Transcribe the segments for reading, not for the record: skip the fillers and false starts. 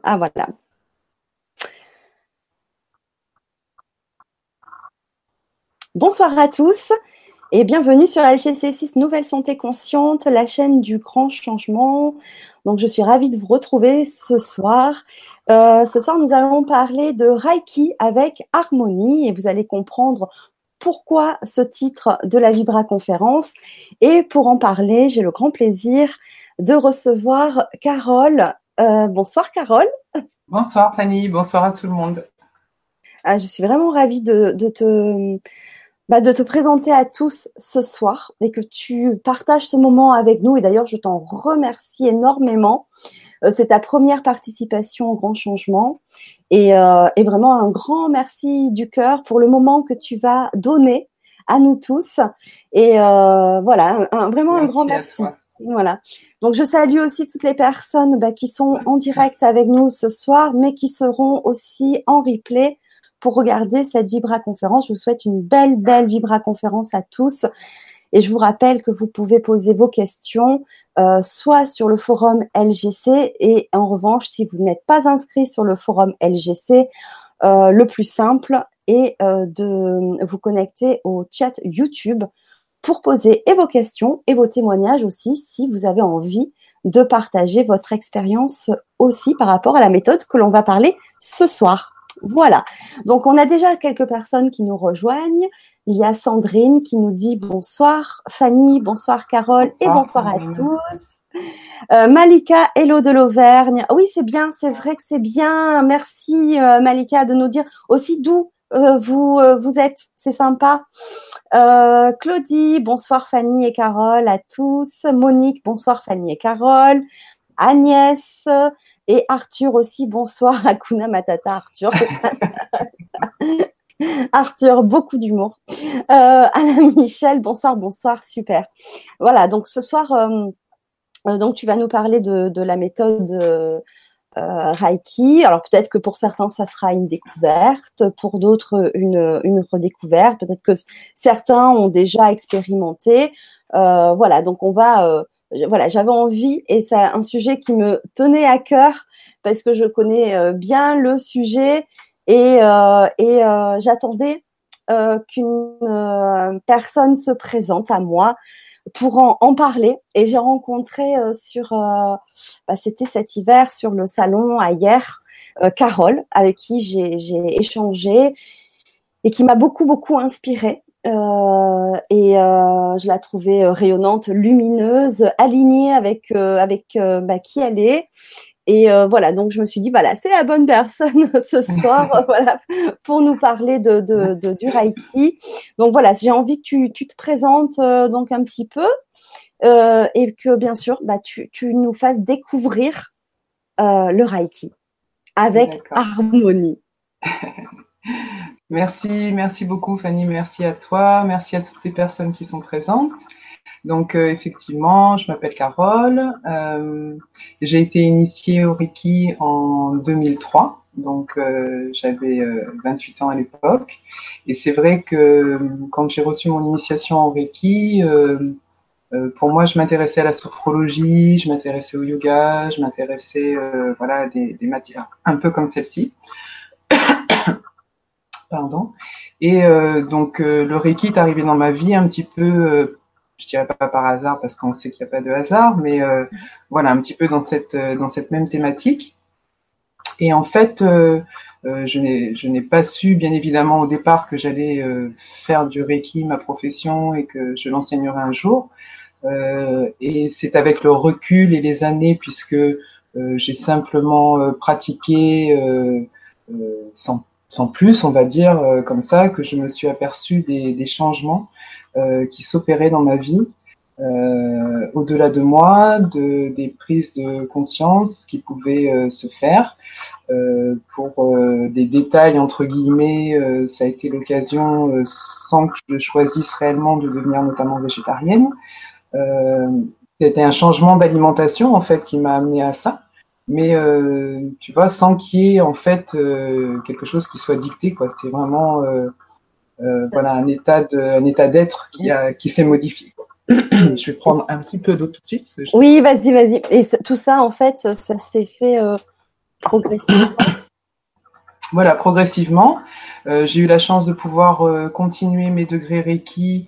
Ah voilà. Bonsoir à tous et bienvenue sur LGC6 Nouvelle Santé Consciente, la chaîne du grand changement. Donc je suis ravie de vous retrouver ce soir. Ce soir, nous allons parler de Reiki avec harmonie et vous allez comprendre pourquoi ce titre de la Vibra Conférence. Et pour en parler, j'ai le grand plaisir de recevoir Carole. Bonsoir Carole. Bonsoir Fanny, bonsoir à tout le monde. Je suis vraiment ravie de te présenter à tous ce soir et que tu partages ce moment avec nous. Et d'ailleurs, je t'en remercie énormément. C'est ta première participation au Grand Changement. Et vraiment un grand merci du cœur pour le moment que tu vas donner à nous tous. Et voilà, vraiment un grand Merci à merci. toi. Voilà. Donc, je salue aussi toutes les personnes qui sont en direct avec nous ce soir, mais qui seront aussi en replay pour regarder cette Vibra Conférence. Je vous souhaite une belle, belle Vibra Conférence à tous. Et je vous rappelle que vous pouvez poser vos questions soit sur le forum LGC et en revanche, si vous n'êtes pas inscrit sur le forum LGC, le plus simple est de vous connecter au chat YouTube pour poser et vos questions et vos témoignages aussi si vous avez envie de partager votre expérience aussi par rapport à la méthode que l'on va parler ce soir. Voilà. Donc, on a déjà quelques personnes qui nous rejoignent. Il y a Sandrine qui nous dit bonsoir, Fanny, bonsoir Carole et Bonsoir bonsoir à Sandrine. tous. Malika, hello de l'Auvergne. Oui, c'est bien, c'est vrai que c'est bien. Merci Malika de nous dire aussi d'où vous êtes. C'est sympa. Claudie, bonsoir Fanny et Carole à tous. Monique, bonsoir Fanny et Carole. Agnès et Arthur aussi, bonsoir Hakuna Matata Arthur. Arthur, beaucoup d'humour. Alain Michel, bonsoir, bonsoir, super. Voilà, donc ce soir, donc tu vas nous parler de la méthode Reiki. Alors peut-être que pour certains, ça sera une découverte, pour d'autres, une redécouverte. Peut-être que certains ont déjà expérimenté. Voilà, donc on va... voilà, j'avais envie, et c'est un sujet qui me tenait à cœur, parce que je connais bien le sujet, et j'attendais qu'une personne se présente à moi pour en parler. Et j'ai rencontré c'était cet hiver sur le salon à hier, Carole, avec qui j'ai échangé et qui m'a beaucoup, beaucoup inspirée. Je la trouvais rayonnante, lumineuse, alignée avec qui elle est. Et voilà, donc je me suis dit, voilà, c'est la bonne personne ce soir, voilà, pour nous parler du Reiki. Donc voilà, j'ai envie que tu te présentes donc un petit peu et que bien sûr, tu nous fasses découvrir le Reiki avec D'accord. harmonie. Merci beaucoup Fanny, merci à toi, merci à toutes les personnes qui sont présentes. Donc effectivement, je m'appelle Carole, j'ai été initiée au Reiki en 2003, donc j'avais 28 ans à l'époque. Et c'est vrai que quand j'ai reçu mon initiation en Reiki, pour moi, je m'intéressais à la sophrologie, je m'intéressais au yoga, je m'intéressais voilà, à des matières un peu comme celle-ci. Pardon. Et donc, le Reiki est arrivé dans ma vie un petit peu, je dirais pas par hasard parce qu'on sait qu'il n'y a pas de hasard, mais voilà, un petit peu dans cette même thématique. Et en fait, je n'ai pas su, bien évidemment, au départ que j'allais faire du Reiki ma profession et que je l'enseignerais un jour. Et c'est avec le recul et les années, puisque j'ai simplement pratiqué sans plus, on va dire, comme ça, que je me suis aperçue des changements qui s'opéraient dans ma vie, au-delà de moi, des prises de conscience qui pouvaient se faire. Pour des détails, entre guillemets, ça a été l'occasion, sans que je choisisse réellement, de devenir notamment végétarienne. Euh, C'était un changement d'alimentation en fait qui m'a amené à ça, mais tu vois, sans qu'il y ait en fait quelque chose qui soit dicté, quoi. C'est vraiment voilà un état d'être qui s'est modifié, quoi. Je vais prendre un petit peu d'eau tout de suite parce que Oui, vas-y, vas-y. Et tout ça, en fait, ça s'est fait progressivement. Voilà, progressivement. J'ai eu la chance de pouvoir continuer mes degrés Reiki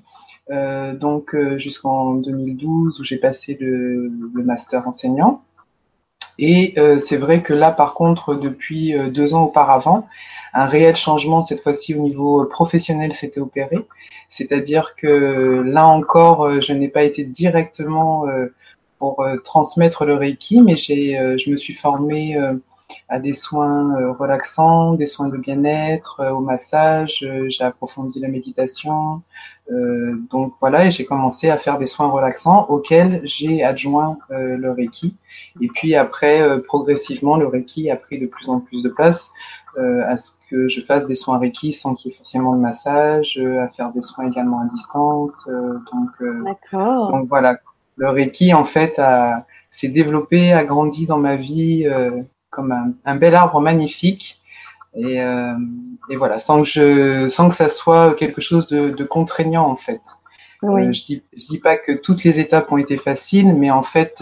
jusqu'en 2012 où j'ai passé le master enseignant. Et c'est vrai que là, par contre, depuis 2 ans auparavant, un réel changement, cette fois-ci au niveau professionnel, s'était opéré. C'est-à-dire que là encore, je n'ai pas été directement pour transmettre le Reiki, mais je me suis formée à des soins relaxants, des soins de bien-être, au massage, j'ai approfondi la méditation. Donc voilà, et j'ai commencé à faire des soins relaxants auxquels j'ai adjoint le Reiki. Et puis après, progressivement, le Reiki a pris de plus en plus de place à ce que je fasse des soins Reiki sans qu'il y ait forcément de massage, à faire des soins également à distance. D'accord. Donc voilà, le Reiki en fait s'est développé, a grandi dans ma vie comme un bel arbre magnifique. Et, euh, et voilà, sans que ça soit quelque chose de contraignant en fait. Oui. Je dis pas que toutes les étapes ont été faciles, mais en fait,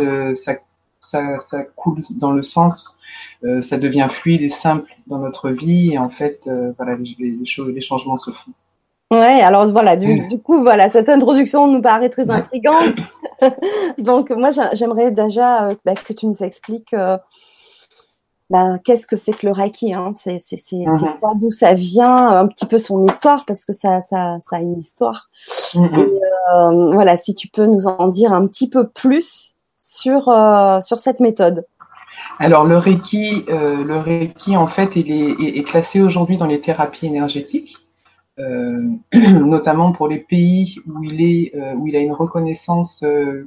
ça coule dans le sens, ça devient fluide et simple dans notre vie, et en fait, voilà, les changements se font. Ouais, alors voilà, du coup, voilà, cette introduction nous paraît très intrigante. Donc, moi, j'aimerais déjà que tu nous expliques qu'est-ce que c'est que le Reiki, hein? C'est Mhm. quoi, d'où ça vient, un petit peu son histoire, parce que ça a une histoire. Et Mhm. voilà, si tu peux nous en dire un petit peu plus sur cette méthode. Alors le Reiki en fait, est classé aujourd'hui dans les thérapies énergétiques, notamment pour les pays où il a une reconnaissance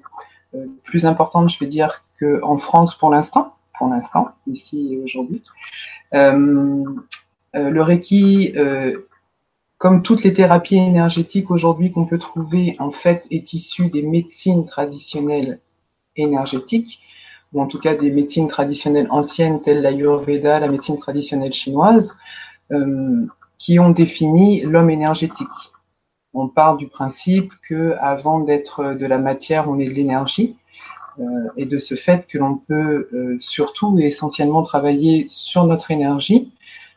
plus importante, je veux dire, qu'en France pour l'instant, ici et aujourd'hui. Euh, le Reiki, comme toutes les thérapies énergétiques aujourd'hui qu'on peut trouver, en fait, est issu des médecines traditionnelles énergétiques, ou en tout cas des médecines traditionnelles anciennes telles l'Ayurveda, la médecine traditionnelle chinoise, euh, qui ont défini l'homme énergétique. On part du principe que avant d'être de la matière, on est de l'énergie, et de ce fait que l'on peut surtout et essentiellement travailler sur notre énergie,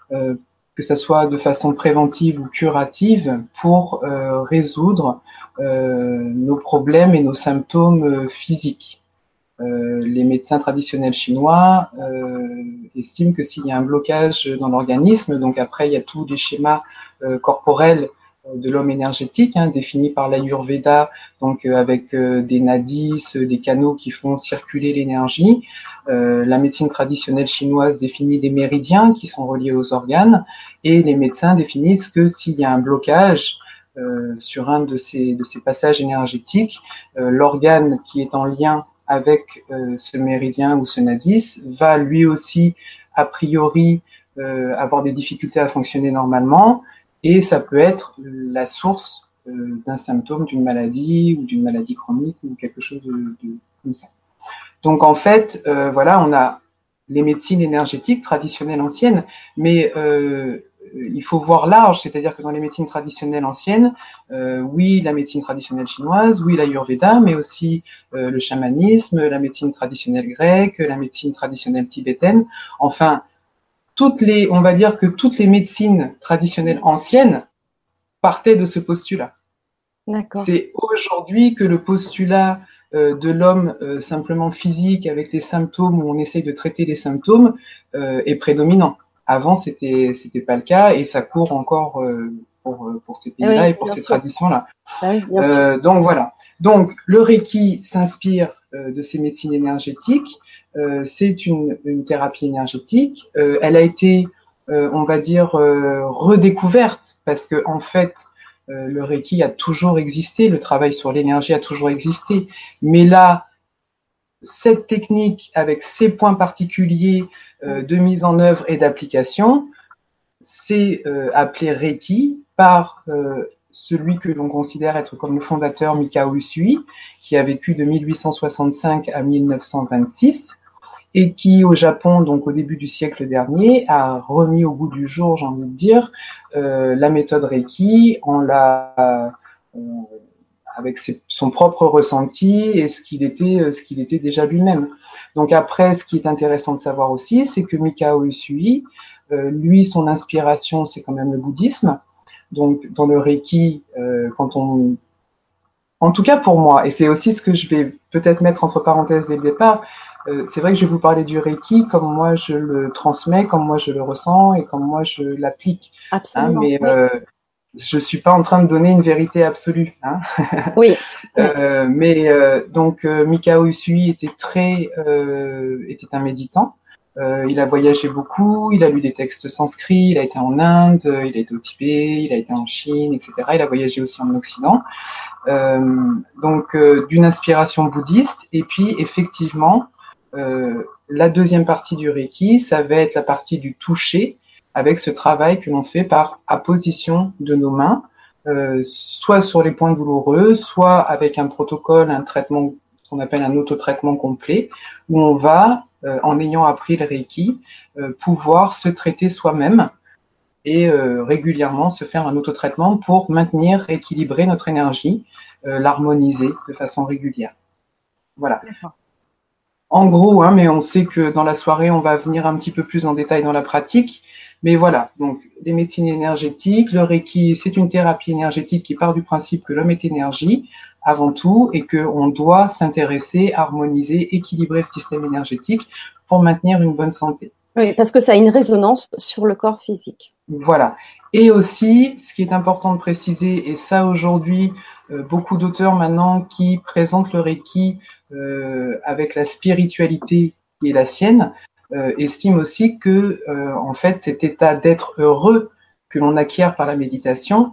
que ce soit de façon préventive ou curative, pour résoudre nos problèmes et nos symptômes physiques. Les médecins traditionnels chinois estiment que s'il y a un blocage dans l'organisme, donc après il y a tous les schémas corporels de l'homme énergétique, définis par l'Ayurveda, donc avec des nadis, des canaux qui font circuler l'énergie. La médecine traditionnelle chinoise définit des méridiens qui sont reliés aux organes, et les médecins définissent que s'il y a un blocage sur un de ces passages énergétiques, l'organe qui est en lien avec ce méridien ou ce nadis va lui aussi, a priori, avoir des difficultés à fonctionner normalement, et ça peut être la source d'un symptôme d'une maladie ou d'une maladie chronique ou quelque chose comme ça. Donc en fait, voilà, on a les médecines énergétiques traditionnelles anciennes, mais il faut voir large, c'est-à-dire que dans les médecines traditionnelles anciennes, oui, la médecine traditionnelle chinoise, oui, l'Ayurveda, mais aussi le chamanisme, la médecine traditionnelle grecque, la médecine traditionnelle tibétaine, enfin, on va dire que toutes les médecines traditionnelles anciennes partaient de ce postulat. D'accord. C'est aujourd'hui que le postulat de l'homme simplement physique avec des symptômes où on essaye de traiter les symptômes est prédominant. Avant, c'était pas le cas, et ça court encore pour ces Eh pays-là oui, et pour bien ces sûr. traditions-là. Bah oui, bien sûr. Donc voilà. Donc le Reiki s'inspire de ces médecines énergétiques. C'est une thérapie énergétique. Elle a été, on va dire, redécouverte parce que en fait, le Reiki a toujours existé, le travail sur l'énergie a toujours existé. Mais là, cette technique avec ses points particuliers de mise en œuvre et d'application, c'est appelé Reiki par celui que l'on considère être comme le fondateur Mikao Usui, qui a vécu de 1865 à 1926 et qui, au Japon, donc au début du siècle dernier, a remis au goût du jour, j'ai envie de dire, la méthode Reiki en la avec son propre ressenti et ce qu'il était déjà lui-même. Donc après, ce qui est intéressant de savoir aussi, c'est que Mikao Usui, lui, son inspiration, c'est quand même le bouddhisme. Donc dans le Reiki, en tout cas pour moi, et c'est aussi ce que je vais peut-être mettre entre parenthèses dès le départ, c'est vrai que je vais vous parler du Reiki comme moi je le transmets, comme moi je le ressens et comme moi je l'applique. Hein, Absolument. mais je suis pas en train de donner une vérité absolue. Hein. Oui. Donc Mikao Usui était un méditant. Il a voyagé beaucoup, il a lu des textes sanscrits, il a été en Inde, il a été au Tibet, il a été en Chine, etc. Il a voyagé aussi en Occident. D'une inspiration bouddhiste. Et puis effectivement, la deuxième partie du Reiki, ça va être la partie du toucher, avec ce travail que l'on fait par apposition de nos mains, soit sur les points douloureux, soit avec un protocole, un traitement qu'on appelle un autotraitement complet, où on va, en ayant appris le Reiki, pouvoir se traiter soi-même et régulièrement se faire un autotraitement pour maintenir, équilibrer notre énergie, l'harmoniser de façon régulière. Voilà. En gros, hein, mais on sait que dans la soirée, on va venir un petit peu plus en détail dans la pratique. Mais voilà, donc les médecines énergétiques, le Reiki, c'est une thérapie énergétique qui part du principe que l'homme est énergie avant tout et qu'on doit s'intéresser, harmoniser, équilibrer le système énergétique pour maintenir une bonne santé. Oui, parce que ça a une résonance sur le corps physique. Voilà. Et aussi, ce qui est important de préciser, et ça aujourd'hui, beaucoup d'auteurs maintenant qui présentent le Reiki avec la spiritualité qui est la sienne, estiment aussi que, en fait, cet état d'être heureux que l'on acquiert par la méditation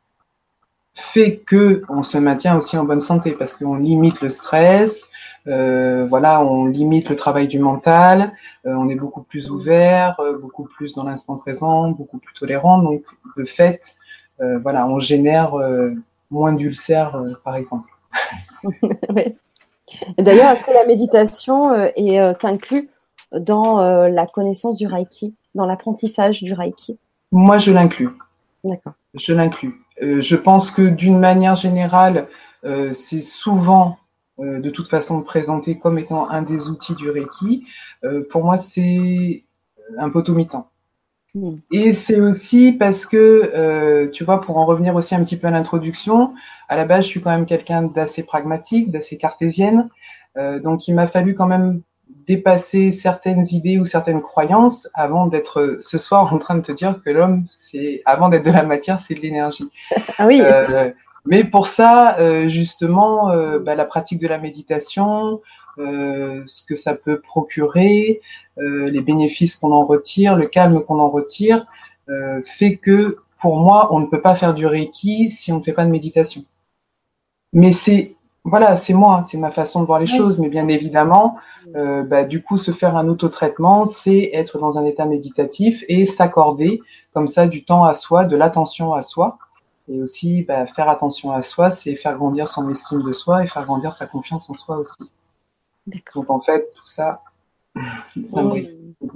fait que on se maintient aussi en bonne santé parce qu'on limite le stress, voilà, on limite le travail du mental, on est beaucoup plus ouvert, beaucoup plus dans l'instant présent, beaucoup plus tolérant. Donc, de fait, voilà, on génère moins d'ulcères, par exemple. Oui. D'ailleurs, est-ce que la méditation est inclue dans la connaissance du Reiki, dans l'apprentissage du Reiki? Moi, je l'inclus. D'accord. Je l'inclus. Je pense que d'une manière générale, c'est souvent de toute façon présenté comme étant un des outils du Reiki. Pour moi, c'est un potomitan. Et c'est aussi parce que, tu vois, pour en revenir aussi un petit peu à l'introduction, à la base, je suis quand même quelqu'un d'assez pragmatique, d'assez cartésienne. Donc, il m'a fallu quand même dépasser certaines idées ou certaines croyances avant d'être ce soir en train de te dire que l'homme, avant d'être de la matière, c'est de l'énergie. Ah oui. Mais pour ça, justement, la pratique de la méditation, ce que ça peut procurer, les bénéfices qu'on en retire, le calme qu'on en retire, fait que pour moi, on ne peut pas faire du Reiki si on ne fait pas de méditation. Mais voilà, c'est moi, c'est ma façon de voir les choses. Mais bien évidemment, du coup, se faire un autotraitement, c'est être dans un état méditatif et s'accorder comme ça du temps à soi, de l'attention à soi. Et aussi, faire attention à soi, c'est faire grandir son estime de soi et faire grandir sa confiance en soi aussi. Donc en fait, tout ça, ça brille.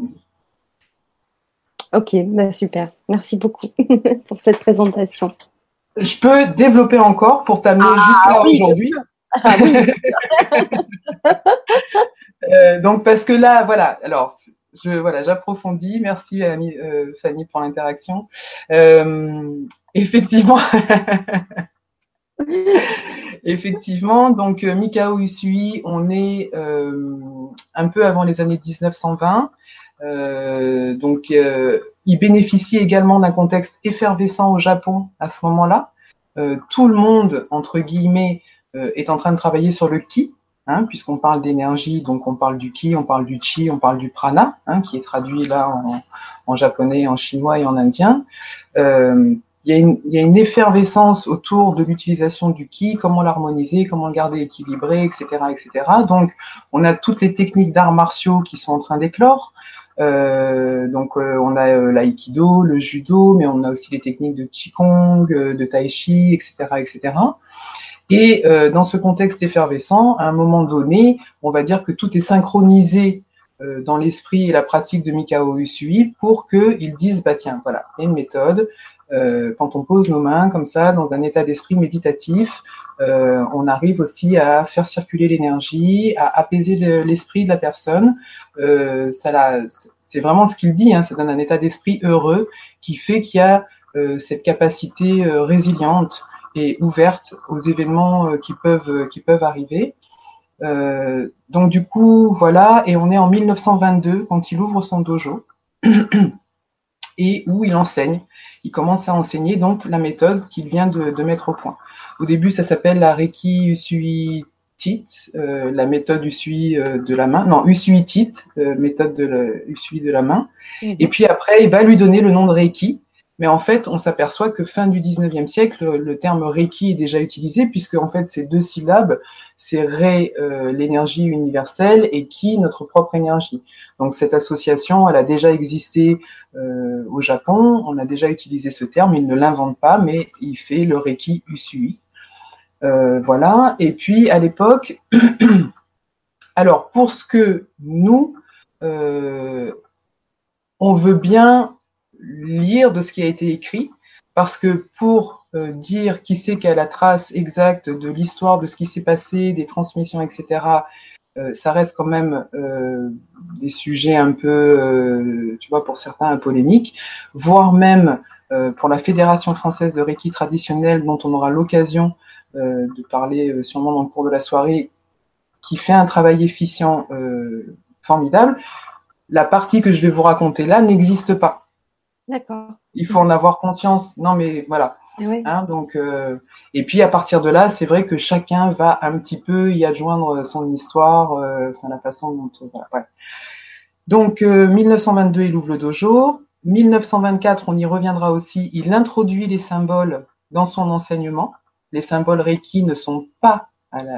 Ok, super. Merci beaucoup pour cette présentation. Je peux développer encore pour t'amener jusqu'à aujourd'hui. Ah oui. Donc parce que là, voilà. Alors, j'approfondis. Merci Fanny pour l'interaction. Effectivement. Effectivement, donc Mikao Usui, on est un peu avant les années 1920. Il bénéficie également d'un contexte effervescent au Japon à ce moment-là. Tout le monde, entre guillemets, est en train de travailler sur le ki, hein, puisqu'on parle d'énergie, donc on parle du ki, on parle du chi, on parle du prana, hein, qui est traduit là en japonais, en chinois et en indien. Il y a une effervescence autour de l'utilisation du ki, comment l'harmoniser, comment le garder équilibré, etc., etc. Donc, on a toutes les techniques d'arts martiaux qui sont en train d'éclore. On a l'aïkido, le judo, mais on a aussi les techniques de qigong, de tai chi, etc., etc. Et dans ce contexte effervescent, à un moment donné, on va dire que tout est synchronisé dans l'esprit et la pratique de Mikao Usui pour qu'ils disent, tiens, voilà, il y a une méthode, Quand on pose nos mains comme ça, dans un état d'esprit méditatif, on arrive aussi à faire circuler l'énergie, à apaiser l'esprit de la personne. C'est vraiment ce qu'il dit, hein, ça donne un état d'esprit heureux qui fait qu'il y a cette capacité résiliente et ouverte aux événements qui peuvent arriver. Donc du coup, voilà, et on est en 1922 quand il ouvre son dojo et où il enseigne. Il commence à enseigner donc la méthode qu'il vient de mettre au point. Au début, ça s'appelle la Reiki Usui Tit, la méthode Usui de la main. Non, Usui Tit, méthode de Usui de la main. Et puis après, il va lui donner le nom de Reiki. Mais en fait, on s'aperçoit que fin du 19e siècle, le terme Reiki est déjà utilisé, puisque en fait, ces deux syllabes, c'est Ré, l'énergie universelle, et Ki, notre propre énergie. Donc cette association, elle a déjà existé au Japon, on a déjà utilisé ce terme, il ne l'invente pas, mais il fait le Reiki Usui. Voilà, et puis à l'époque, alors pour ce que nous, on veut bien lire de ce qui a été écrit, parce que pour dire qui c'est qui a la trace exacte de l'histoire, de ce qui s'est passé, des transmissions, etc., ça reste quand même des sujets un peu, tu vois, pour certains, polémiques, voire même pour la Fédération française de Reiki traditionnel, dont on aura l'occasion de parler sûrement dans le cours de la soirée, qui fait un travail efficient formidable. La partie que je vais vous raconter là n'existe pas. D'accord. Il faut en avoir conscience. Non, mais voilà. Oui. Hein, donc, et puis à partir de là, c'est vrai que chacun va un petit peu y adjoindre son histoire, enfin la façon dont. Voilà, ouais. Donc 1922, il ouvre le dojo. 1924, on y reviendra aussi. Il introduit les symboles dans son enseignement. Les symboles Reiki ne sont pas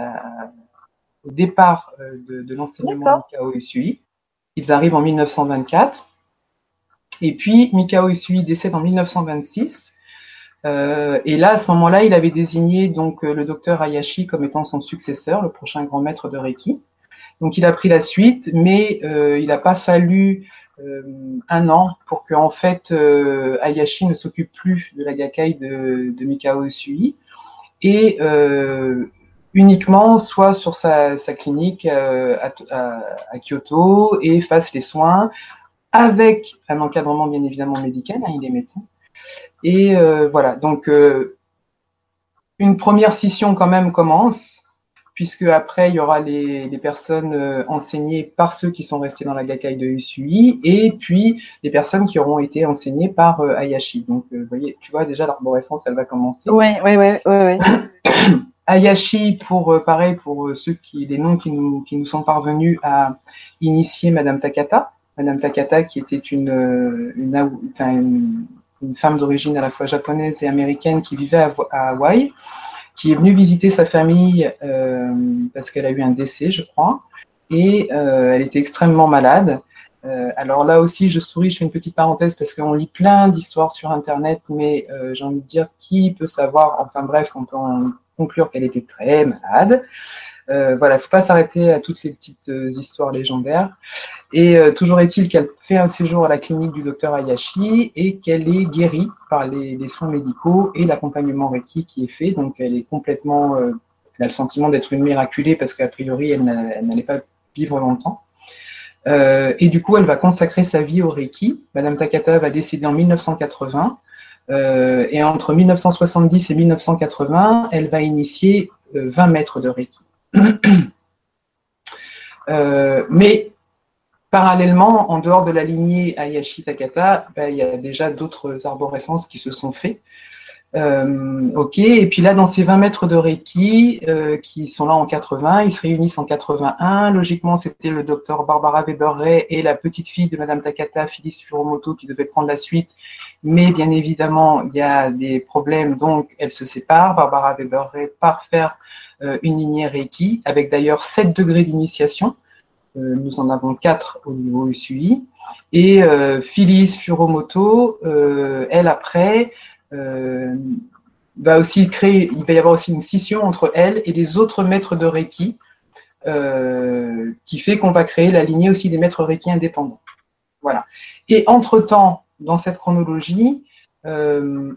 au départ de l'enseignement Mikao Usui. Ils arrivent en 1924. Et puis, Mikao Usui décède en 1926. Et là, à ce moment-là, il avait désigné donc le docteur Hayashi comme étant son successeur, le prochain grand maître de Reiki. Donc, il a pris la suite, mais il n'a pas fallu un an pour que, en fait, Hayashi ne s'occupe plus de la Gakkai de Mikao Usui et uniquement soit sur sa clinique à Kyoto et fasse les soins avec un encadrement bien évidemment médical, hein, il est médecin. Et voilà, donc une première scission quand même commence, puisque après il y aura les personnes enseignées par ceux qui sont restés dans la Gakkai de Usui, et puis les personnes qui auront été enseignées par Hayashi. Donc vous voyez, tu vois déjà l'arborescence, elle va commencer. Ouais. Hayashi, pareil pour les noms qui nous sont parvenus, à initier Madame Takata. Madame Takata, qui était une femme d'origine à la fois japonaise et américaine qui vivait à Hawaï, qui est venue visiter sa famille parce qu'elle a eu un décès, je crois, et elle était extrêmement malade. Alors là aussi, je souris, je fais une petite parenthèse parce qu'on lit plein d'histoires sur Internet, mais j'ai envie de dire, qui peut savoir, enfin bref, on peut en conclure qu'elle était très malade. Voilà, il ne faut pas s'arrêter à toutes les petites histoires légendaires. Et toujours est-il qu'elle fait un séjour à la clinique du docteur Hayashi et qu'elle est guérie par les soins médicaux et l'accompagnement Reiki qui est fait. Donc elle est complètement, elle a le sentiment d'être une miraculée parce qu'a priori elle n'allait pas vivre longtemps. Et du coup, elle va consacrer sa vie au Reiki. Madame Takata va décéder en 1980. Et entre 1970 et 1980, elle va initier 20 maîtres de Reiki. Mais parallèlement, en dehors de la lignée Hayashi Takata, il y a déjà d'autres arborescences qui se sont faites. Ok, et puis là, dans ces 20 mètres de Reiki, qui sont là en 80, ils se réunissent en 81. Logiquement, c'était le docteur Barbara Weber-Ray et la petite fille de Madame Takata, Phyllis Furumoto, qui devaient prendre la suite. Mais bien évidemment, il y a des problèmes, donc elle se sépare. Barbara Weber-Ray part faire une lignée Reiki, avec d'ailleurs 7 degrés d'initiation. Nous en avons 4 au niveau Usui. Et Phyllis Furumoto, elle après, va aussi créer, il va y avoir aussi une scission entre elle et les autres maîtres de Reiki, qui fait qu'on va créer la lignée aussi des maîtres Reiki indépendants. Voilà. Et entre-temps, dans cette chronologie, Euh,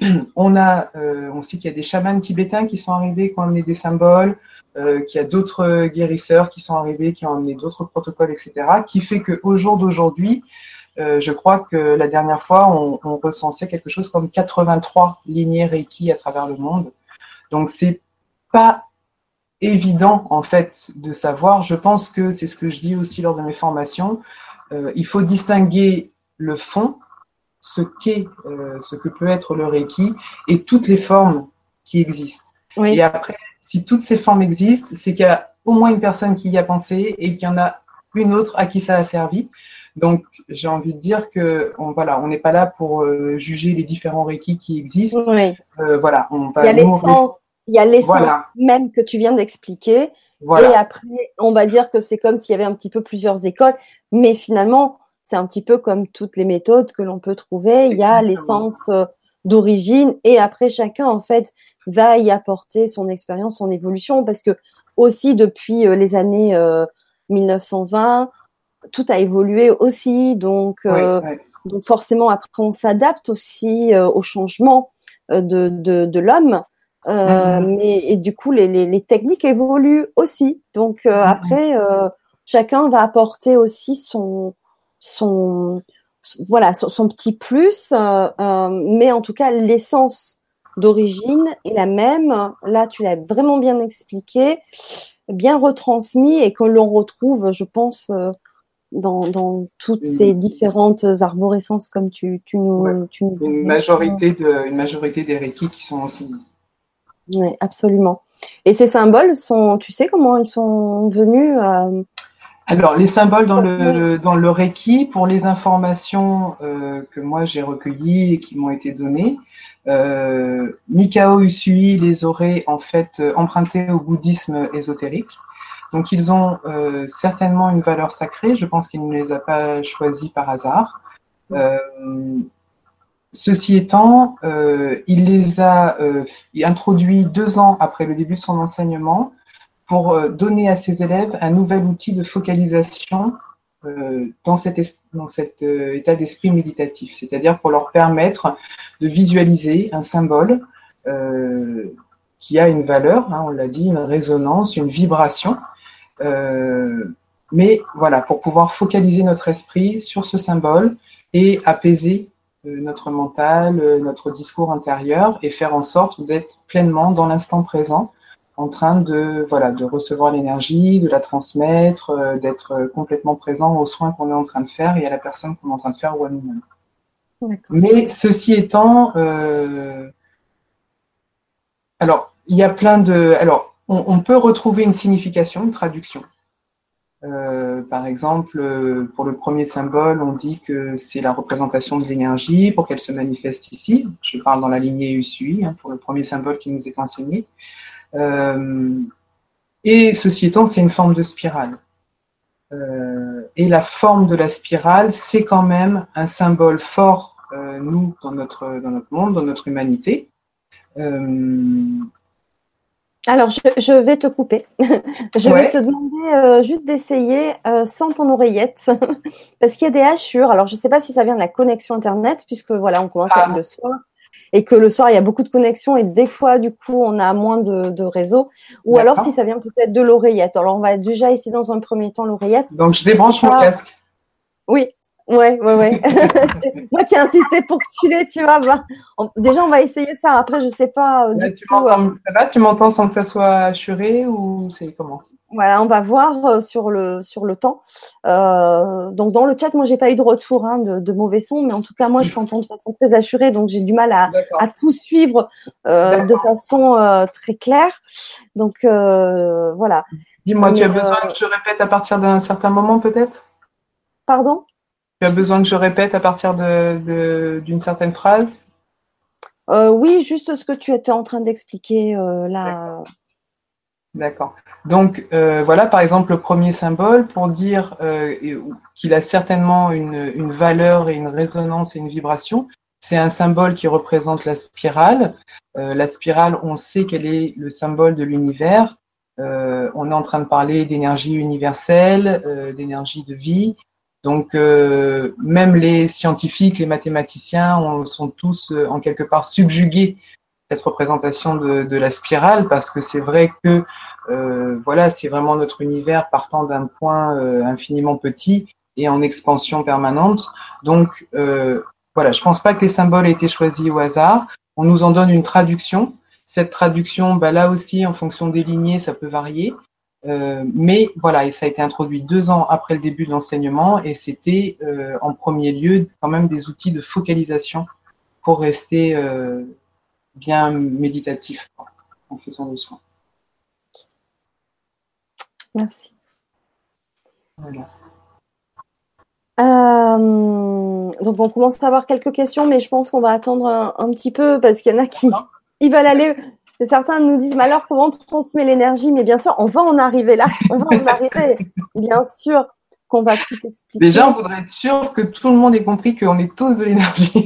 on sait qu'il y a des chamans tibétains qui sont arrivés, qui ont amené des symboles, qu'il y a d'autres guérisseurs qui sont arrivés, qui ont amené d'autres protocoles, etc. Qui fait qu'au jour d'aujourd'hui, je crois que la dernière fois, on recensait quelque chose comme 83 lignées Reiki à travers le monde. Donc, c'est pas évident, en fait, de savoir. Je pense que c'est ce que je dis aussi lors de mes formations. Il faut distinguer le fond, ce ce que peut être le Reiki et toutes les formes qui existent. Oui. Et après, si toutes ces formes existent, c'est qu'il y a au moins une personne qui y a pensé et qu'il y en a une autre à qui ça a servi. Donc, j'ai envie de dire que voilà, on n'est pas là pour juger les différents Reiki qui existent. Oui. Voilà, on Il y va a l'essence, il y a l'essence voilà, même que tu viens d'expliquer. Et voilà, après, on va dire que c'est comme s'il y avait un petit peu plusieurs écoles, mais finalement, c'est un petit peu comme toutes les méthodes que l'on peut trouver. Il y a exactement. l'essence d'origine et après, chacun, en fait, va y apporter son expérience, son évolution parce que aussi depuis les années 1920, tout a évolué aussi. Oui, oui. Donc forcément, après, on s'adapte aussi au changement de l'homme. Et du coup, les techniques évoluent aussi. Donc après, chacun va apporter aussi son, voilà, son petit plus. Mais en tout cas, l'essence d'origine est la même. Là, tu l'as vraiment bien expliqué, bien retransmis et que l'on retrouve, je pense, dans toutes ces différentes arborescences comme Ouais. tu nous Une disais. une majorité des Reiki qui sont enseignés. Oui, absolument. Et ces symboles sont, tu sais comment ils sont venus Alors, les symboles former. dans le Reiki, pour les informations que moi j'ai recueillies et qui m'ont été données, Mikao Usui les aurait en fait empruntés au bouddhisme ésotérique. Donc, ils ont certainement une valeur sacrée. Je pense qu'il ne les a pas choisis par hasard. Euh, Ceci étant, il les a introduits 2 ans après le début de son enseignement pour donner à ses élèves un nouvel outil de focalisation dans cet état d'esprit méditatif, c'est-à-dire pour leur permettre de visualiser un symbole qui a une valeur, hein, on l'a dit, une résonance, une vibration, mais voilà, pour pouvoir focaliser notre esprit sur ce symbole et apaiser notre mental, notre discours intérieur et faire en sorte d'être pleinement dans l'instant présent en train de, voilà, de recevoir l'énergie, de la transmettre, d'être complètement présent aux soins qu'on est en train de faire et à la personne qu'on est en train de faire ou à nous-mêmes. D'accord. Mais ceci étant, alors, il y a plein de. Alors, on peut retrouver une signification, une traduction. Par exemple, pour le premier symbole, on dit que c'est la représentation de l'énergie pour qu'elle se manifeste ici. Je parle dans la lignée Usui, hein, pour le premier symbole qui nous est enseigné. Et ceci étant, c'est une forme de spirale. Et la forme de la spirale, c'est quand même un symbole fort, nous, dans notre monde, dans notre humanité. Alors, je vais te couper. Je vais te Ouais, demander juste d'essayer sans ton oreillette, parce qu'il y a des hachures. Alors, je ne sais pas si ça vient de la connexion Internet, puisque voilà, on commence à être ah, le soir, et que le soir, il y a beaucoup de connexions, et des fois, du coup, on a moins de réseau. Ou alors, si d'accord. ça vient peut-être de l'oreillette. Alors, on va déjà essayer dans un premier temps l'oreillette. Donc, je Je sais débranche mon pas. casque. Oui, ouais. Moi qui ai insisté pour que tu l'aies, tu vois. Bah, déjà, on va essayer ça. Après, je sais pas, Là, du tu coup, m'entends, ça va? Tu m'entends sans que ça soit assuré ou c'est comment? voilà, on va voir sur le temps. Donc, dans le chat, moi, j'ai pas eu de retour hein, de mauvais son, mais en tout cas, moi, je t'entends de façon très assurée, donc j'ai du mal à D'accord, tout suivre de d'accord. façon très claire. Donc, voilà. Dis-moi, tu as Mais, besoin que je répète à partir d'un certain moment, peut-être? pardon? Tu as besoin que je répète à partir d'une certaine phrase? Oui, juste ce que tu étais en train d'expliquer D'accord. là. D'accord. Donc, voilà, par exemple, le premier symbole pour dire qu'il a certainement une valeur et une résonance et une vibration, c'est un symbole qui représente la spirale. La spirale, on sait qu'elle est le symbole de l'univers. On est en train de parler d'énergie universelle, d'énergie de vie. Donc, même les scientifiques, les mathématiciens sont tous en quelque part subjugués cette représentation de la spirale, parce que c'est vrai que voilà, c'est vraiment notre univers partant d'un point infiniment petit et en expansion permanente. Donc, voilà, je pense pas que les symboles aient été choisis au hasard. On nous en donne une traduction. Cette traduction, bah, là aussi, en fonction des lignées, ça peut varier. Mais voilà, et ça a été introduit 2 ans après le début de l'enseignement, et c'était en premier lieu quand même des outils de focalisation pour rester bien méditatif en faisant des soins. Merci. Voilà. Donc, on commence à avoir quelques questions, mais je pense qu'on va attendre un petit peu parce qu'il y en a qui ils veulent aller. Certains nous disent, mais alors, comment on transmet l'énergie? Mais bien sûr, on va en arriver là. On va en arriver. Bien sûr qu'on va tout expliquer. Déjà, on voudrait être sûr que tout le monde ait compris qu'on est tous de l'énergie.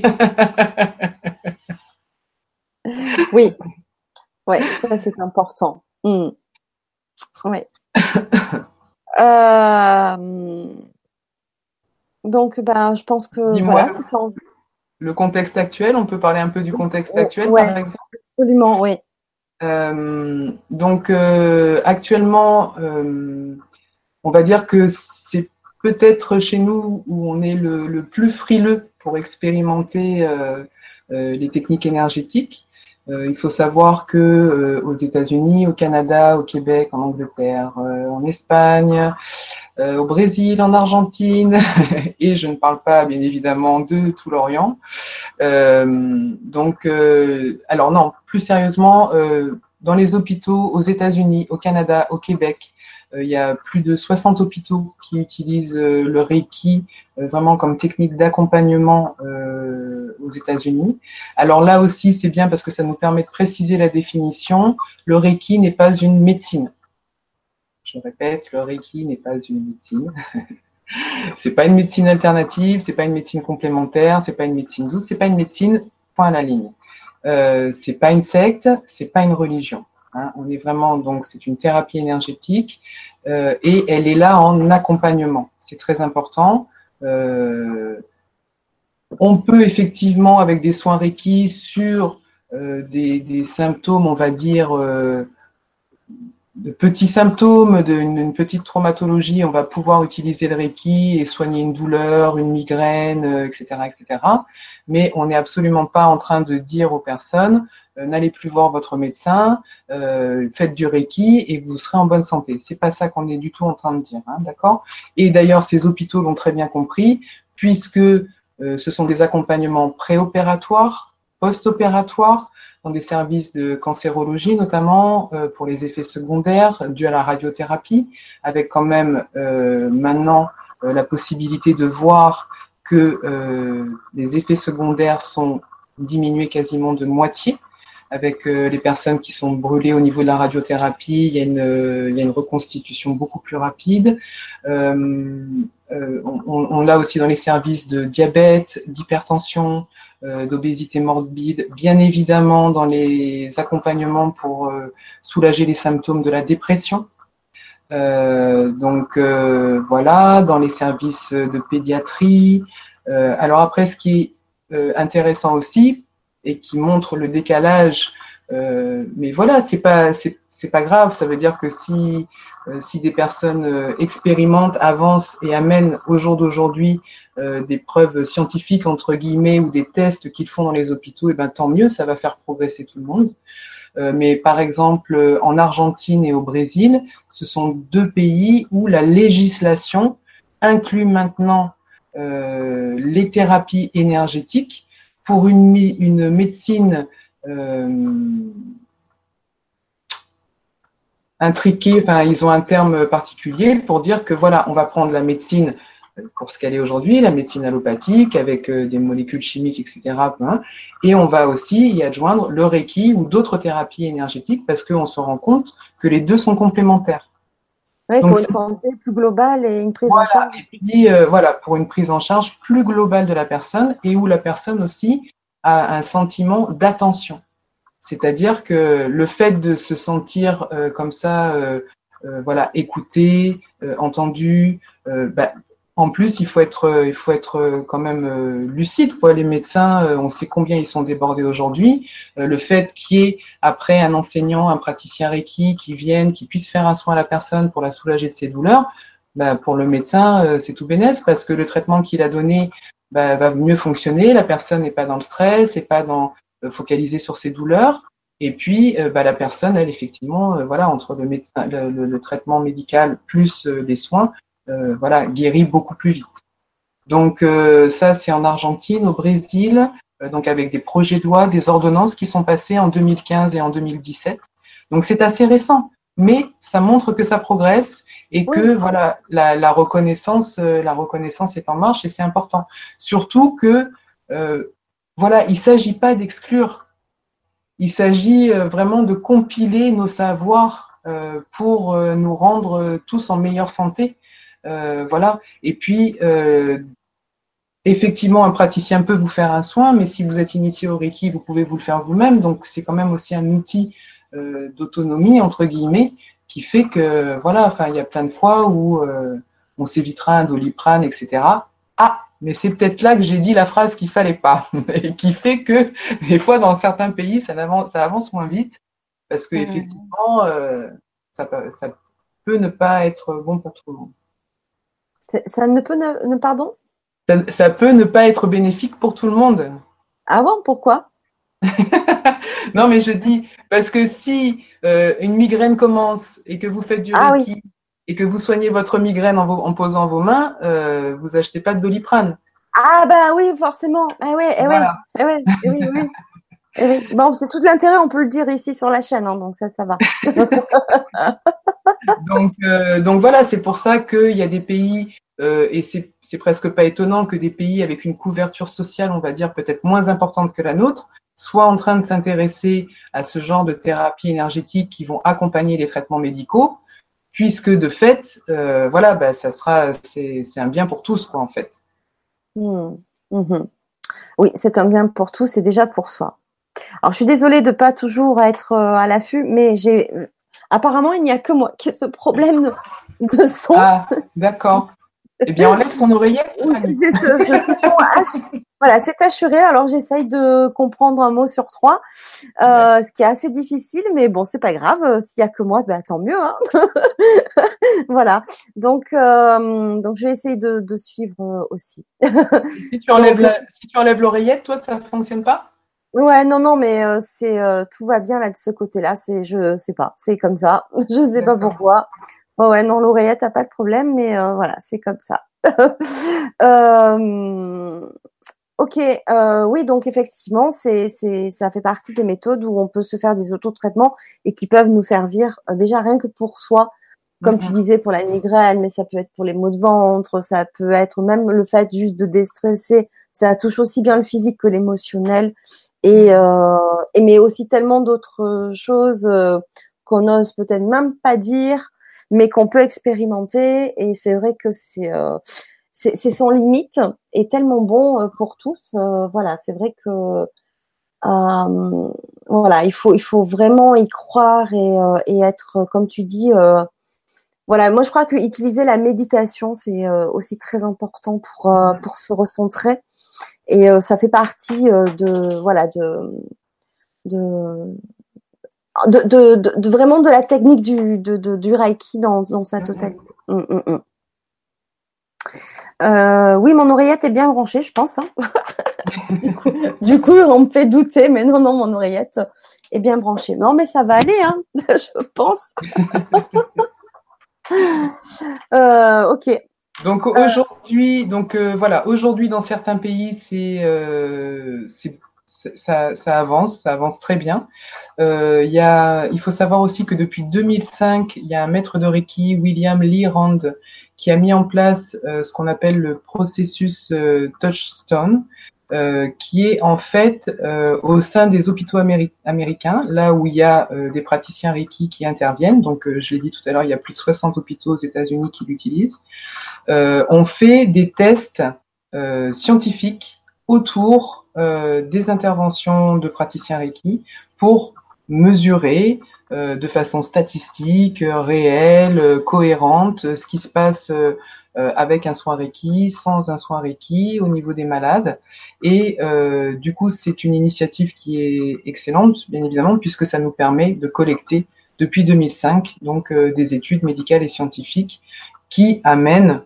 Oui. Ouais, ça, c'est important. Ouais. Donc, je pense que Dis-moi voilà, le contexte actuel. On peut parler un peu du contexte actuel, ouais, par exemple. absolument, oui. Donc, actuellement, on va dire que c'est peut-être chez nous où on est le plus frileux pour expérimenter les techniques énergétiques. Il faut savoir que aux États-Unis, au Canada, au Québec, en Angleterre, en Espagne, au Brésil, en Argentine, et je ne parle pas bien évidemment de tout l'Orient. Donc, alors non, plus sérieusement, dans les hôpitaux aux États-Unis, au Canada, au Québec, il y a plus de 60 hôpitaux qui utilisent le Reiki vraiment comme technique d'accompagnement aux États-Unis. Alors là aussi, c'est bien parce que ça nous permet de préciser la définition. Le Reiki n'est pas une médecine. Je répète, le Reiki n'est pas une médecine. C'est pas une médecine alternative, c'est pas une médecine complémentaire, c'est pas une médecine douce, c'est pas une médecine, point à la ligne. C'est pas une secte, c'est pas une religion. Hein. On est vraiment, donc, c'est une thérapie énergétique et elle est là en accompagnement. C'est très important. On peut effectivement, avec des soins Reiki, sur des symptômes, on va dire, de petits symptômes d'une petite traumatologie, on va pouvoir utiliser le Reiki et soigner une douleur, une migraine, etc., etc. Mais on n'est absolument pas en train de dire aux personnes n'allez plus voir votre médecin, faites du Reiki et vous serez en bonne santé. C'est pas ça qu'on est du tout en train de dire, hein, d'accord? Et d'ailleurs, ces hôpitaux l'ont très bien compris, puisque ce sont des accompagnements préopératoires, post-opératoires, dans des services de cancérologie, notamment pour les effets secondaires dus à la radiothérapie, avec quand même maintenant la possibilité de voir que les effets secondaires sont diminués quasiment de moitié. Avec les personnes qui sont brûlées au niveau de la radiothérapie, il y a une reconstitution beaucoup plus rapide. On l'a aussi dans les services de diabète, d'hypertension, d'obésité morbide, bien évidemment dans les accompagnements pour soulager les symptômes de la dépression. Donc voilà, dans les services de pédiatrie. Alors après, ce qui est intéressant aussi et qui montre le décalage, mais voilà, c'est pas grave. Ça veut dire que si des personnes expérimentent, avancent et amènent au jour d'aujourd'hui des preuves scientifiques entre guillemets ou des tests qu'ils font dans les hôpitaux, et ben tant mieux, ça va faire progresser tout le monde. Mais par exemple, en Argentine et au Brésil, ce sont 2 pays où la législation inclut maintenant les thérapies énergétiques pour une médecine intriquée. Enfin, ils ont un terme particulier pour dire que voilà, on va prendre la médecine pour ce qu'elle est aujourd'hui, la médecine allopathique avec des molécules chimiques, etc. Et on va aussi y adjoindre le Reiki ou d'autres thérapies énergétiques parce qu'on se rend compte que les deux sont complémentaires. Oui, Donc, pour une santé plus globale et une prise en voilà, charge. et puis voilà, pour une prise en charge plus globale de la personne et où la personne aussi a un sentiment d'attention. C'est-à-dire que le fait de se sentir comme ça, voilà, écouté, entendu, bah, En plus, il faut être quand même lucide, quoi. Les médecins, on sait combien ils sont débordés aujourd'hui. Le fait qu'il y ait après un enseignant, un praticien Reiki qui vienne, qui puisse faire un soin à la personne pour la soulager de ses douleurs, bah, pour le médecin, c'est tout bénef parce que le traitement qu'il a donné bah, va mieux fonctionner. La personne n'est pas dans le stress, n'est pas dans focalisée sur ses douleurs. Et puis, bah, la personne, elle, effectivement, voilà, entre le médecin, le traitement médical plus les soins, voilà, guérit beaucoup plus vite. Donc ça, c'est en Argentine, au Brésil, donc avec des projets de loi, des ordonnances qui sont passées en 2015 et en 2017. Donc c'est assez récent, mais ça montre que ça progresse et Oui, que voilà, la reconnaissance est en marche et c'est important. Surtout que voilà, il ne s'agit pas d'exclure, il s'agit vraiment de compiler nos savoirs pour nous rendre tous en meilleure santé. Voilà. Et puis, effectivement, un praticien peut vous faire un soin, mais si vous êtes initié au Reiki, vous pouvez vous le faire vous-même. Donc, c'est quand même aussi un outil d'autonomie, entre guillemets, qui fait que, voilà, enfin, il y a plein de fois où on s'évitera un Doliprane, etc. Ah, mais c'est peut-être là que j'ai dit la phrase qu'il fallait pas, et qui fait que, des fois, dans certains pays, ça avance moins vite, parce que, effectivement, ça peut ne pas être bon pour tout le monde. ça ne peut pardon? Ça peut ne pas être bénéfique pour tout le monde. Ah bon, pourquoi? Non, mais je dis, parce que si une migraine commence et que vous faites du Ah oui. Reiki et que vous soignez votre migraine en posant vos mains, vous achetez pas de Doliprane. Ah bah oui, forcément. Ah ouais, eh ouais, Voilà. eh ouais, eh oui, oui. Eh oui. Bon, c'est tout l'intérêt, on peut le dire ici sur la chaîne, hein, donc ça va. Donc voilà, c'est pour ça qu'il y a des pays, et c'est presque pas étonnant que des pays avec une couverture sociale, on va dire, peut-être moins importante que la nôtre, soient en train de s'intéresser à ce genre de thérapie énergétique qui vont accompagner les traitements médicaux, puisque de fait, voilà, bah, c'est un bien pour tous, quoi, en fait. Hmm. Mhm. Oui, c'est un bien pour tous et déjà pour soi. Alors, je suis désolée de pas toujours être à l'affût, mais apparemment, il n'y a que moi qui ai ce problème de son. Ah, d'accord. Eh bien, enlève ton oreillette, Oui, Fanny. je suis son voilà, c'est assuré. Alors, j'essaye de comprendre un mot sur trois, ce qui est assez difficile, mais bon, c'est pas grave. S'il y a que moi, ben, tant mieux, hein. Voilà. Donc, je vais essayer de suivre aussi. Donc, Si tu enlèves l'oreillette, toi, ça fonctionne pas? ouais, non, non, mais tout va bien là de ce côté-là. Je sais pas, c'est comme ça. Je sais pas D'accord. pourquoi. Oh, ouais, non, l'oreillette a pas de problème, mais voilà, c'est comme ça. Euh, ok, oui, donc effectivement, ça fait partie des méthodes où on peut se faire des autotraitements et qui peuvent nous servir déjà rien que pour soi, comme tu Mm, disais pour la migraine, mais ça peut être pour les maux de ventre, ça peut être même le fait juste de déstresser. Ça touche aussi bien le physique que l'émotionnel mm. mais aussi tellement d'autres choses qu'on n'ose peut-être même pas dire, mais qu'on peut expérimenter. Et c'est vrai que c'est sans limite et tellement bon pour tous. Voilà, c'est vrai que voilà, il faut vraiment y croire et être, comme tu dis, voilà. Moi, je crois que utiliser la méditation, c'est aussi très important pour se recentrer et ça fait partie de voilà de vraiment de la technique du Reiki dans sa totalité. Oui, mon oreillette est bien branchée, je pense, hein. Du coup, on me fait douter, mais non, non, mon oreillette est bien branchée. Non, mais ça va aller, hein, je pense. Ok. Donc aujourd'hui, voilà, aujourd'hui dans certains pays, ça avance très bien. Il faut savoir aussi que depuis 2005, il y a un maître de Reiki, William Lee Rand, qui a mis en place ce qu'on appelle le processus Touchstone, qui est en fait au sein des hôpitaux américains, là où il y a des praticiens Reiki qui interviennent. Donc, je l'ai dit tout à l'heure, il y a plus de 60 hôpitaux aux États-Unis qui l'utilisent. On fait des tests scientifiques autour des interventions de praticiens Reiki pour mesurer de façon statistique, réelle, cohérente, ce qui se passe avec un soin Reiki, sans un soin Reiki, au niveau des malades. Et du coup, c'est une initiative qui est excellente, bien évidemment, puisque ça nous permet de collecter depuis 2005 donc des études médicales et scientifiques qui amènent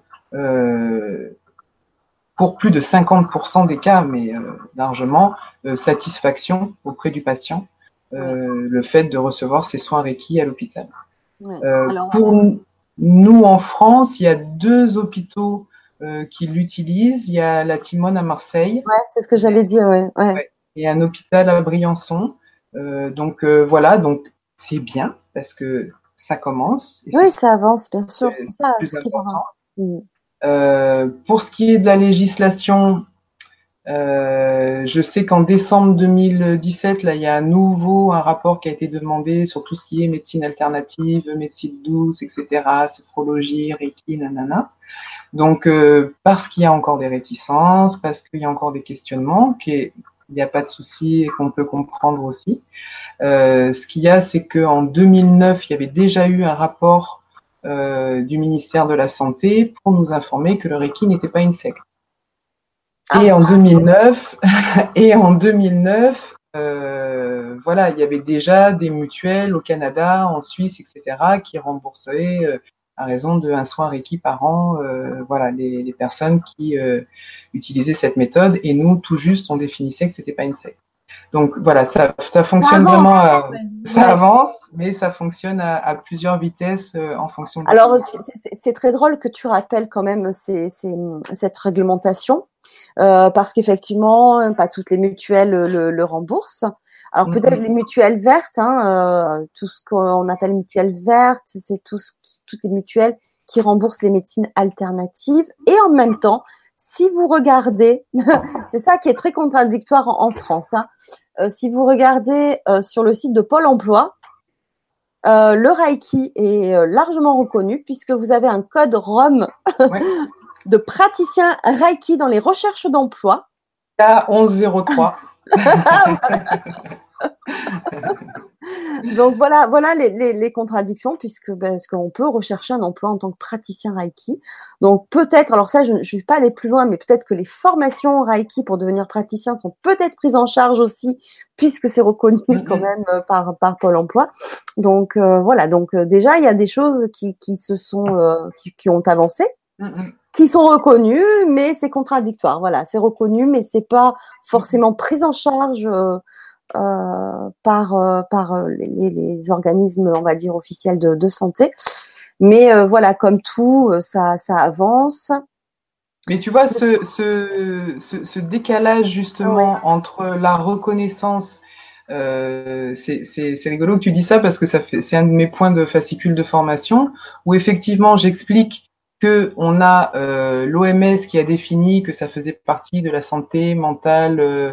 pour plus de 50% des cas, mais largement, satisfaction auprès du patient, le fait de recevoir ces soins Reiki à l'hôpital. Pour nous, en France, il y a 2 hôpitaux qui l'utilisent. Il y a la Timone à Marseille. Ouais, c'est ce que j'allais dire, ouais. Et un hôpital à Briançon. Voilà, donc c'est bien parce que ça commence. Et oui, ça avance, bien sûr. c'est C'est ça, plus ce qui est important. important. Pour ce qui est de la législation, je sais qu'en décembre 2017, là, il y a à nouveau un rapport qui a été demandé sur tout ce qui est médecine alternative, médecine douce, etc., sophrologie, Reiki, nanana. Donc, parce qu'il y a encore des réticences, parce qu'il y a encore des questionnements, qu'il n'y a pas de souci et qu'on peut comprendre aussi. Ce qu'il y a, c'est qu'en 2009, il y avait déjà eu un rapport du ministère de la Santé pour nous informer que le Reiki n'était pas une secte. Et en 2009, voilà, il y avait déjà des mutuelles au Canada, en Suisse, etc., qui remboursaient à raison d'un soin Reiki par an, voilà, les personnes qui utilisaient cette méthode. Et nous, tout juste, on définissait que c'était pas une secte. Donc voilà, ça fonctionne vraiment, ça avance, mais ça fonctionne à plusieurs vitesses en fonction de. Alors, c'est très drôle que tu rappelles quand même cette réglementation, parce qu'effectivement, pas toutes les mutuelles le remboursent. Alors peut-être les mutuelles vertes, tout ce qu'on appelle mutuelles vertes, c'est toutes les mutuelles qui remboursent les médecines alternatives. Et en même temps, si vous regardez, c'est ça qui est très contradictoire en France, si vous regardez sur le site de Pôle emploi, le Reiki est largement reconnu puisque vous avez un code ROM de praticien Reiki dans les recherches d'emploi. K1103. Donc voilà les contradictions parce qu'on peut rechercher un emploi en tant que praticien Reiki. Donc peut-être, alors ça je ne vais pas aller plus loin, mais peut-être que les formations Reiki pour devenir praticien sont peut-être prises en charge aussi puisque c'est reconnu quand même par Pôle emploi. Donc voilà, donc déjà il y a des choses qui ont avancé. Qui sont reconnus, mais c'est contradictoire. Voilà, c'est reconnu, mais c'est pas forcément pris en charge par les organismes, on va dire, officiels de santé. Mais voilà, comme tout, ça avance. Mais tu vois, ce décalage justement entre la reconnaissance, c'est rigolo que tu dis ça parce que c'est un de mes points de fascicule de formation où effectivement j'explique que on a l'OMS qui a défini que ça faisait partie de la santé mentale,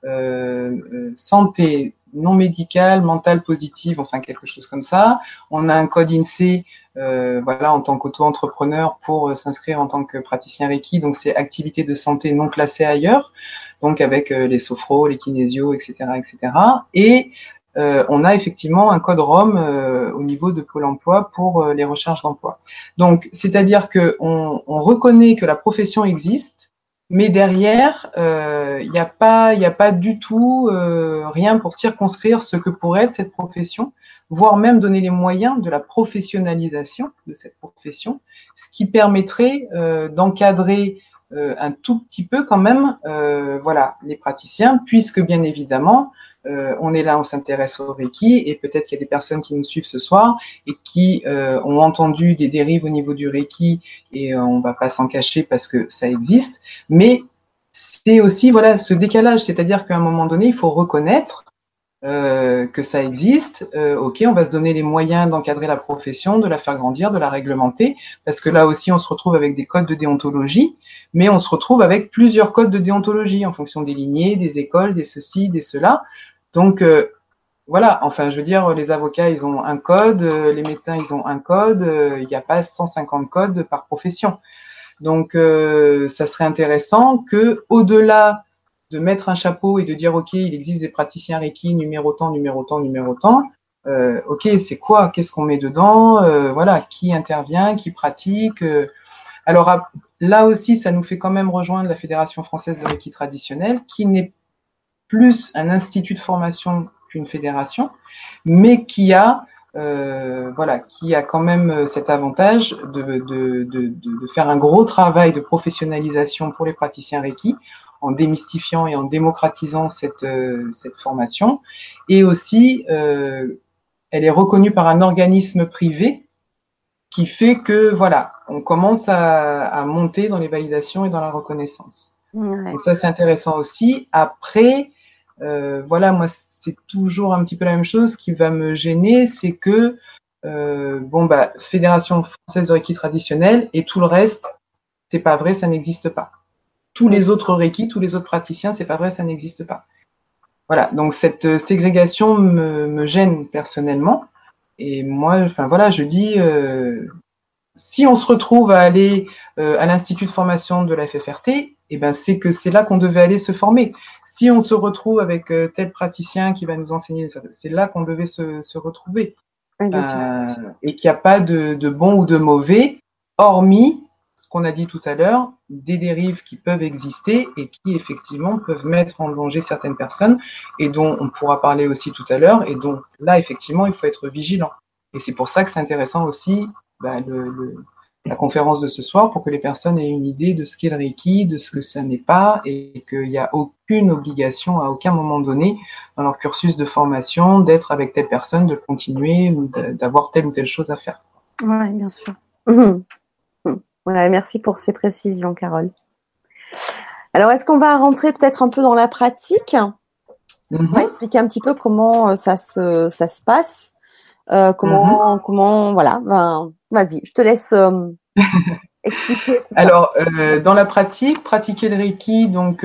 santé non médicale, mentale positive, enfin quelque chose comme ça. On a un code INSEE, voilà, en tant qu'auto-entrepreneur pour s'inscrire en tant que praticien Reiki. Donc c'est activité de santé non classée ailleurs, donc avec les sophros, les kinésios, etc., etc. Et on a effectivement un code ROM au niveau de Pôle emploi pour les recherches d'emploi. Donc, c'est-à-dire qu'on reconnaît que la profession existe, mais derrière, il n'y a pas du tout rien pour circonscrire ce que pourrait être cette profession, voire même donner les moyens de la professionnalisation de cette profession, ce qui permettrait d'encadrer un tout petit peu quand même voilà, les praticiens, puisque bien évidemment, on est là, on s'intéresse au Reiki, et peut-être qu'il y a des personnes qui nous suivent ce soir et qui ont entendu des dérives au niveau du Reiki, et on va pas s'en cacher parce que ça existe, mais c'est aussi voilà ce décalage, c'est-à-dire qu'à un moment donné, il faut reconnaître que ça existe. Ok, on va se donner les moyens d'encadrer la profession, de la faire grandir, de la réglementer, parce que là aussi, on se retrouve avec des codes de déontologie, mais on se retrouve avec plusieurs codes de déontologie en fonction des lignées, des écoles, des ceci, des cela. Donc voilà, enfin, je veux dire, les avocats, ils ont un code, les médecins, ils ont un code, il n'y a pas 150 codes par profession. Donc, ça serait intéressant que, au-delà de mettre un chapeau et de dire, OK, il existe des praticiens Reiki, numéro tant, numéro tant, numéro tant, OK, c'est quoi? Qu'est-ce qu'on met dedans? Voilà, qui intervient, qui pratique? Alors là aussi, ça nous fait quand même rejoindre la Fédération française de Reiki traditionnelle, qui n'est plus un institut de formation qu'une fédération, mais qui a quand même cet avantage de faire un gros travail de professionnalisation pour les praticiens Reiki, en démystifiant et en démocratisant cette formation. Et aussi, elle est reconnue par un organisme privé qui fait que, voilà, on commence à monter dans les validations et dans la reconnaissance. Ouais. Donc ça, c'est intéressant aussi. Après, voilà, moi, c'est toujours un petit peu la même chose qui va me gêner, c'est que, Fédération française de Reiki traditionnelle et tout le reste, c'est pas vrai, ça n'existe pas. Tous les autres Reiki, tous les autres praticiens, c'est pas vrai, ça n'existe pas. Voilà, donc cette ségrégation me gêne personnellement. Et moi, enfin voilà, je dis, si on se retrouve à aller à l'institut de formation de la FFRT, eh ben c'est que c'est là qu'on devait aller se former. Si on se retrouve avec tel praticien qui va nous enseigner, c'est là qu'on devait se retrouver. Oui, bien sûr. Et qu'il n'y a pas de bon ou de mauvais, hormis ce qu'on a dit tout à l'heure, des dérives qui peuvent exister et qui effectivement peuvent mettre en danger certaines personnes et dont on pourra parler aussi tout à l'heure et dont là effectivement il faut être vigilant. Et c'est pour ça que c'est intéressant aussi la conférence de ce soir pour que les personnes aient une idée de ce qu'est le Reiki, de ce que ça n'est pas et qu'il n'y a aucune obligation à aucun moment donné dans leur cursus de formation d'être avec telle personne, de continuer ou d'avoir telle ou telle chose à faire. Oui, bien sûr. Ouais, merci pour ces précisions, Carole. Alors, est-ce qu'on va rentrer peut-être un peu dans la pratique? On va expliquer un petit peu comment ça se passe. Comment, voilà. Ben, vas-y, je te laisse expliquer tout ça. Alors, dans la pratique, pratiquer le Reiki, donc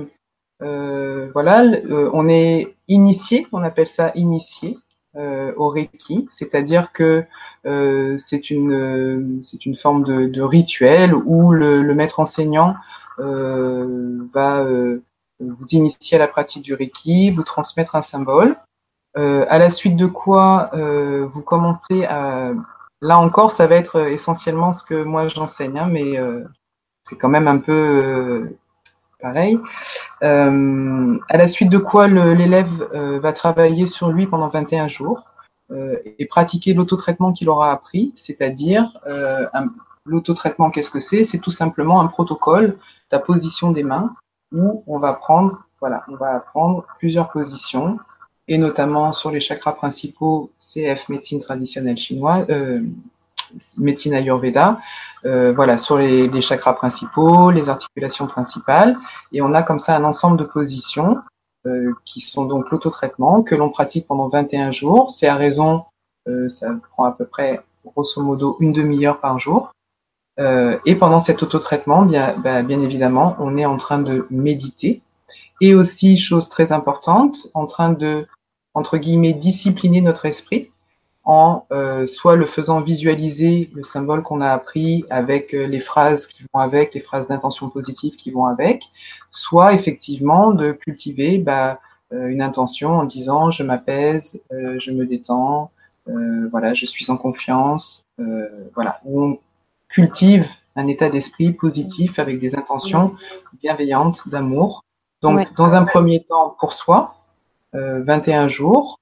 on est initié, on appelle ça initié au Reiki, c'est-à-dire que c'est une forme de rituel où le maître enseignant va vous initier à la pratique du Reiki, vous transmettre un symbole. À la suite de quoi vous commencez à... Là encore, ça va être essentiellement ce que moi j'enseigne, hein, mais c'est quand même un peu pareil. À la suite de quoi l'élève va travailler sur lui pendant 21 jours et pratiquer l'autotraitement qu'il aura appris, c'est-à-dire l'autotraitement, qu'est-ce que c'est? C'est tout simplement un protocole, la position des mains, où on va apprendre plusieurs positions, et notamment sur les chakras principaux, CF, médecine traditionnelle chinoise, médecine Ayurveda, sur les chakras principaux, les articulations principales, et on a comme ça un ensemble de positions qui sont donc l'autotraitement que l'on pratique pendant 21 jours. C'est à raison, ça prend à peu près grosso modo une demi-heure par jour. Et pendant cet autotraitement, bien évidemment, on est en train de méditer et aussi, chose très importante, en train de, entre guillemets, discipliner notre esprit en soit le faisant visualiser le symbole qu'on a appris avec les phrases qui vont avec, les phrases d'intention positive qui vont avec, soit effectivement de cultiver une intention en disant je m'apaise, je me détends, je suis en confiance, où on cultive un état d'esprit positif avec des intentions bienveillantes, d'amour. Donc, dans un premier temps pour soi, 21 jours.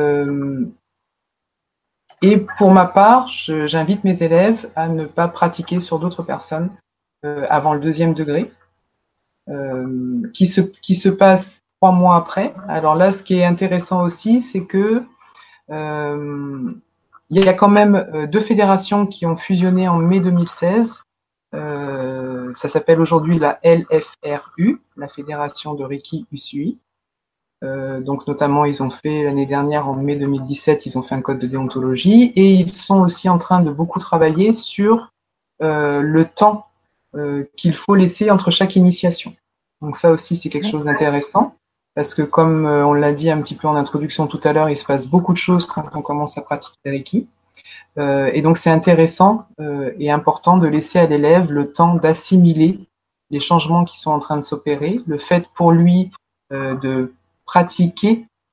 Et pour ma part, j'invite mes élèves à ne pas pratiquer sur d'autres personnes avant le 2e degré, qui se passe 3 mois après. Alors là, ce qui est intéressant aussi, c'est que il y a quand même 2 fédérations qui ont fusionné en mai 2016. Ça s'appelle aujourd'hui la LFRU, la Fédération de Reiki Usui. Donc notamment, ils ont fait l'année dernière, en mai 2017, ils ont fait un code de déontologie et ils sont aussi en train de beaucoup travailler sur le temps qu'il faut laisser entre chaque initiation. Donc ça aussi, c'est quelque chose d'intéressant parce que comme on l'a dit un petit peu en introduction tout à l'heure, il se passe beaucoup de choses quand on commence à pratiquer Reiki. Et donc c'est intéressant et important de laisser à l'élève le temps d'assimiler les changements qui sont en train de s'opérer, le fait pour lui de pratiquer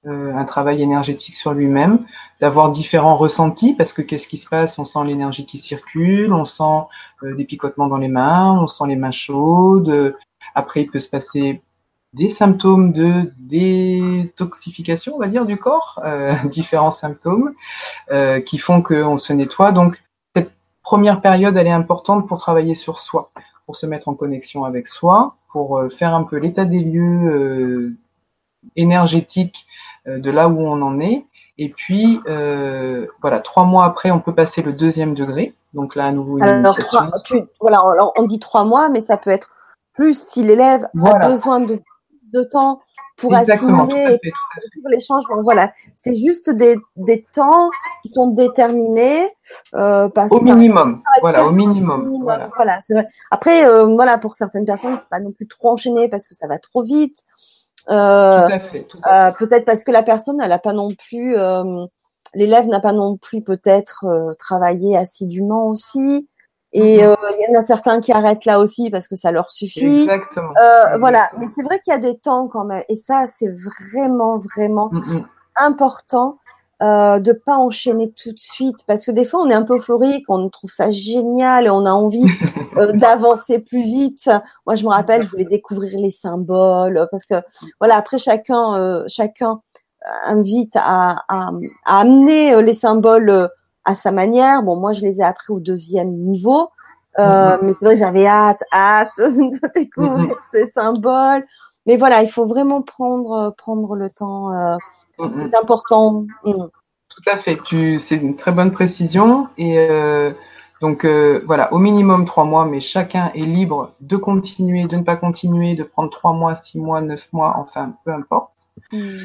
un travail énergétique sur lui-même, d'avoir différents ressentis, parce que qu'est-ce qui se passe? On sent l'énergie qui circule, on sent des picotements dans les mains, on sent les mains chaudes. Après, il peut se passer des symptômes de détoxification, on va dire, du corps, différents symptômes qui font qu'on se nettoie. Donc, cette première période, elle est importante pour travailler sur soi, pour se mettre en connexion avec soi, pour faire un peu l'état des lieux énergétique de là où on en est. Et puis, voilà, 3 mois après, on peut passer le deuxième degré. Donc là, à nouveau, une Alors, initiation. voilà, on dit 3 mois, mais ça peut être plus si l'élève a Voilà, besoin de temps pour exactement, tout à assimiler et fait. pour vivre les changements. Voilà, c'est juste des temps qui sont déterminés Au par minimum, voilà, au expérience minimum, minimum. voilà. Voilà, c'est vrai. Après, voilà, pour certaines personnes, il ne faut pas non plus trop enchaîner parce que ça va trop vite. Tout à fait, tout à fait. Peut-être parce que la personne, elle n'a pas non plus, l'élève n'a pas non plus peut-être travaillé assidûment aussi. Et il y en a certains qui arrêtent là aussi parce que ça leur suffit. Exactement. Voilà, Exactement. mais c'est vrai qu'il y a des temps quand même. Et ça, c'est vraiment, vraiment Mm, mm. important de pas enchaîner tout de suite. Parce que des fois, on est un peu euphorique, on trouve ça génial et on a envie d'avancer plus vite. Moi, je me rappelle, je voulais découvrir les symboles parce que voilà, après chacun invite à amener les symboles à sa manière. Bon, moi, je les ai appris au deuxième niveau. Mais c'est vrai que j'avais hâte de découvrir ces symboles. Mais voilà, il faut vraiment prendre le temps. C'est important. Tout à fait. C'est une très bonne précision. Et donc, voilà, au minimum 3 mois, mais chacun est libre de continuer, de ne pas continuer, de prendre 3 mois, 6 mois, 9 mois, enfin, peu importe. Mm.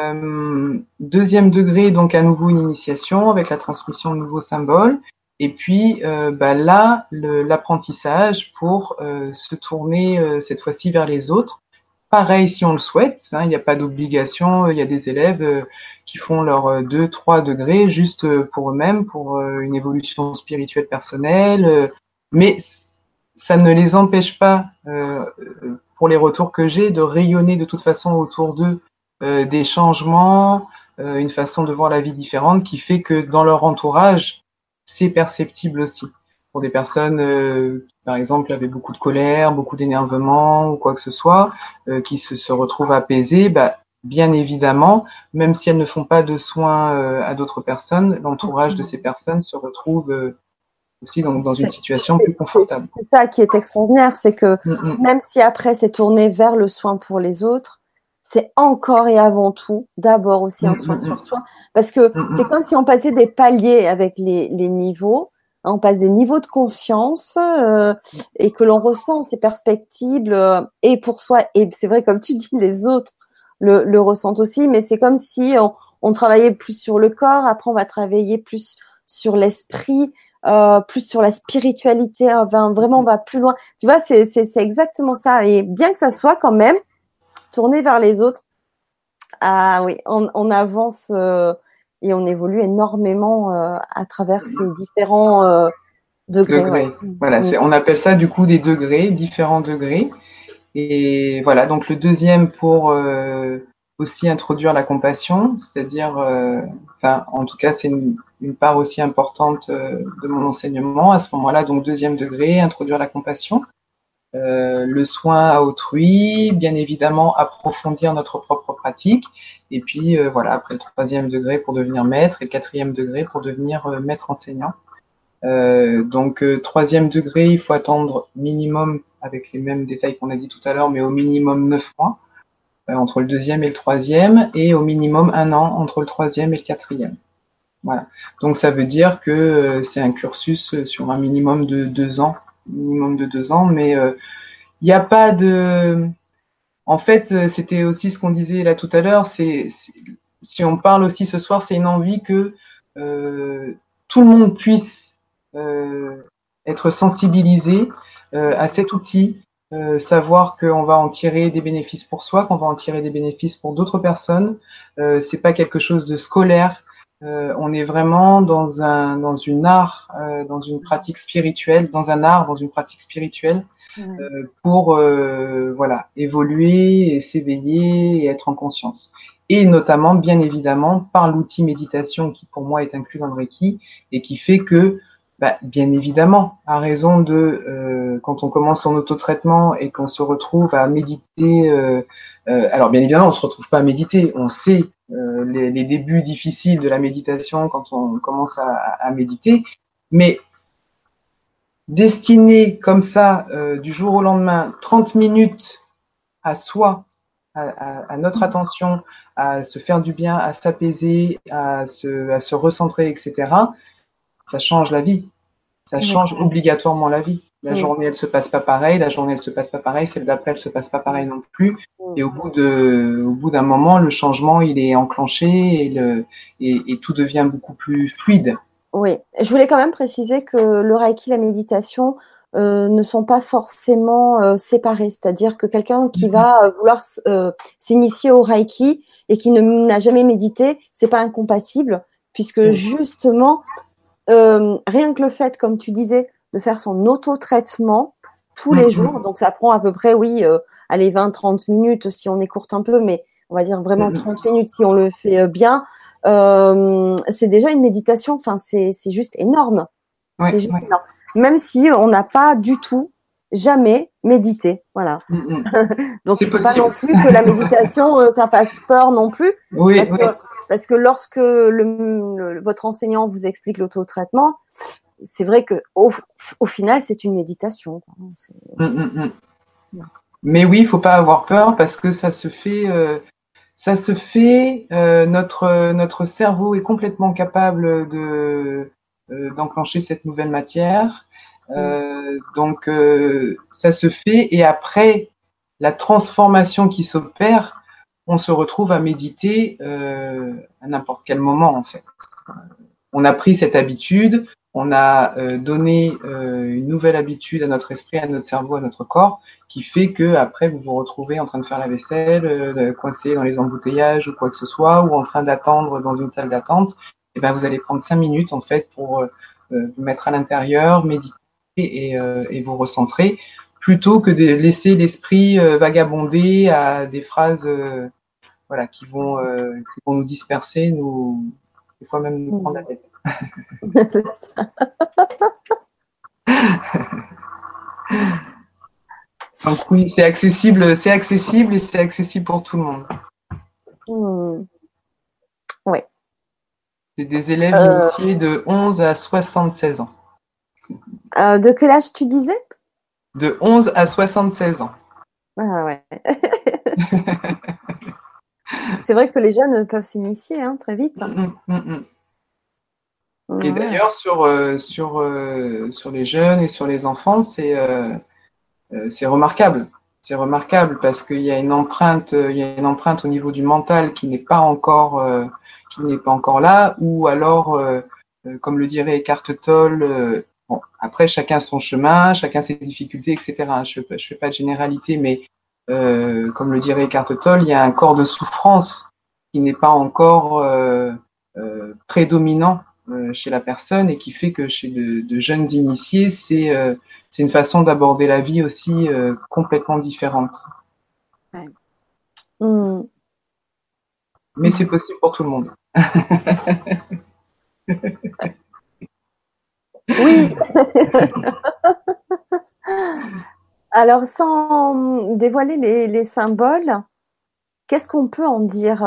Deuxième degré, donc à nouveau une initiation avec la transmission de nouveaux symboles. Et puis là, l'apprentissage pour se tourner cette fois-ci vers les autres. Pareil si on le souhaite, hein, il n'y a pas d'obligation. Il y a des élèves qui font leurs 2, 3 degrés juste pour eux-mêmes, pour une évolution spirituelle personnelle. Mais ça ne les empêche pas, pour les retours que j'ai, de rayonner de toute façon autour d'eux des changements, une façon de voir la vie différente qui fait que dans leur entourage, c'est perceptible aussi. Pour des personnes qui, par exemple, avaient beaucoup de colère, beaucoup d'énervement ou quoi que ce soit, qui se retrouvent apaisées, bah, bien évidemment, même si elles ne font pas de soins à d'autres personnes, l'entourage de ces personnes se retrouve aussi dans une situation plus confortable. C'est ça qui est extraordinaire, c'est que Mm, même si après c'est tourné vers le soin pour les autres, c'est encore et avant tout d'abord aussi un soin sur soi. Parce que c'est comme si on passait des paliers avec les niveaux. On passe des niveaux de conscience et que l'on ressent ces perspectives et pour soi. Et c'est vrai, comme tu dis, les autres le ressentent aussi, mais c'est comme si on travaillait plus sur le corps, après on va travailler plus sur l'esprit, plus sur la spiritualité, vraiment on va plus loin. Tu vois, c'est exactement ça. Et bien que ça soit quand même tourné vers les autres, ah oui, on avance et on évolue énormément à travers ces différents degrés. degrés. Ouais. Voilà, on appelle ça du coup des degrés, différents degrés. Et voilà, donc le deuxième pour aussi introduire la compassion, c'est-à-dire, enfin, en tout cas, c'est une part aussi importante de mon enseignement. À ce moment-là, donc deuxième degré, introduire la compassion. Le soin à autrui, bien évidemment approfondir notre propre pratique, et puis voilà, après le troisième degré pour devenir maître, et le quatrième degré pour devenir maître enseignant. Donc troisième degré, il faut attendre minimum, avec les mêmes détails qu'on a dit tout à l'heure, mais au minimum 9 mois entre le deuxième et le troisième, et au minimum 1 an entre le troisième et le quatrième. Voilà. Donc ça veut dire que c'est un cursus sur un minimum de 2 ans, mais il n'y a pas de. En fait, c'était aussi ce qu'on disait là tout à l'heure. Si on parle aussi ce soir, c'est une envie que tout le monde puisse être sensibilisé à cet outil, savoir qu'on va en tirer des bénéfices pour soi, qu'on va en tirer des bénéfices pour d'autres personnes. C'est pas quelque chose de scolaire. On est vraiment dans une pratique spirituelle, dans une pratique spirituelle Ouais. pour voilà, évoluer et s'éveiller et être en conscience. Et notamment, bien évidemment, par l'outil méditation qui pour moi est inclus dans le Reiki et qui fait que, bah, bien évidemment, à raison de quand on commence son autotraitement et qu'on se retrouve à méditer, alors bien évidemment, on se retrouve pas à méditer, on sait les débuts difficiles de la méditation quand on commence à méditer, mais destiner comme ça, du jour au lendemain, 30 minutes à soi, à notre attention, à se faire du bien, à s'apaiser, à se recentrer, etc., ça change la vie. Ça Oui. change obligatoirement la vie. La Mm. journée, elle se passe pas pareil, la journée, elle se passe pas pareil, celle d'après, elle se passe pas pareil non plus. Mm. Et au bout d'un moment, le changement, il est enclenché et tout devient beaucoup plus fluide. Oui, je voulais quand même préciser que le Reiki et la méditation ne sont pas forcément séparés. C'est-à-dire que quelqu'un qui va vouloir s'initier au Reiki et qui n'a jamais médité, c'est pas incompatible, puisque justement, rien que le fait, comme tu disais, de faire son auto-traitement tous les jours, donc ça prend à peu près, oui, allez, 20-30 minutes si on écourte un peu, mais on va dire vraiment 30 minutes si on le fait bien. C'est déjà une méditation. Enfin, c'est juste énorme. C'est Ouais, juste ouais. énorme. Même si on n'a pas du tout jamais médité. Voilà. Donc, C'est il faut pas non possible. plus que la méditation, ça fasse peur non plus. Oui, Parce que, oui. parce que lorsque votre enseignant vous explique l'auto-traitement, c'est vrai que au final, c'est une méditation. Mais oui, il faut pas avoir peur parce que ça se fait. Ça se fait. Notre cerveau est complètement capable de d'enclencher cette nouvelle matière. Donc ça se fait et après la transformation qui s'opère, on se retrouve à méditer à n'importe quel moment en fait. On a pris cette habitude, on a donné une nouvelle habitude à notre esprit, à notre cerveau, à notre corps, qui fait que après vous vous retrouvez en train de faire la vaisselle, coincé dans les embouteillages ou quoi que ce soit, ou en train d'attendre dans une salle d'attente. Et ben vous allez prendre 5 minutes en fait pour vous mettre à l'intérieur, méditer et vous recentrer, plutôt que de laisser l'esprit vagabonder à des phrases voilà qui vont nous disperser, nous des fois même nous prendre la tête. Donc oui, c'est accessible et c'est accessible pour tout le monde. Ouais. C'est des élèves Euh, initiés de 11 à 76 ans. de quel âge tu disais? De 11 à 76 ans. Ah ouais. C'est vrai que les jeunes peuvent s'initier très vite. Et Ouais. d'ailleurs, sur les jeunes et sur les enfants, c'est remarquable. C'est remarquable parce il y a une empreinte au niveau du mental qui n'est pas encore là, ou alors, comme le dirait Eckhart Tolle, bon, après chacun son chemin, chacun ses difficultés, etc. Je fais pas de généralité, mais comme le dirait Eckhart Tolle, il y a un corps de souffrance qui n'est pas encore prédominant chez la personne et qui fait que chez de jeunes initiés, c'est une façon d'aborder la vie aussi complètement différente. Ouais. Mm. Mais c'est possible pour tout le monde. Oui. Alors, sans dévoiler les symboles, qu'est-ce qu'on peut en dire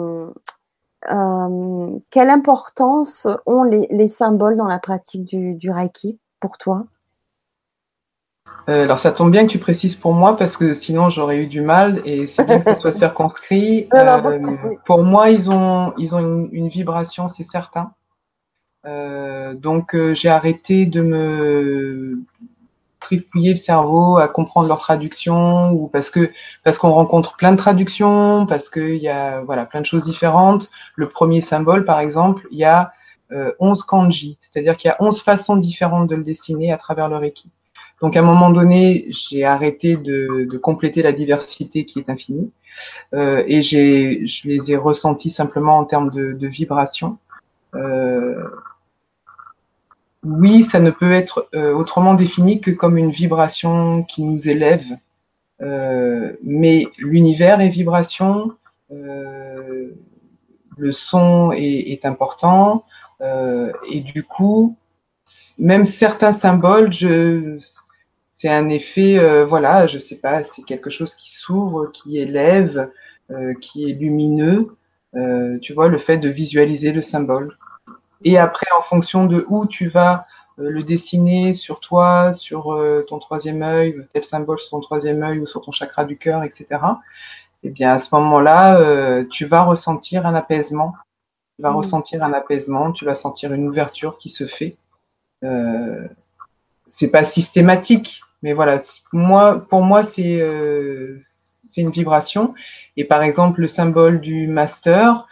quelle importance ont les symboles dans la pratique du Reiki pour toi? Alors ça tombe bien que tu précises pour moi parce que sinon j'aurais eu du mal et c'est bien que ça soit circonscrit. Non, non, oui. Pour moi, ils ont une vibration, c'est certain. Donc j'ai arrêté de me trifouiller le cerveau à comprendre leur traduction ou parce qu'on rencontre plein de traductions, parce qu'il y a voilà plein de choses différentes. Le premier symbole, par exemple, il y a 11 kanji, c'est-à-dire qu'il y a 11 façons différentes de le dessiner à travers le Reiki. Donc à un moment donné, j'ai arrêté de compléter la diversité qui est infinie et je les ai ressentis simplement en termes de vibration. Euh, oui, ça ne peut être autrement défini que comme une vibration qui nous élève, mais l'univers est vibration, euh, le son est important, et du coup, même certains symboles, c'est un effet, voilà, je sais pas, c'est quelque chose qui s'ouvre, qui élève, qui est lumineux, tu vois, le fait de visualiser le symbole. Et après, en fonction de où tu vas le dessiner sur toi, sur ton troisième œil, tel symbole sur ton troisième œil ou sur ton chakra du cœur, etc. Eh bien, à ce moment-là, tu vas ressentir un apaisement. Tu vas ressentir un apaisement, tu vas sentir une ouverture qui se fait. Euh, c'est pas systématique, mais voilà, pour moi, c'est une vibration. Et par exemple, le symbole du master,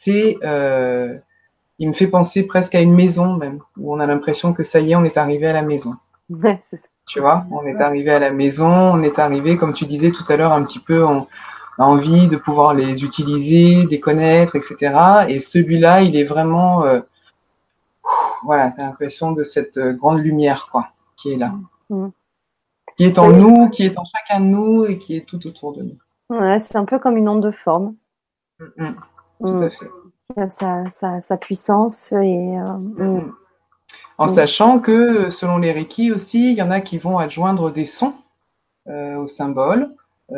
il me fait penser presque à une maison même, où on a l'impression que ça y est, on est arrivé à la maison. Ouais, c'est ça. Tu vois, on est arrivé à la maison, on est arrivé, comme tu disais tout à l'heure, un petit peu, on a envie de pouvoir les utiliser, les connaître, etc. Et celui-là, il est vraiment, voilà, t'as l'impression de cette grande lumière, quoi, qui est là, Mm. qui est en Oui. nous, qui est en chacun de nous et qui est tout autour de nous. Ouais, c'est un peu comme une onde de forme. Mm, tout Mm. à fait. Qui a sa puissance et Mm. En mm. sachant que selon les Reiki aussi, il y en a qui vont adjoindre des sons au symbole.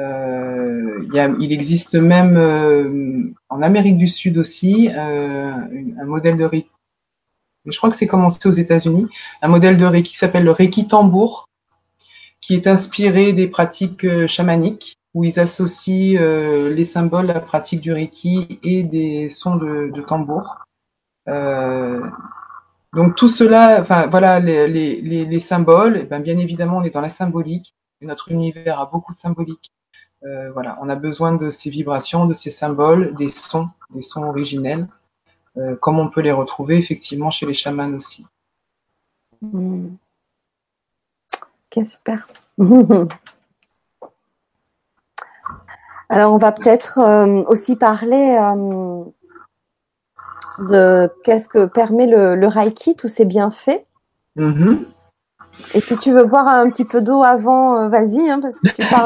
Il existe même en Amérique du Sud aussi un modèle de Reiki. Je crois que c'est commencé aux États-Unis. Un modèle de Reiki qui s'appelle le Reiki tambour, qui est inspiré des pratiques chamaniques, où ils associent les symboles à la pratique du Reiki et des sons de tambour. Euh, donc tout cela, enfin voilà, les symboles, eh ben, bien évidemment, on est dans la symbolique. Et notre univers a beaucoup de symbolique. Voilà, on a besoin de ces vibrations, de ces symboles, des sons originels, comme on peut les retrouver effectivement chez les chamans aussi. Mm. Ok, super. Alors, on va peut-être aussi parler de qu'est-ce que permet le Reiki, tous ses bienfaits. Mm-hmm. Et si tu veux boire un petit peu d'eau avant, vas-y, hein, parce que tu parles.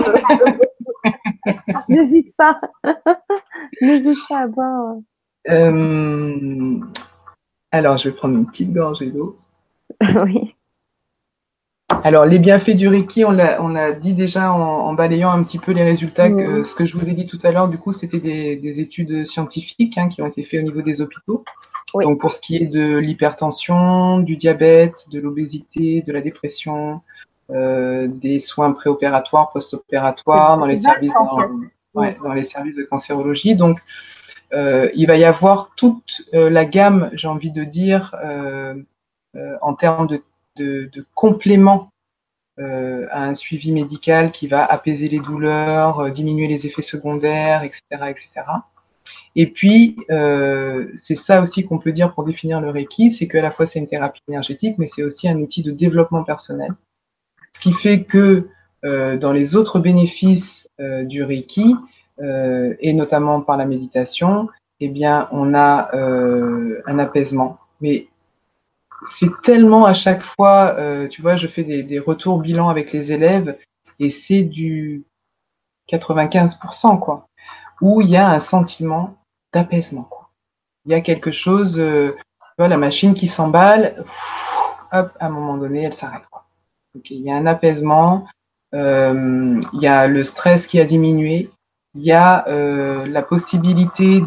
N'hésite pas. N'hésite pas à boire. Euh, alors, je vais prendre une petite gorgée d'eau. Oui. Alors, les bienfaits du Reiki, on l'a dit déjà en balayant un petit peu les résultats. Mm. Ce que je vous ai dit tout à l'heure, du coup, c'était des études scientifiques qui ont été faites au niveau des hôpitaux. Oui. Donc, pour ce qui est de l'hypertension, du diabète, de l'obésité, de la dépression, des soins préopératoires, post-opératoires, C'est vaste, en fait. dans les services de cancérologie. Donc, il va y avoir toute la gamme, j'ai envie de dire, en termes de compléments à un suivi médical qui va apaiser les douleurs, diminuer les effets secondaires, etc., etc. Et puis, c'est ça aussi qu'on peut dire pour définir le Reiki, c'est qu'à la fois c'est une thérapie énergétique, mais c'est aussi un outil de développement personnel. Ce qui fait que dans les autres bénéfices du Reiki, et notamment par la méditation, eh bien, on a un apaisement. Mais c'est tellement à chaque fois, tu vois, je fais des retours bilans avec les élèves et c'est du 95%, quoi, où il y a un sentiment d'apaisement, quoi. Il y a quelque chose, tu vois, la machine qui s'emballe, hop, à un moment donné, elle s'arrête, quoi. Okay, il y a un apaisement, il y a le stress qui a diminué, il y a la possibilité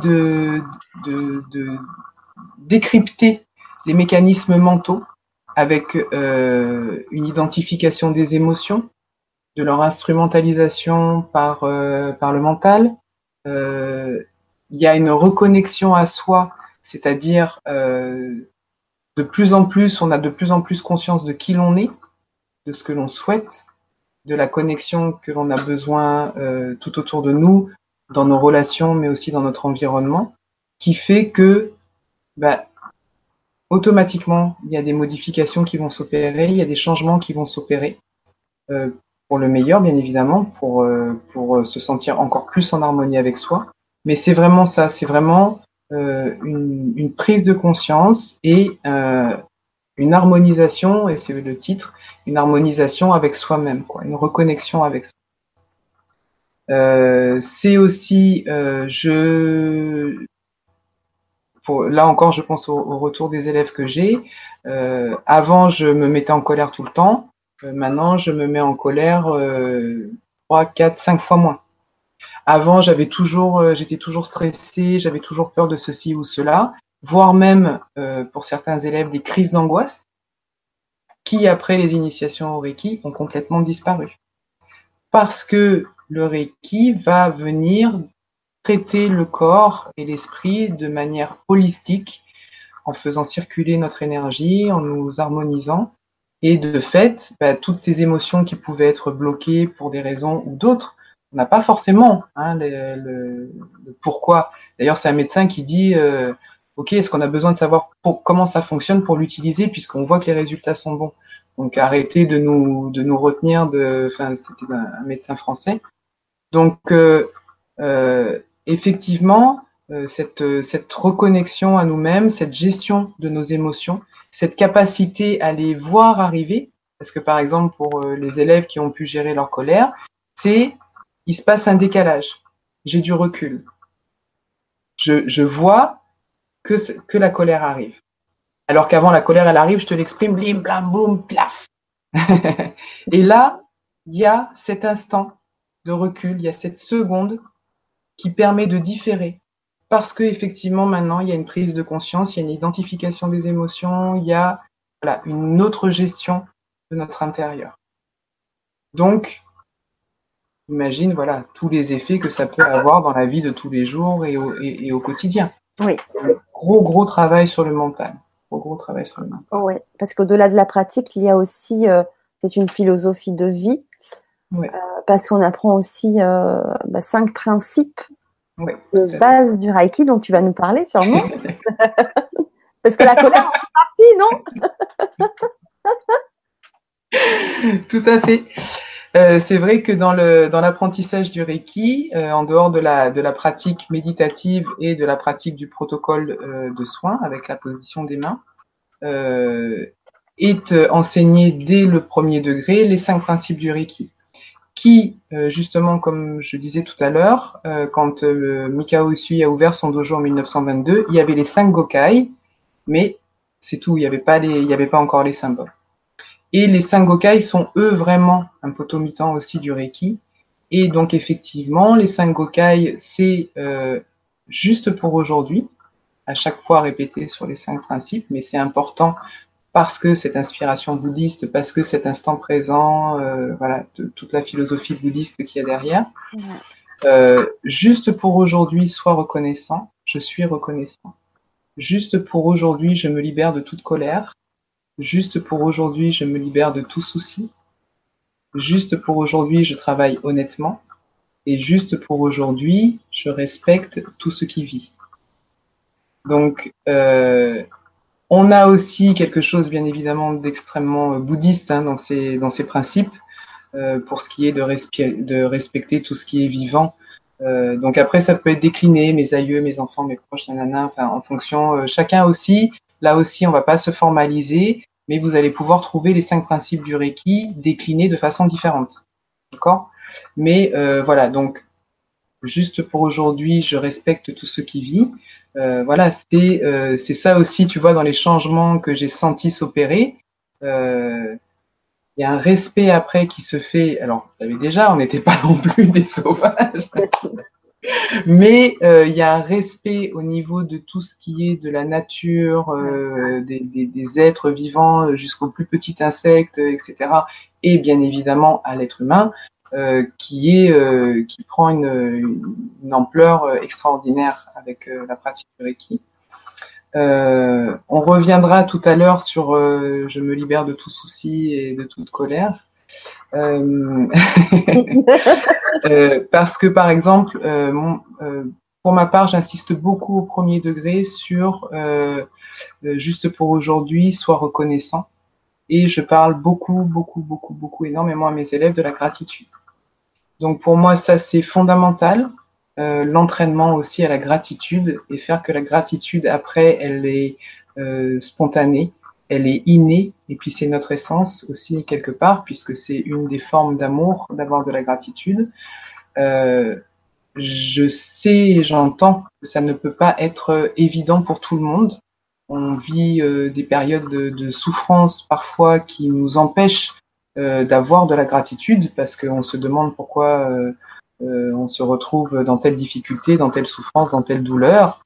de décrypter les mécanismes mentaux avec une identification des émotions, de leur instrumentalisation par le mental. Il y a une reconnexion à soi, c'est-à-dire de plus en plus, on a de plus en plus conscience de qui l'on est, de ce que l'on souhaite, de la connexion que l'on a besoin tout autour de nous, dans nos relations, mais aussi dans notre environnement, qui fait que bah, automatiquement, il y a des modifications qui vont s'opérer, il y a des changements qui vont s'opérer, euh, pour le meilleur, bien évidemment, pour se sentir encore plus en harmonie avec soi. Mais c'est vraiment ça, c'est vraiment une prise de conscience et une harmonisation, et c'est le titre, une harmonisation avec soi-même, quoi, une reconnexion avec soi. C'est aussi, là encore, je pense au retour des élèves que j'ai. Avant, je me mettais en colère tout le temps. Maintenant, je me mets en colère 3, 4, 5 fois moins. Avant, j'étais toujours stressée, j'avais toujours peur de ceci ou cela, voire même, pour certains élèves, des crises d'angoisse qui, après les initiations au Reiki, ont complètement disparu. Parce que le Reiki va venir traiter le corps et l'esprit de manière holistique, en faisant circuler notre énergie, en nous harmonisant. Et de fait, toutes ces émotions qui pouvaient être bloquées pour des raisons ou d'autres, on n'a pas forcément le pourquoi. D'ailleurs, c'est un médecin qui dit OK, est-ce qu'on a besoin de savoir comment ça fonctionne pour l'utiliser, puisqu'on voit que les résultats sont bons. Donc arrêtez de nous retenir c'était un médecin français. Donc effectivement, cette reconnexion à nous-mêmes, cette gestion de nos émotions, cette capacité à les voir arriver, parce que par exemple pour les élèves qui ont pu gérer leur colère, il se passe un décalage. J'ai du recul. Je vois que la colère arrive. Alors qu'avant la colère elle arrive, je te l'exprime, blim, blam, boum, plaf. Et là, il y a cet instant de recul, il y a cette seconde qui permet de différer. Parce que effectivement, maintenant, il y a une prise de conscience, il y a une identification des émotions, il y a une autre gestion de notre intérieur. Donc, imagine tous les effets que ça peut avoir dans la vie de tous les jours et au quotidien. Oui. Gros travail sur le mental. Gros travail sur le mental. Oui, parce qu'au-delà de la pratique, il y a aussi, c'est une philosophie de vie, parce qu'on apprend aussi 5 principes de base du Reiki dont tu vas nous parler sûrement. Parce que la colère en fait partie, non? Tout à fait. C'est vrai que dans l'apprentissage du Reiki, en dehors de la pratique méditative et de la pratique du protocole de soins avec la position des mains, est enseigné dès le premier degré les 5 principes du Reiki, qui, justement, comme je disais tout à l'heure, quand Mikao Usui a ouvert son dojo en 1922, il y avait les 5 Gokai, mais c'est tout, il n'y avait pas encore les symboles. Et les 5 Gokai sont eux vraiment un potomitan aussi du Reiki. Et donc effectivement, les 5 Gokai, c'est juste pour aujourd'hui, à chaque fois répété sur les 5 principes, mais c'est important parce que cette inspiration bouddhiste, parce que cet instant présent, de toute la philosophie bouddhiste qu'il y a derrière. Juste pour aujourd'hui, sois reconnaissant, je suis reconnaissant. Juste pour aujourd'hui, je me libère de toute colère. Juste pour aujourd'hui, je me libère de tout souci. Juste pour aujourd'hui, je travaille honnêtement. Et juste pour aujourd'hui, je respecte tout ce qui vit. Donc, on a aussi quelque chose, bien évidemment, d'extrêmement bouddhiste dans ces principes, pour ce qui est de respecter tout ce qui est vivant. Donc après, ça peut être décliné, mes aïeux, mes enfants, mes proches, nanana, en fonction, chacun aussi. Là aussi, on va pas se formaliser, mais vous allez pouvoir trouver les 5 principes du Reiki déclinés de façon différente. D'accord ? Mais donc, juste pour aujourd'hui, je respecte tout ce qui vit. C'est ça aussi, tu vois, dans les changements que j'ai sentis s'opérer. Il y a un respect après qui se fait. Alors, on n'était pas non plus des sauvages. Mais il y a un respect au niveau de tout ce qui est de la nature, des êtres vivants jusqu'au plus petit insecte, etc. Et bien évidemment à l'être humain, qui prend une ampleur extraordinaire avec la pratique du Reiki. On reviendra tout à l'heure sur je me libère de tout souci et de toute colère. Parce que par exemple, pour ma part, j'insiste beaucoup au premier degré sur juste pour aujourd'hui, sois reconnaissant. Et je parle beaucoup, énormément à mes élèves de la gratitude. Donc pour moi, ça c'est fondamental. L'entraînement aussi à la gratitude et faire que la gratitude après, elle est spontanée elle est innée, et puis c'est notre essence aussi quelque part, puisque c'est une des formes d'amour, d'avoir de la gratitude. Je sais et j'entends que ça ne peut pas être évident pour tout le monde. On vit des périodes de souffrance parfois qui nous empêchent d'avoir de la gratitude parce qu'on se demande pourquoi on se retrouve dans telle difficulté, dans telle souffrance, dans telle douleur.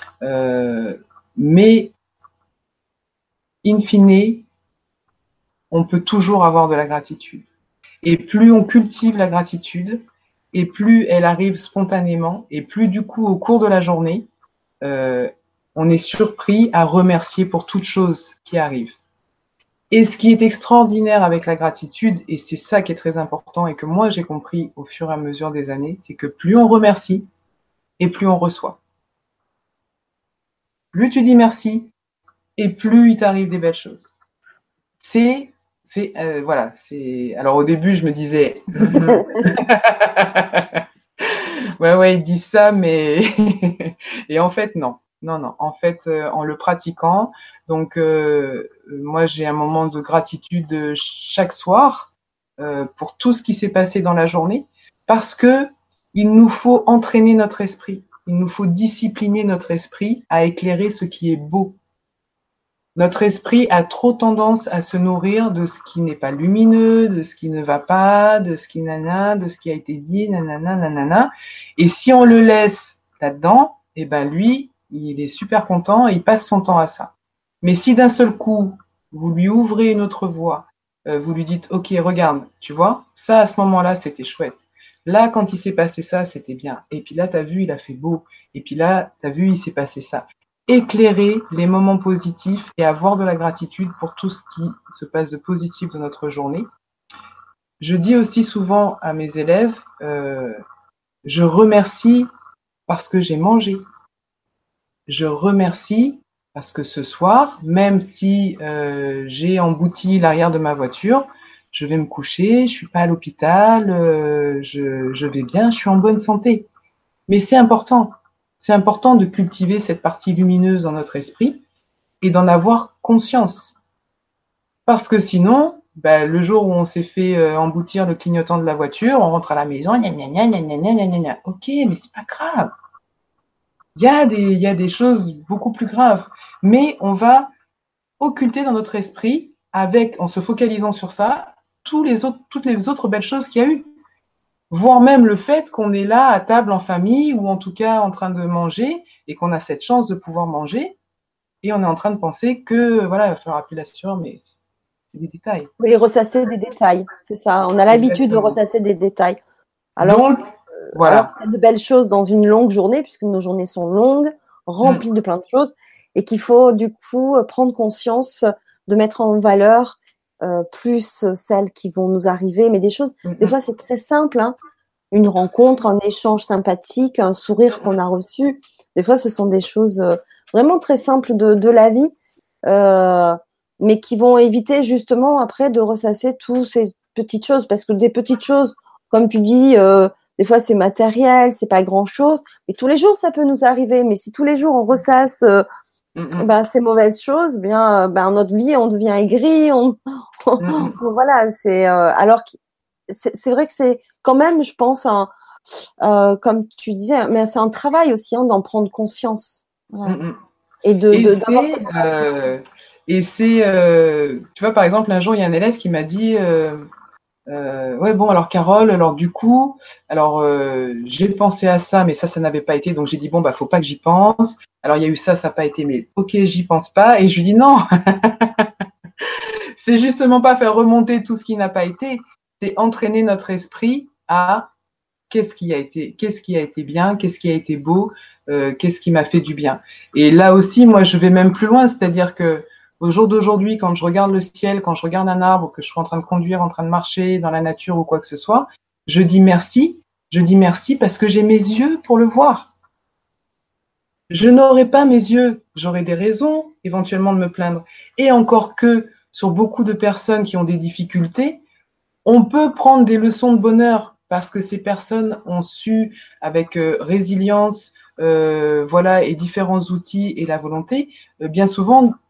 Mais in fine, on peut toujours avoir de la gratitude. Et plus on cultive la gratitude, et plus elle arrive spontanément, et plus du coup, au cours de la journée, on est surpris à remercier pour toute chose qui arrive. Et ce qui est extraordinaire avec la gratitude, et c'est ça qui est très important et que moi j'ai compris au fur et à mesure des années, c'est que plus on remercie et plus on reçoit. Plus tu dis merci et plus il t'arrive des belles choses. Voilà, c'est. Alors au début, je me disais, ouais, ils disent ça, mais et en fait, non. Non, non. En fait, en le pratiquant, donc moi, j'ai un moment de gratitude chaque soir pour tout ce qui s'est passé dans la journée, parce que il nous faut entraîner notre esprit, il nous faut discipliner notre esprit à éclairer ce qui est beau. Notre esprit a trop tendance à se nourrir de ce qui n'est pas lumineux, de ce qui ne va pas, de ce qui nana, de ce qui a été dit, nanana, nanana. Et si on le laisse là-dedans, eh ben lui, il est super content et il passe son temps à ça. Mais si d'un seul coup, vous lui ouvrez une autre voie, vous lui dites, OK, regarde, tu vois, ça à ce moment-là, c'était chouette. Là, quand il s'est passé ça, c'était bien. Et puis là, t'as vu, il a fait beau. Et puis là, t'as vu, il s'est passé ça. Éclairer les moments positifs et avoir de la gratitude pour tout ce qui se passe de positif dans notre journée. Je dis aussi souvent à mes élèves, je remercie parce que j'ai mangé. Je remercie parce que ce soir, même si j'ai embouti l'arrière de ma voiture, je vais me coucher, je suis pas à l'hôpital, je vais bien, je suis en bonne santé. Mais c'est important. C'est important de cultiver cette partie lumineuse dans notre esprit et d'en avoir conscience. Parce que sinon, ben, le jour où on s'est fait emboutir le clignotant de la voiture, on rentre à la maison, gna gna gna gna gna gna gna gna. Ok, mais c'est pas grave. Il y a des choses beaucoup plus graves. Mais on va occulter dans notre esprit, en se focalisant sur ça, toutes les autres belles choses qu'il y a eu. Voire même le fait qu'on est là à table en famille ou en tout cas en train de manger et qu'on a cette chance de pouvoir manger et on est en train de penser que voilà, il va falloir appeler l'assureur, mais c'est des détails. Oui, ressasser des détails, c'est ça. On a l'habitude de Exactement. ressasser des détails. Alors, Donc, alors voilà. qu'il y a de belles choses dans une longue journée, puisque nos journées sont longues, remplies de plein de choses, et qu'il faut du coup prendre conscience de mettre en valeur plus celles qui vont nous arriver, mais des choses, des fois c'est très simple, hein. Une rencontre, un échange sympathique, un sourire qu'on a reçu. Des fois, ce sont des choses vraiment très simples de la vie, mais qui vont éviter justement après de ressasser toutes ces petites choses, parce que des petites choses, comme tu dis, des fois c'est matériel, c'est pas grand-chose, mais tous les jours ça peut nous arriver. Mais si tous les jours on ressasse ben, ces mauvaises choses, bien ben, notre vie on devient aigri, voilà, c'est alors que c'est vrai que c'est quand même, je pense, comme tu disais, mais c'est un travail aussi hein, d'en prendre conscience. Voilà. Et d'avoir cette gratitude. Tu vois, par exemple, un jour, il y a un élève qui m'a dit, ouais, bon, alors Carole, alors du coup, alors j'ai pensé à ça, mais ça n'avait pas été, donc j'ai dit, bon, bah, faut pas que j'y pense. Alors il y a eu ça n'a pas été, mais ok, j'y pense pas. Et je lui dis, non, c'est justement pas faire remonter tout ce qui n'a pas été, c'est entraîner notre esprit à qu'est-ce qui a été bien, qu'est-ce qui a été beau, qu'est-ce qui m'a fait du bien. Et là aussi, moi, je vais même plus loin, c'est-à-dire que au jour d'aujourd'hui, quand je regarde le ciel, quand je regarde un arbre, que je suis en train de conduire, en train de marcher dans la nature ou quoi que ce soit, je dis merci. Je dis merci parce que j'ai mes yeux pour le voir. Je n'aurais pas mes yeux, j'aurais des raisons éventuellement de me plaindre. Et encore que sur beaucoup de personnes qui ont des difficultés, on peut prendre des leçons de bonheur parce que ces personnes ont su, avec résilience, voilà, et différents outils et la volonté, bien souvent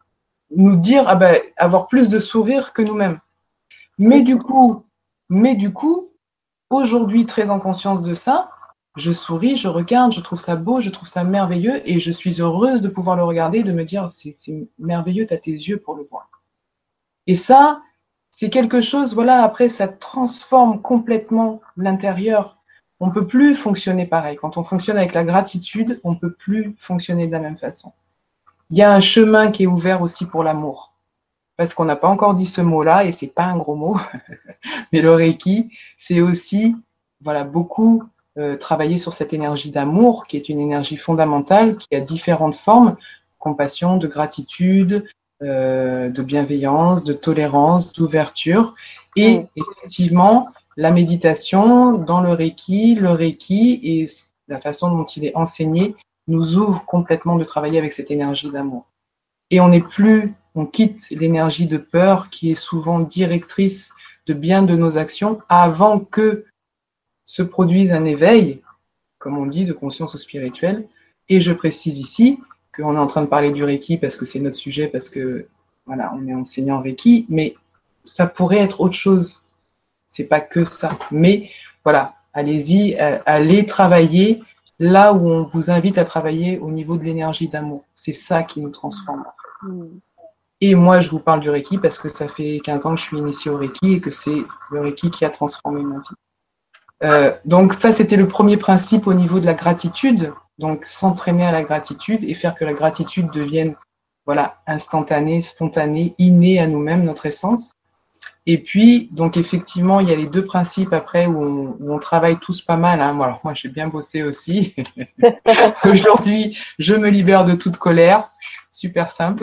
nous dire, ah ben, avoir plus de sourire que nous-mêmes. Mais du coup, aujourd'hui, très en conscience de ça, je souris, je regarde, je trouve ça beau, je trouve ça merveilleux et je suis heureuse de pouvoir le regarder et de me dire, c'est merveilleux, tu as tes yeux pour le voir. Et ça, c'est quelque chose, voilà, après, ça transforme complètement l'intérieur. On ne peut plus fonctionner pareil. Quand on fonctionne avec la gratitude, on ne peut plus fonctionner de la même façon. Il y a un chemin qui est ouvert aussi pour l'amour. Parce qu'on n'a pas encore dit ce mot-là, et c'est pas un gros mot, mais le Reiki, c'est aussi, voilà, beaucoup travailler sur cette énergie d'amour, qui est une énergie fondamentale, qui a différentes formes, compassion, de gratitude, de bienveillance, de tolérance, d'ouverture. Et effectivement, la méditation dans le Reiki et la façon dont il est enseigné nous ouvre complètement de travailler avec cette énergie d'amour. Et on quitte l'énergie de peur qui est souvent directrice de bien de nos actions avant que se produise un éveil, comme on dit, de conscience ou spirituelle. Et je précise ici qu'on est en train de parler du Reiki parce que c'est notre sujet, parce que voilà, on est enseignant Reiki, mais ça pourrait être autre chose. C'est pas que ça. Mais voilà, allez-y, allez travailler là où on vous invite à travailler au niveau de l'énergie d'amour. C'est ça qui nous transforme. Et moi, je vous parle du Reiki parce que ça fait 15 ans que je suis initiée au Reiki et que c'est le Reiki qui a transformé ma vie. Donc ça, c'était le premier principe au niveau de la gratitude. Donc s'entraîner à la gratitude et faire que la gratitude devienne voilà, instantanée, spontanée, innée à nous-mêmes, notre essence. Et puis, donc effectivement, il y a les deux principes après où on travaille tous pas mal. Hein. Alors moi, j'ai bien bossé aussi. Aujourd'hui, je me libère de toute colère. Super simple.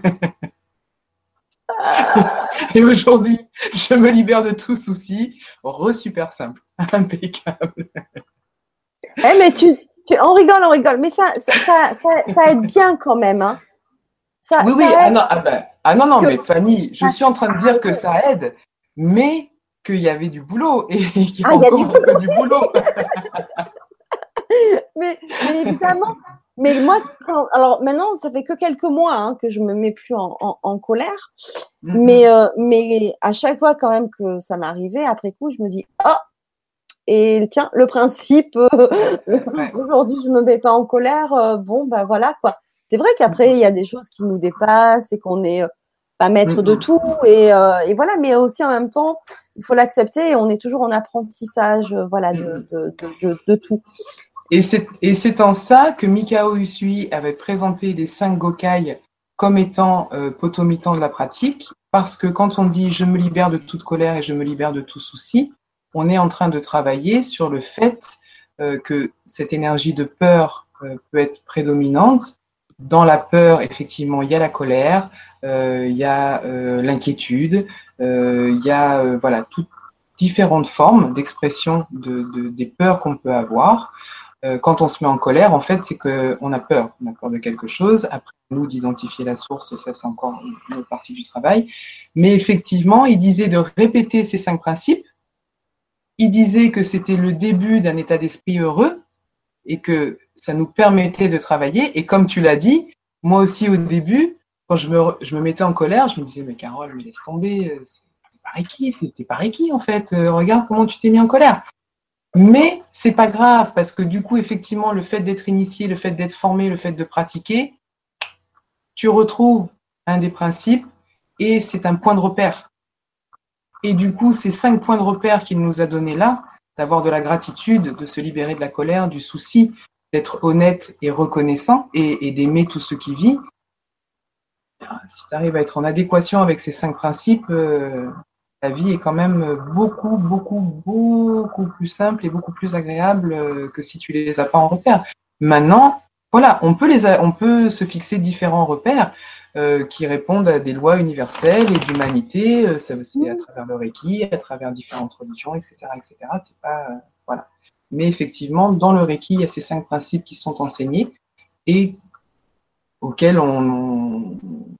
Et aujourd'hui, je me libère de tout souci. Super simple. Impeccable. Mais on rigole, mais ça aide bien quand même. Hein. Oui. Non, mais Fanny, je suis en train de dire que ça aide, mais qu'il y avait du boulot et qu'il y a encore du boulot. mais évidemment. Mais moi, alors maintenant, ça fait que quelques mois que je me mets plus en colère. Mais à chaque fois quand même que ça m'arrivait, après coup, je me dis, oh, et tiens, le principe, aujourd'hui, je me mets pas en colère. Bon, ben voilà quoi. C'est vrai qu'après, il y a des choses qui nous dépassent et qu'on est pas maître de tout. Et voilà, mais aussi en même temps, il faut l'accepter et on est toujours en apprentissage voilà, de tout. Et c'est en ça que Mikao Usui avait présenté les 5 Gokai comme étant potomitans de la pratique, parce que quand on dit « je me libère de toute colère et je me libère de tout souci », on est en train de travailler sur le fait que cette énergie de peur peut être prédominante. Dans la peur, effectivement, il y a la colère, il y a l'inquiétude, il y a voilà, toutes différentes formes d'expression des peurs qu'on peut avoir. Quand on se met en colère, en fait, c'est qu'on a peur. On a peur de quelque chose. Après, nous, d'identifier la source, et ça, c'est encore une autre partie du travail. Mais effectivement, il disait de répéter ces 5 principes. Il disait que c'était le début d'un état d'esprit heureux et que ça nous permettait de travailler. Et comme tu l'as dit, moi aussi, au début, quand je me mettais en colère, je me disais, mais Carole, mais laisse tomber, t'es pas Reiki, t'es pas Reiki, en fait. Regarde comment tu t'es mis en colère. Mais c'est pas grave parce que du coup, effectivement, le fait d'être initié, le fait d'être formé, le fait de pratiquer, tu retrouves un des principes et c'est un point de repère. Et du coup, ces 5 points de repère qu'il nous a donnés là, d'avoir de la gratitude, de se libérer de la colère, du souci, d'être honnête et reconnaissant et d'aimer tout ce qui vit, si tu arrives à être en adéquation avec ces 5 principes, la vie est quand même beaucoup plus simple et beaucoup plus agréable que si tu les as pas en repère. Maintenant, voilà, on peut se fixer différents repères qui répondent à des lois universelles et d'humanité. C'est à travers le Reiki, à travers différentes religions, etc., etc. C'est pas voilà. Mais effectivement, dans le Reiki, il y a ces 5 principes qui sont enseignés et auxquels on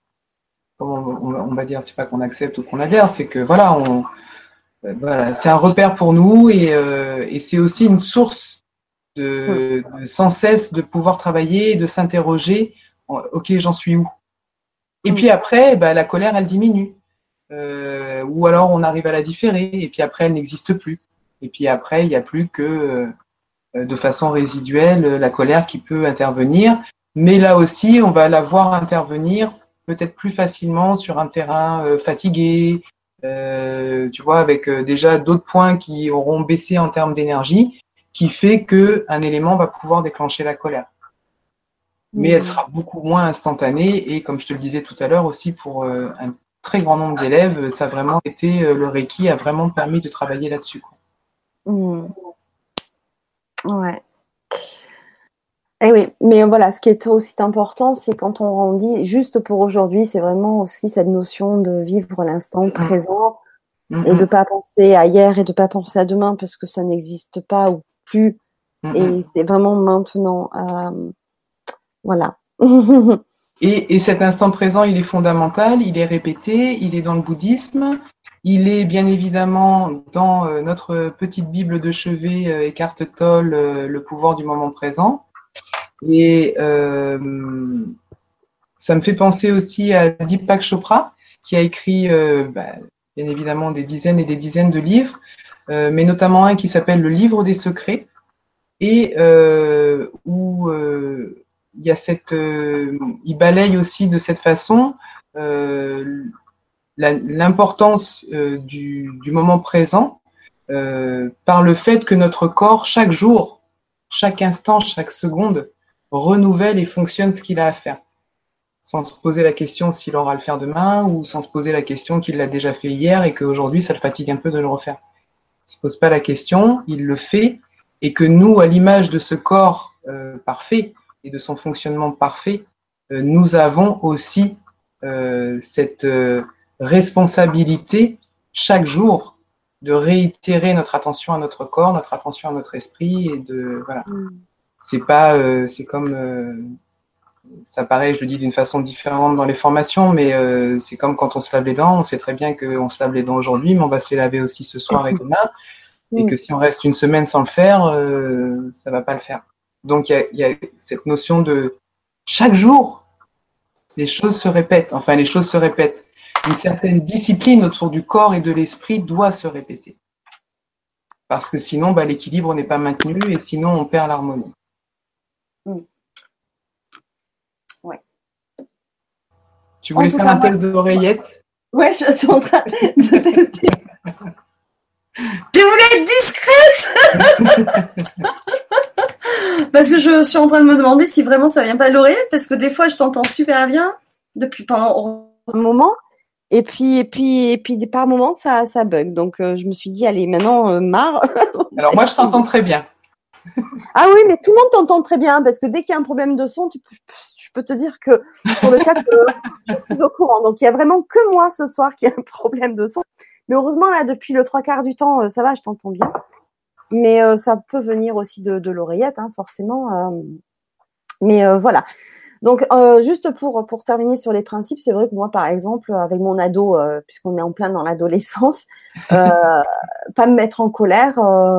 va dire, c'est pas qu'on accepte ou qu'on adhère, c'est que voilà, voilà, c'est un repère pour nous et c'est aussi une source de sans cesse de pouvoir travailler et de s'interroger. Ok, j'en suis où? Et puis après, bah, la colère, elle diminue. Ou alors on arrive à la différer, et puis après, elle n'existe plus. Et puis après, il n'y a plus que de façon résiduelle la colère qui peut intervenir. Mais là aussi, on va la voir intervenir peut-être plus facilement sur un terrain fatigué, tu vois, avec déjà d'autres points qui auront baissé en termes d'énergie, qui fait qu'un élément va pouvoir déclencher la colère. Mais elle sera beaucoup moins instantanée et comme je te le disais tout à l'heure aussi pour un très grand nombre d'élèves, ça a vraiment été, le Reiki a vraiment permis de travailler là-dessus. Ouais. Et oui, mais voilà, ce qui est aussi important, c'est quand on dit juste pour aujourd'hui, c'est vraiment aussi cette notion de vivre l'instant présent et de pas penser à hier et de pas penser à demain parce que ça n'existe pas ou plus. Et c'est vraiment maintenant. Voilà. Et cet instant présent, il est fondamental, il est répété, il est dans le bouddhisme, il est bien évidemment dans notre petite Bible de chevet Eckhart Tolle, Le pouvoir du moment présent. Et ça me fait penser aussi à Deepak Chopra, qui a écrit bien évidemment des dizaines et des dizaines de livres, mais notamment un qui s'appelle Le livre des secrets, et où il y a il balaye aussi de cette façon l'importance du moment présent par le fait que notre corps, chaque jour, chaque instant, chaque seconde, renouvelle et fonctionne ce qu'il a à faire, sans se poser la question s'il aura à le faire demain ou sans se poser la question qu'il l'a déjà fait hier et qu'aujourd'hui ça le fatigue un peu de le refaire. Il ne se pose pas la question, il le fait, et que nous, à l'image de ce corps parfait et de son fonctionnement parfait, nous avons aussi cette responsabilité chaque jour de réitérer notre attention à notre corps, notre attention à notre esprit, et de voilà. C'est pas, c'est comme ça paraît, je le dis d'une façon différente dans les formations, mais c'est comme quand on se lave les dents. On sait très bien qu'on se lave les dents aujourd'hui, mais on va se les laver aussi ce soir et demain. Et que si on reste une semaine sans le faire, ça va pas le faire. Donc il y a cette notion de chaque jour, les choses se répètent. Enfin, les choses se répètent. Une certaine discipline autour du corps et de l'esprit doit se répéter. Parce que sinon, l'équilibre n'est pas maintenu et sinon on perd l'harmonie. Ouais. Tu voulais faire un test d'oreillette? Ouais, je suis en train de tester. Je voulais être discrète parce que je suis en train de me demander si vraiment ça vient pas de l'oreillette, parce que des fois je t'entends super bien depuis pendant un moment, et puis par moment ça bug. Donc je me suis dit allez, maintenant marre. Alors moi je t'entends très bien. Ah oui, mais tout le monde t'entend très bien, parce que dès qu'il y a un problème de son, je peux te dire que sur le chat, je suis au courant. Donc, il y a vraiment que moi ce soir qui a un problème de son. Mais heureusement, là, depuis le 3/4 du temps, ça va, je t'entends bien. Mais ça peut venir aussi de l'oreillette, hein, forcément. Mais voilà. Donc, juste pour terminer sur les principes, c'est vrai que moi, par exemple, avec mon ado, puisqu'on est en plein dans l'adolescence, pas me mettre en colère,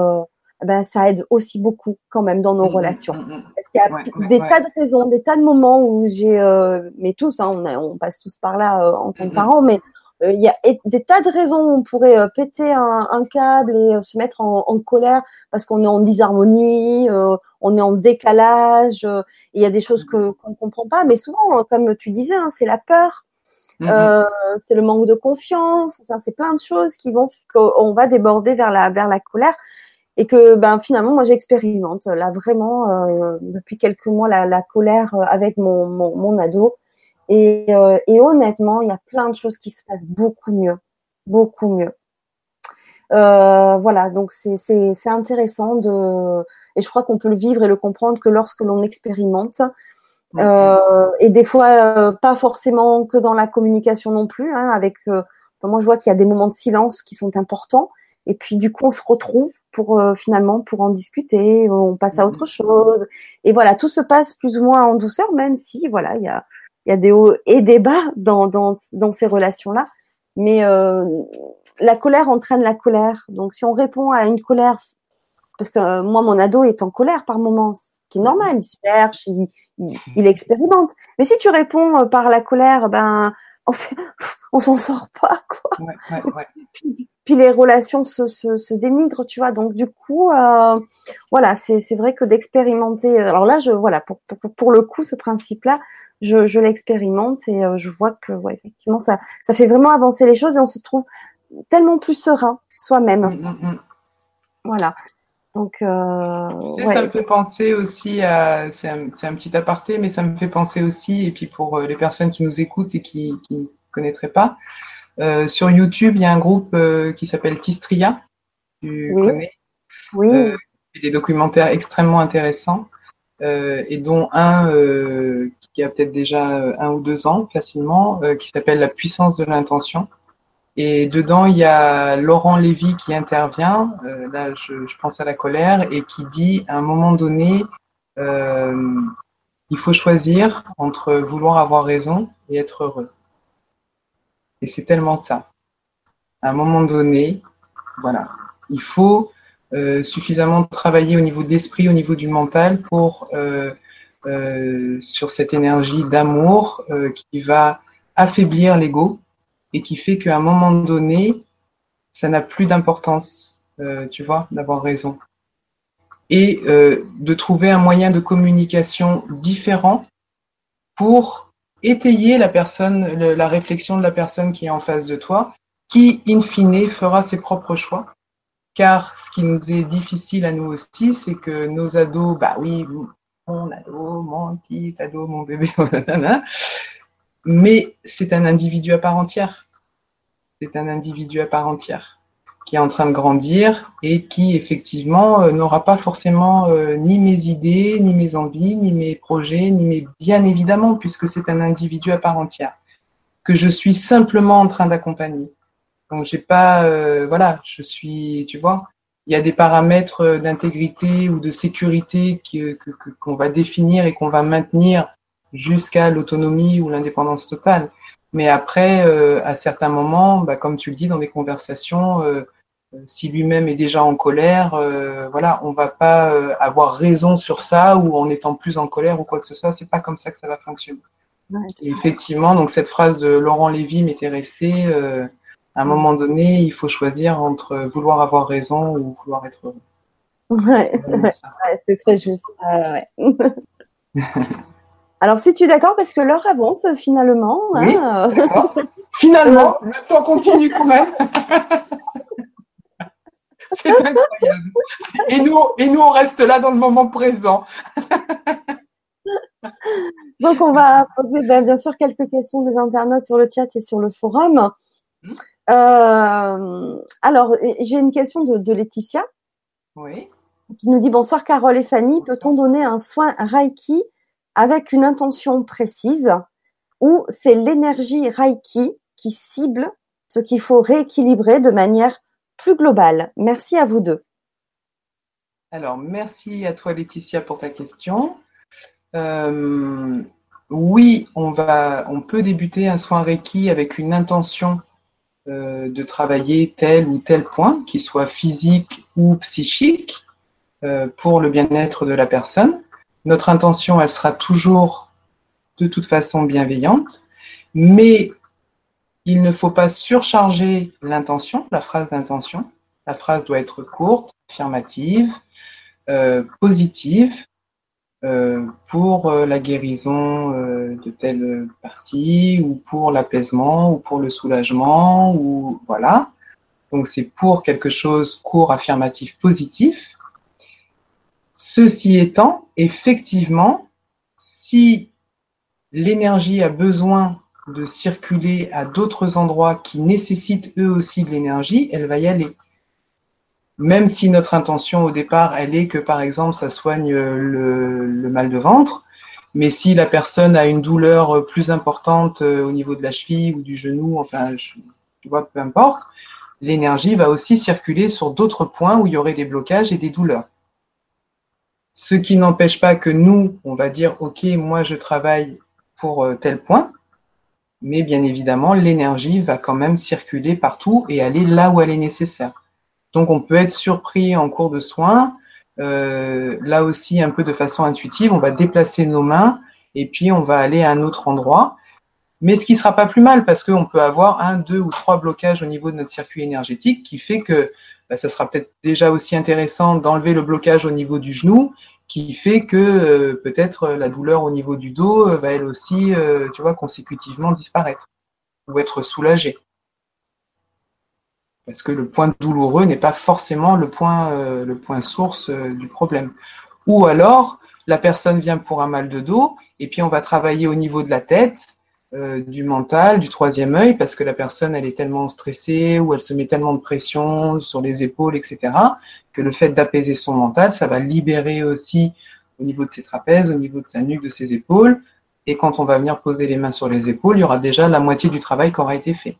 ça aide aussi beaucoup quand même dans nos relations. Parce qu'il y a des tas de raisons, des tas de moments où mais tous, hein, on passe tous par là en tant que parents, mais il y a des tas de raisons où on pourrait péter un câble et se mettre en colère parce qu'on est en disharmonie, on est en décalage, il y a des choses qu'on ne comprend pas, mais souvent, comme tu disais, hein, c'est la peur, c'est le manque de confiance, enfin, c'est plein de choses qu'on va déborder vers la colère. Et que finalement, moi, j'expérimente là vraiment depuis quelques mois la colère avec mon ado. Et honnêtement, il y a plein de choses qui se passent beaucoup mieux, beaucoup mieux. Voilà, donc c'est intéressant et je crois qu'on peut le vivre et le comprendre que lorsque l'on expérimente. Et des fois, pas forcément que dans la communication non plus. Hein, moi, je vois qu'il y a des moments de silence qui sont importants. Et puis, du coup, on se retrouve finalement pour en discuter. On passe à autre chose. Et voilà, tout se passe plus ou moins en douceur, même si, voilà, il y a des hauts et des bas dans ces relations-là. Mais la colère entraîne la colère. Donc, si on répond à une colère parce que moi, mon ado est en colère par moment, ce qui est normal. Il cherche, il expérimente. Mais si tu réponds par la colère, ben, en fait, on s'en sort pas, quoi. Ouais. Puis les relations se dénigrent, tu vois. Donc du coup, voilà, c'est vrai que d'expérimenter. Alors là, voilà, pour le coup, ce principe-là, je l'expérimente et je vois que, ouais, effectivement, ça fait vraiment avancer les choses et on se trouve tellement plus serein soi-même. Voilà. Donc, Tu sais, ça ouais. me fait penser aussi à, c'est un petit aparté, mais ça me fait penser aussi, et puis pour les personnes qui nous écoutent et qui ne connaîtraient pas, sur YouTube, il y a un groupe qui s'appelle Tistria, tu Oui, connais, oui, des documentaires extrêmement intéressants, et dont un qui a peut-être déjà 1 ou 2 ans facilement, qui s'appelle La puissance de l'intention. Et dedans, il y a Laurent Lévy qui intervient, là je pense à la colère, et qui dit à un moment donné, euh, il faut choisir entre vouloir avoir raison et être heureux. Et c'est tellement ça. À un moment donné, voilà, il faut suffisamment travailler au niveau de l'esprit, au niveau du mental pour sur cette énergie d'amour qui va affaiblir l'ego et qui fait qu'à un moment donné, ça n'a plus d'importance, tu vois, d'avoir raison. Et de trouver un moyen de communication différent pour étayer la personne, la réflexion de la personne qui est en face de toi, qui, in fine, fera ses propres choix. Car ce qui nous est difficile à nous aussi, c'est que nos ados, bah oui, mon ado, mon petit ado, mon bébé, mais c'est un individu à part entière. C'est un individu à part entière qui est en train de grandir et qui effectivement n'aura pas forcément ni mes idées, ni mes envies, ni mes projets, ni mes bien évidemment, puisque c'est un individu à part entière que je suis simplement en train d'accompagner. Donc j'ai pas, voilà, je suis, tu vois, il y a des paramètres d'intégrité ou de sécurité qu'on va définir et qu'on va maintenir jusqu'à l'autonomie ou l'indépendance totale. Mais après, à certains moments, bah, comme tu le dis dans des conversations, si lui-même est déjà en colère, voilà, on va pas avoir raison sur ça ou en étant plus en colère ou quoi que ce soit. C'est pas comme ça que ça va fonctionner. ouais, Et effectivement, donc cette phrase de Laurent Lévy m'était restée. À un moment donné, il faut choisir entre vouloir avoir raison ou vouloir être heureux. ouais, C'est vraiment ça. ouais, c'est très juste. Ouais. Alors, si tu es d'accord, parce que l'heure avance finalement, Oui, hein, d'accord. euh, Finalement, le temps continue quand même. C'est incroyable. Et nous, on reste là dans le moment présent. donc on va poser bien sûr quelques questions des internautes sur le chat et sur le forum. Alors, j'ai une question de Laetitia Oui. qui nous dit bonsoir Carole et Fanny, peut-on Bonsoir. donner un soin Reiki avec une intention précise ou c'est l'énergie Reiki qui cible ce qu'il faut rééquilibrer de manière plus globale? Merci à vous deux. Alors, merci à toi, Laetitia, pour ta question. Oui, on peut débuter un soin Reiki avec une intention de travailler tel ou tel point, qu'il soit physique ou psychique, pour le bien-être de la personne. Notre intention, elle sera toujours de toute façon bienveillante, mais il ne faut pas surcharger l'intention, la phrase d'intention. La phrase doit être courte, affirmative, positive, pour la guérison de telle partie, ou pour l'apaisement, ou pour le soulagement, ou voilà. Donc c'est pour quelque chose court, affirmatif, positif. Ceci étant, effectivement, si l'énergie a besoin de circuler à d'autres endroits qui nécessitent eux aussi de l'énergie, elle va y aller. Même si notre intention au départ, elle est que par exemple, ça soigne le mal de ventre, mais si la personne a une douleur plus importante au niveau de la cheville ou du genou, enfin, tu vois, peu importe, l'énergie va aussi circuler sur d'autres points où il y aurait des blocages et des douleurs. Ce qui n'empêche pas que nous, on va dire, OK, moi je travaille pour tel point, mais bien évidemment, l'énergie va quand même circuler partout et aller là où elle est nécessaire. Donc on peut être surpris en cours de soins là aussi un peu de façon intuitive, on va déplacer nos mains et puis on va aller à un autre endroit. Mais ce qui ne sera pas plus mal parce qu'on peut avoir 1, 2 ou 3 blocages au niveau de notre circuit énergétique qui fait que ça sera peut-être déjà aussi intéressant d'enlever le blocage au niveau du genou qui fait que peut-être la douleur au niveau du dos va elle aussi, tu vois, consécutivement disparaître ou être soulagée. Parce que le point douloureux n'est pas forcément le point source du problème. Ou alors, la personne vient pour un mal de dos, et puis on va travailler au niveau de la tête, du mental, du troisième œil, parce que la personne, elle est tellement stressée, ou elle se met tellement de pression sur les épaules, etc., que le fait d'apaiser son mental, ça va libérer aussi au niveau de ses trapèzes, au niveau de sa nuque, de ses épaules, et quand on va venir poser les mains sur les épaules, il y aura déjà la moitié du travail qui aura été fait.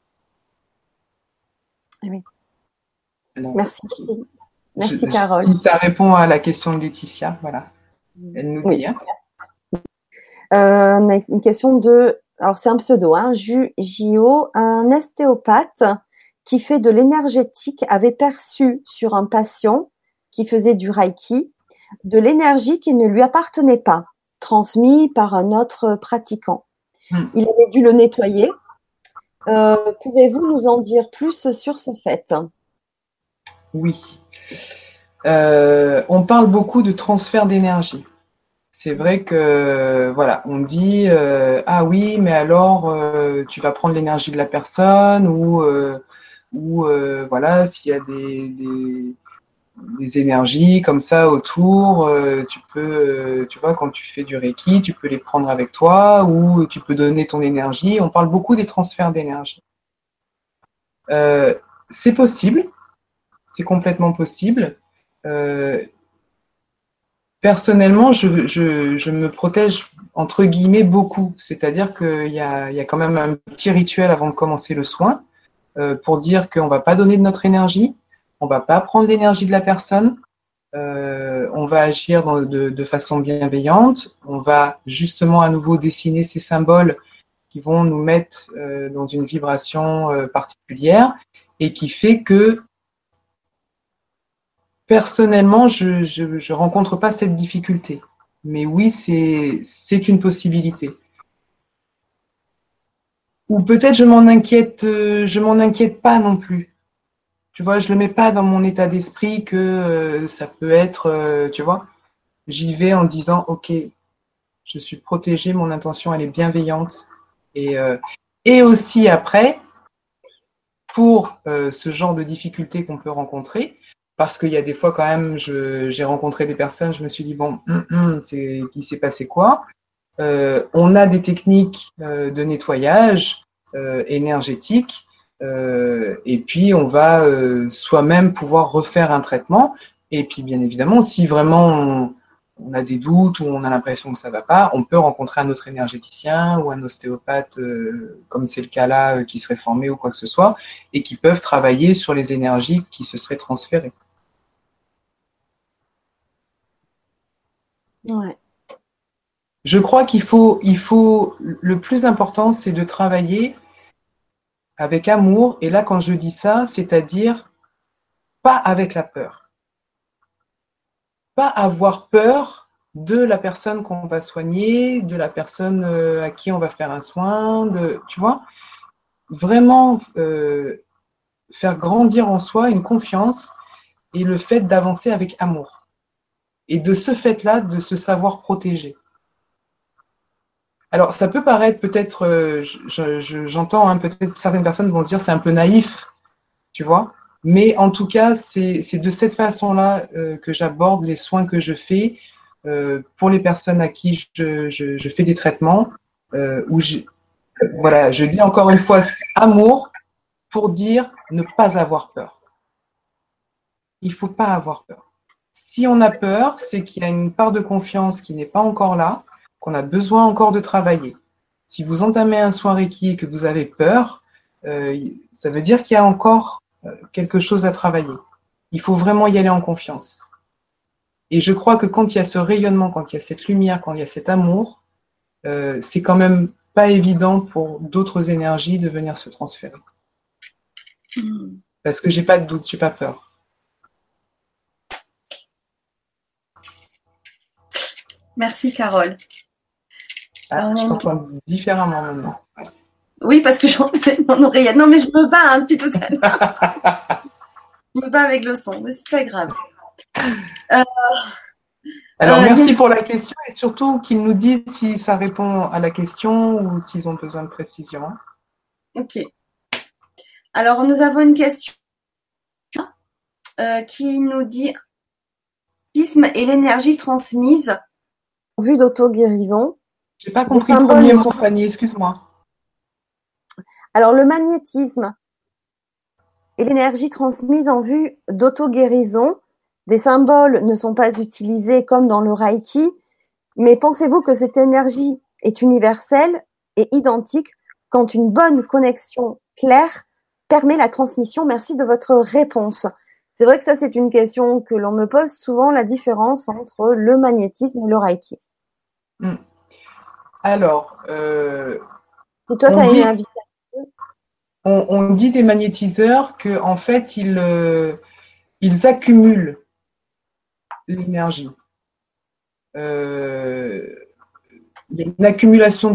Oui. Alors, Merci. Merci, Carole. Si ça répond à la question de Laetitia, voilà. Elle nous dit. Oui. On a une question de, alors c'est un pseudo, hein, J.O. Un ostéopathe qui fait de l'énergétique avait perçu sur un patient qui faisait du Reiki de l'énergie qui ne lui appartenait pas, transmis par un autre pratiquant. Il avait dû le nettoyer. Pouvez-vous nous en dire plus sur ce fait? Oui. On parle beaucoup de transfert d'énergie. C'est vrai que, voilà, on dit ah oui, mais alors tu vas prendre l'énergie de la personne ou voilà, s'il y a des énergies comme ça autour, tu peux, tu vois, quand tu fais du Reiki, tu peux les prendre avec toi ou tu peux donner ton énergie. On parle beaucoup des transferts d'énergie. C'est possible, c'est complètement possible. Personnellement, je me protège entre guillemets beaucoup. C'est-à-dire qu'il y a quand même un petit rituel avant de commencer le soin pour dire qu'on ne va pas donner de notre énergie, on ne va pas prendre l'énergie de la personne, on va agir de façon bienveillante, on va justement à nouveau dessiner ces symboles qui vont nous mettre dans une vibration particulière et qui fait que personnellement, je rencontre pas cette difficulté. Mais oui, c'est une possibilité. Ou peut-être je m'en inquiète pas non plus. Tu vois, je le mets pas dans mon état d'esprit que ça peut être, tu vois. J'y vais en disant, ok, je suis protégée, mon intention elle est bienveillante. Et, euh, et aussi après, pour ce genre de difficultés qu'on peut rencontrer, parce qu'il y a des fois quand même, j'ai rencontré des personnes, je me suis dit, bon, il s'est passé quoi? On a des techniques de nettoyage énergétique, et puis on va soi-même pouvoir refaire un traitement. Et puis bien évidemment, si vraiment on a des doutes ou on a l'impression que ça ne va pas, on peut rencontrer un autre énergéticien ou un ostéopathe, comme c'est le cas là, qui serait formé ou quoi que ce soit, et qui peuvent travailler sur les énergies qui se seraient transférées. Ouais. Je crois le plus important, c'est de travailler avec amour. Et là, quand je dis ça, c'est-à-dire pas avec la peur. Pas avoir peur de la personne qu'on va soigner, de la personne à qui on va faire un soin, tu vois, vraiment faire grandir en soi une confiance et le fait d'avancer avec amour. Et de ce fait-là, de se savoir protéger. Alors, ça peut paraître peut-être, j'entends, hein, peut-être certaines personnes vont se dire c'est un peu naïf, tu vois. Mais en tout cas, c'est de cette façon-là que j'aborde les soins que je fais pour les personnes à qui je fais des traitements. Où voilà, je dis encore une fois amour pour dire ne pas avoir peur. Il ne faut pas avoir peur. Si on a peur, c'est qu'il y a une part de confiance qui n'est pas encore là, qu'on a besoin encore de travailler. Si vous entamez un soin Reiki et que vous avez peur, ça veut dire qu'il y a encore quelque chose à travailler. Il faut vraiment y aller en confiance. Et je crois que quand il y a ce rayonnement, quand il y a cette lumière, quand il y a cet amour, c'est quand même pas évident pour d'autres énergies de venir se transférer. Parce que j'ai pas de doute, j'ai pas peur. Merci, Carole. Je t'entends différemment maintenant. Oui, parce que j'en fais mon oreillette. Non, mais je me bats depuis tout à l'heure. Je me bats avec le son, mais c'est pas grave. Alors, merci pour la question et surtout qu'ils nous disent si ça répond à la question ou s'ils ont besoin de précision. Ok. Alors, nous avons une question qui nous dit et l'énergie transmise. En vue d'auto-guérison. J'ai pas compris le premier mot, Fanny, excuse-moi. Alors, le magnétisme et l'énergie transmise en vue d'auto-guérison. Des symboles ne sont pas utilisés comme dans le Reiki, mais pensez-vous que cette énergie est universelle et identique quand une bonne connexion claire permet la transmission? Merci de votre réponse. C'est vrai que ça, c'est une question que l'on me pose souvent, la différence entre le magnétisme et le Reiki. Alors, et toi, tu as une avis? On dit des magnétiseurs qu'en fait, ils accumulent l'énergie. Il y a une accumulation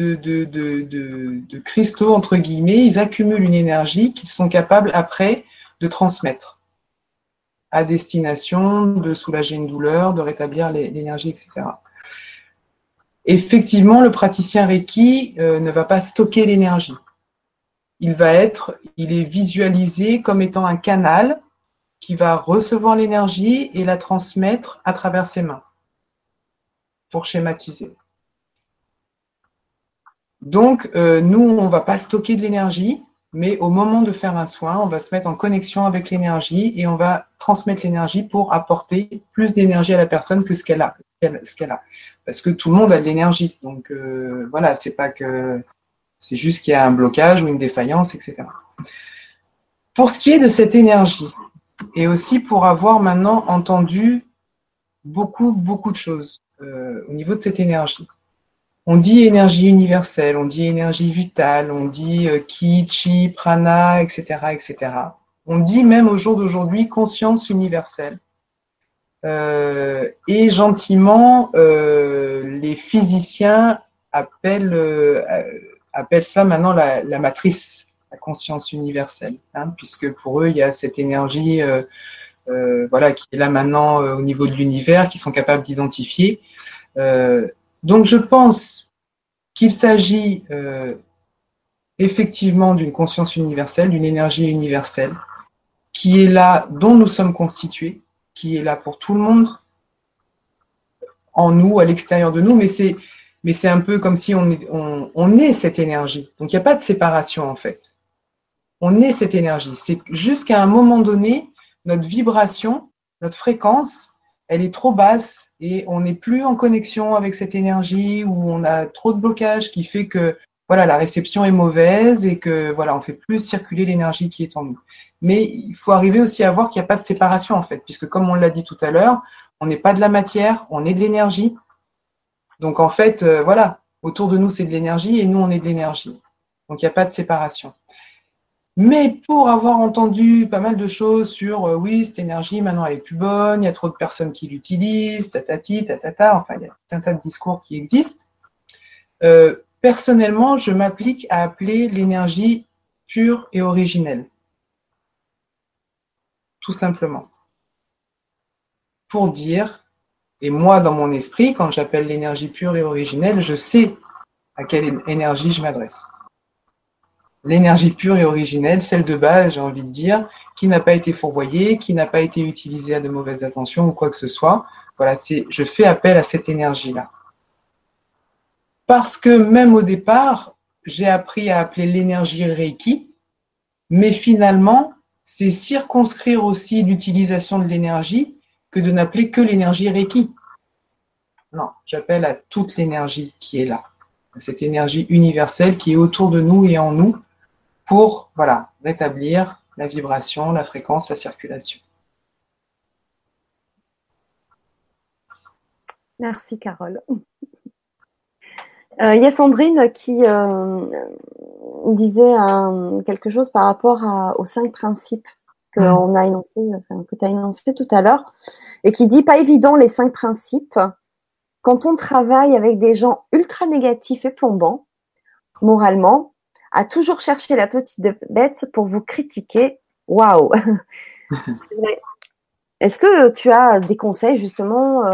de cristaux, entre guillemets. Ils accumulent une énergie qu'ils sont capables après de transmettre à destination de soulager une douleur, de rétablir l'énergie, etc. Effectivement, le praticien Reiki ne va pas stocker l'énergie. Il est visualisé comme étant un canal qui va recevoir l'énergie et la transmettre à travers ses mains, pour schématiser. Donc, nous, on ne va pas stocker de l'énergie, mais au moment de faire un soin, on va se mettre en connexion avec l'énergie et on va transmettre l'énergie pour apporter plus d'énergie à la personne que ce qu'elle a. Parce que tout le monde a de l'énergie. Donc, voilà, c'est pas que... C'est juste qu'il y a un blocage ou une défaillance, etc. Pour ce qui est de cette énergie, et aussi pour avoir maintenant entendu beaucoup de choses au niveau de cette énergie. On dit énergie universelle, on dit énergie vitale, on dit ki, chi, prana, etc., etc. On dit même au jour d'aujourd'hui conscience universelle. Et gentiment, les physiciens appellent ça maintenant la matrice, la conscience universelle, hein, puisque pour eux, il y a cette énergie voilà, qui est là maintenant au niveau de l'univers, qui sont capables d'identifier. Donc je pense qu'il s'agit effectivement d'une conscience universelle, d'une énergie universelle, qui est là, dont nous sommes constitués, qui est là pour tout le monde, en nous, à l'extérieur de nous, mais c'est un peu comme si on est cette énergie. Donc il n'y a pas de séparation en fait. On est cette énergie. C'est juste qu'à un moment donné, notre vibration, notre fréquence, elle est trop basse et on n'est plus en connexion avec cette énergie ou on a trop de blocage qui fait que voilà, la réception est mauvaise et que voilà, on fait plus circuler l'énergie qui est en nous. Mais il faut arriver aussi à voir qu'il n'y a pas de séparation en fait, puisque comme on l'a dit tout à l'heure, on n'est pas de la matière, on est de l'énergie. Donc en fait, voilà, autour de nous c'est de l'énergie et nous on est de l'énergie. Donc il n'y a pas de séparation. Mais pour avoir entendu pas mal de choses sur oui, cette énergie, maintenant elle est plus bonne, il y a trop de personnes qui l'utilisent, tatati, tatata, enfin il y a tout un tas de discours qui existent. Personnellement, je m'applique à appeler l'énergie pure et originelle. Tout simplement. Pour dire, et moi dans mon esprit, quand j'appelle l'énergie pure et originelle, je sais à quelle énergie je m'adresse. L'énergie pure et originelle, celle de base, j'ai envie de dire, qui n'a pas été fourvoyée, qui n'a pas été utilisée à de mauvaises intentions ou quoi que ce soit. Voilà, je fais appel à cette énergie-là. Parce que même au départ, j'ai appris à appeler l'énergie Reiki, mais finalement, c'est circonscrire aussi l'utilisation de l'énergie que de n'appeler que l'énergie Reiki. Non, j'appelle à toute l'énergie qui est là, cette énergie universelle qui est autour de nous et en nous, pour voilà, rétablir la vibration, la fréquence, la circulation. Merci Carole. Il y a Sandrine qui disait quelque chose par rapport aux 5 principes qu'on a énoncés, que tu as énoncé tout à l'heure, et qui dit pas évident les 5 principes quand on travaille avec des gens ultra négatifs et plombants, moralement, à toujours chercher la petite bête pour vous critiquer. Waouh! C'est vrai. Est-ce que tu as des conseils justement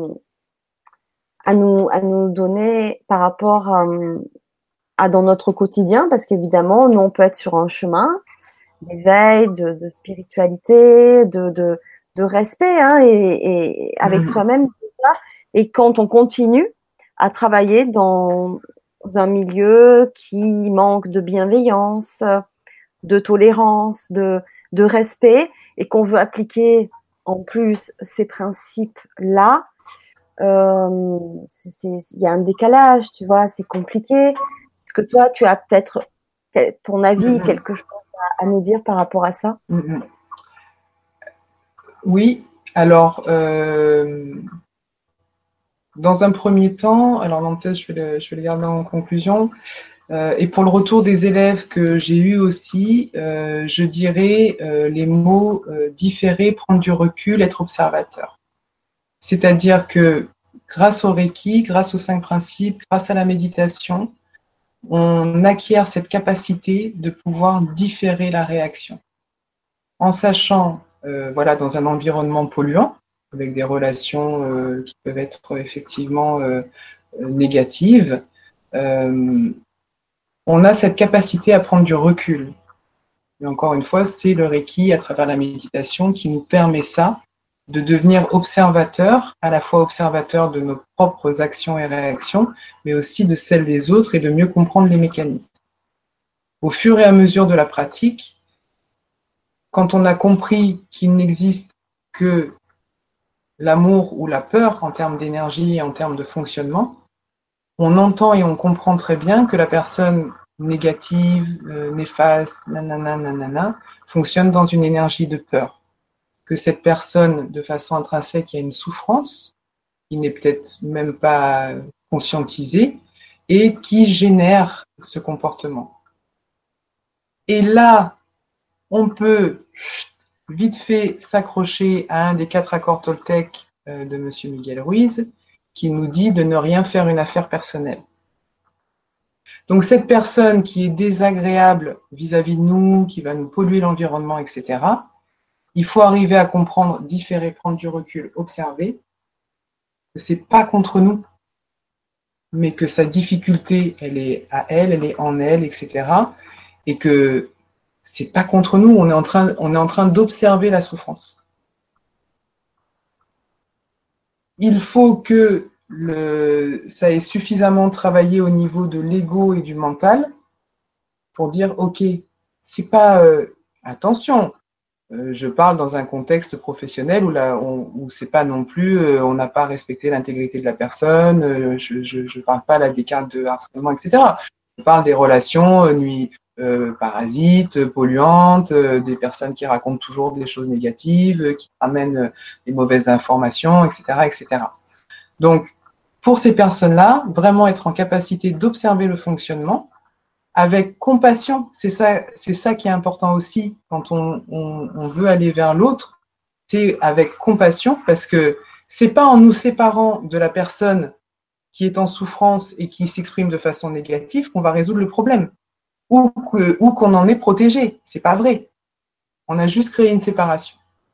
à nous donner par rapport à dans notre quotidien? Parce qu'évidemment, nous, on peut être sur un chemin d'éveil, de spiritualité, de respect hein, et avec soi-même. Et quand on continue à travailler dans un milieu qui manque de bienveillance, de tolérance, de respect, et qu'on veut appliquer en plus ces principes-là, il y a un décalage, tu vois, c'est compliqué. Est-ce que toi, tu as peut-être ton avis, quelque chose à nous dire par rapport à ça? Oui, alors, dans un premier temps, alors non, peut-être je vais le garder en conclusion, et pour le retour des élèves que j'ai eu aussi, je dirais les mots différer, prendre du recul, être observateur. C'est-à-dire que grâce au Reiki, grâce aux 5 principes, grâce à la méditation, on acquiert cette capacité de pouvoir différer la réaction. En sachant, voilà, dans un environnement polluant, avec des relations qui peuvent être effectivement négatives, on a cette capacité à prendre du recul. Et encore une fois, c'est le Reiki à travers la méditation qui nous permet ça, de devenir observateur, à la fois observateur de nos propres actions et réactions, mais aussi de celles des autres et de mieux comprendre les mécanismes. Au fur et à mesure de la pratique, quand on a compris qu'il n'existe que l'amour ou la peur en termes d'énergie et en termes de fonctionnement, on entend et on comprend très bien que la personne négative, néfaste, nanana, nanana, fonctionne dans une énergie de peur. Que cette personne, de façon intrinsèque, il y a une souffrance qui n'est peut-être même pas conscientisée et qui génère ce comportement. Et là, on peut vite fait s'accrocher à un des 4 accords Toltec de M. Miguel Ruiz, qui nous dit de ne rien faire une affaire personnelle. Donc cette personne qui est désagréable vis-à-vis de nous, qui va nous polluer l'environnement, etc., il faut arriver à comprendre, différer, prendre du recul, observer, que c'est pas contre nous, mais que sa difficulté, elle est à elle, elle est en elle, etc., et que c'est pas contre nous, on est en train d'observer la souffrance. Il faut que ça ait suffisamment travaillé au niveau de l'ego et du mental pour dire, ok, c'est pas attention. Je parle dans un contexte professionnel où c'est pas non plus, on n'a pas respecté l'intégrité de la personne. Je parle pas là des cas de harcèlement, etc. Je parle des relations parasites, polluantes, des personnes qui racontent toujours des choses négatives, qui ramènent des mauvaises informations, etc., etc. Donc, pour ces personnes-là, vraiment être en capacité d'observer le fonctionnement avec compassion. C'est ça qui est important aussi quand on veut aller vers l'autre. C'est avec compassion parce que c'est pas en nous séparant de la personne qui est en souffrance et qui s'exprime de façon négative qu'on va résoudre le problème ou qu'on en est protégé. C'est pas vrai. On a juste créé une séparation.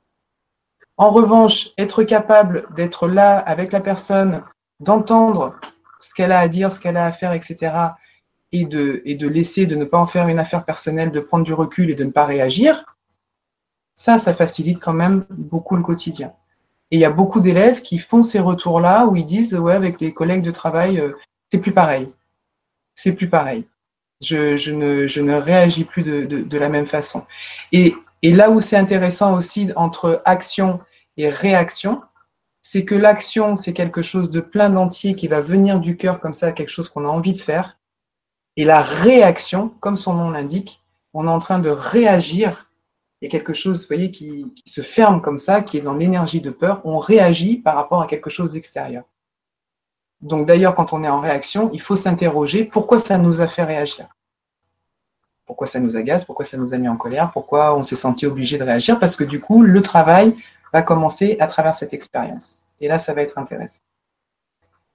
En revanche, être capable d'être là avec la personne, d'entendre ce qu'elle a à dire, ce qu'elle a à faire, etc., et de laisser, de ne pas en faire une affaire personnelle, de prendre du recul et de ne pas réagir, ça facilite quand même beaucoup le quotidien. Et il y a beaucoup d'élèves qui font ces retours-là où ils disent, ouais, avec les collègues de travail, c'est plus pareil. C'est plus pareil. Je ne réagis plus de la même façon. Et là où c'est intéressant aussi entre action et réaction, c'est que l'action, c'est quelque chose de plein d'entier qui va venir du cœur comme ça, quelque chose qu'on a envie de faire. Et la réaction, comme son nom l'indique, on est en train de réagir. Il y a quelque chose, vous voyez, qui se ferme comme ça, qui est dans l'énergie de peur. On réagit par rapport à quelque chose d'extérieur. Donc d'ailleurs, quand on est en réaction, il faut s'interroger pourquoi ça nous a fait réagir. Pourquoi ça nous agace, pourquoi ça nous a mis en colère, pourquoi on s'est senti obligé de réagir, parce que du coup, le travail va commencer à travers cette expérience. Et là, ça va être intéressant.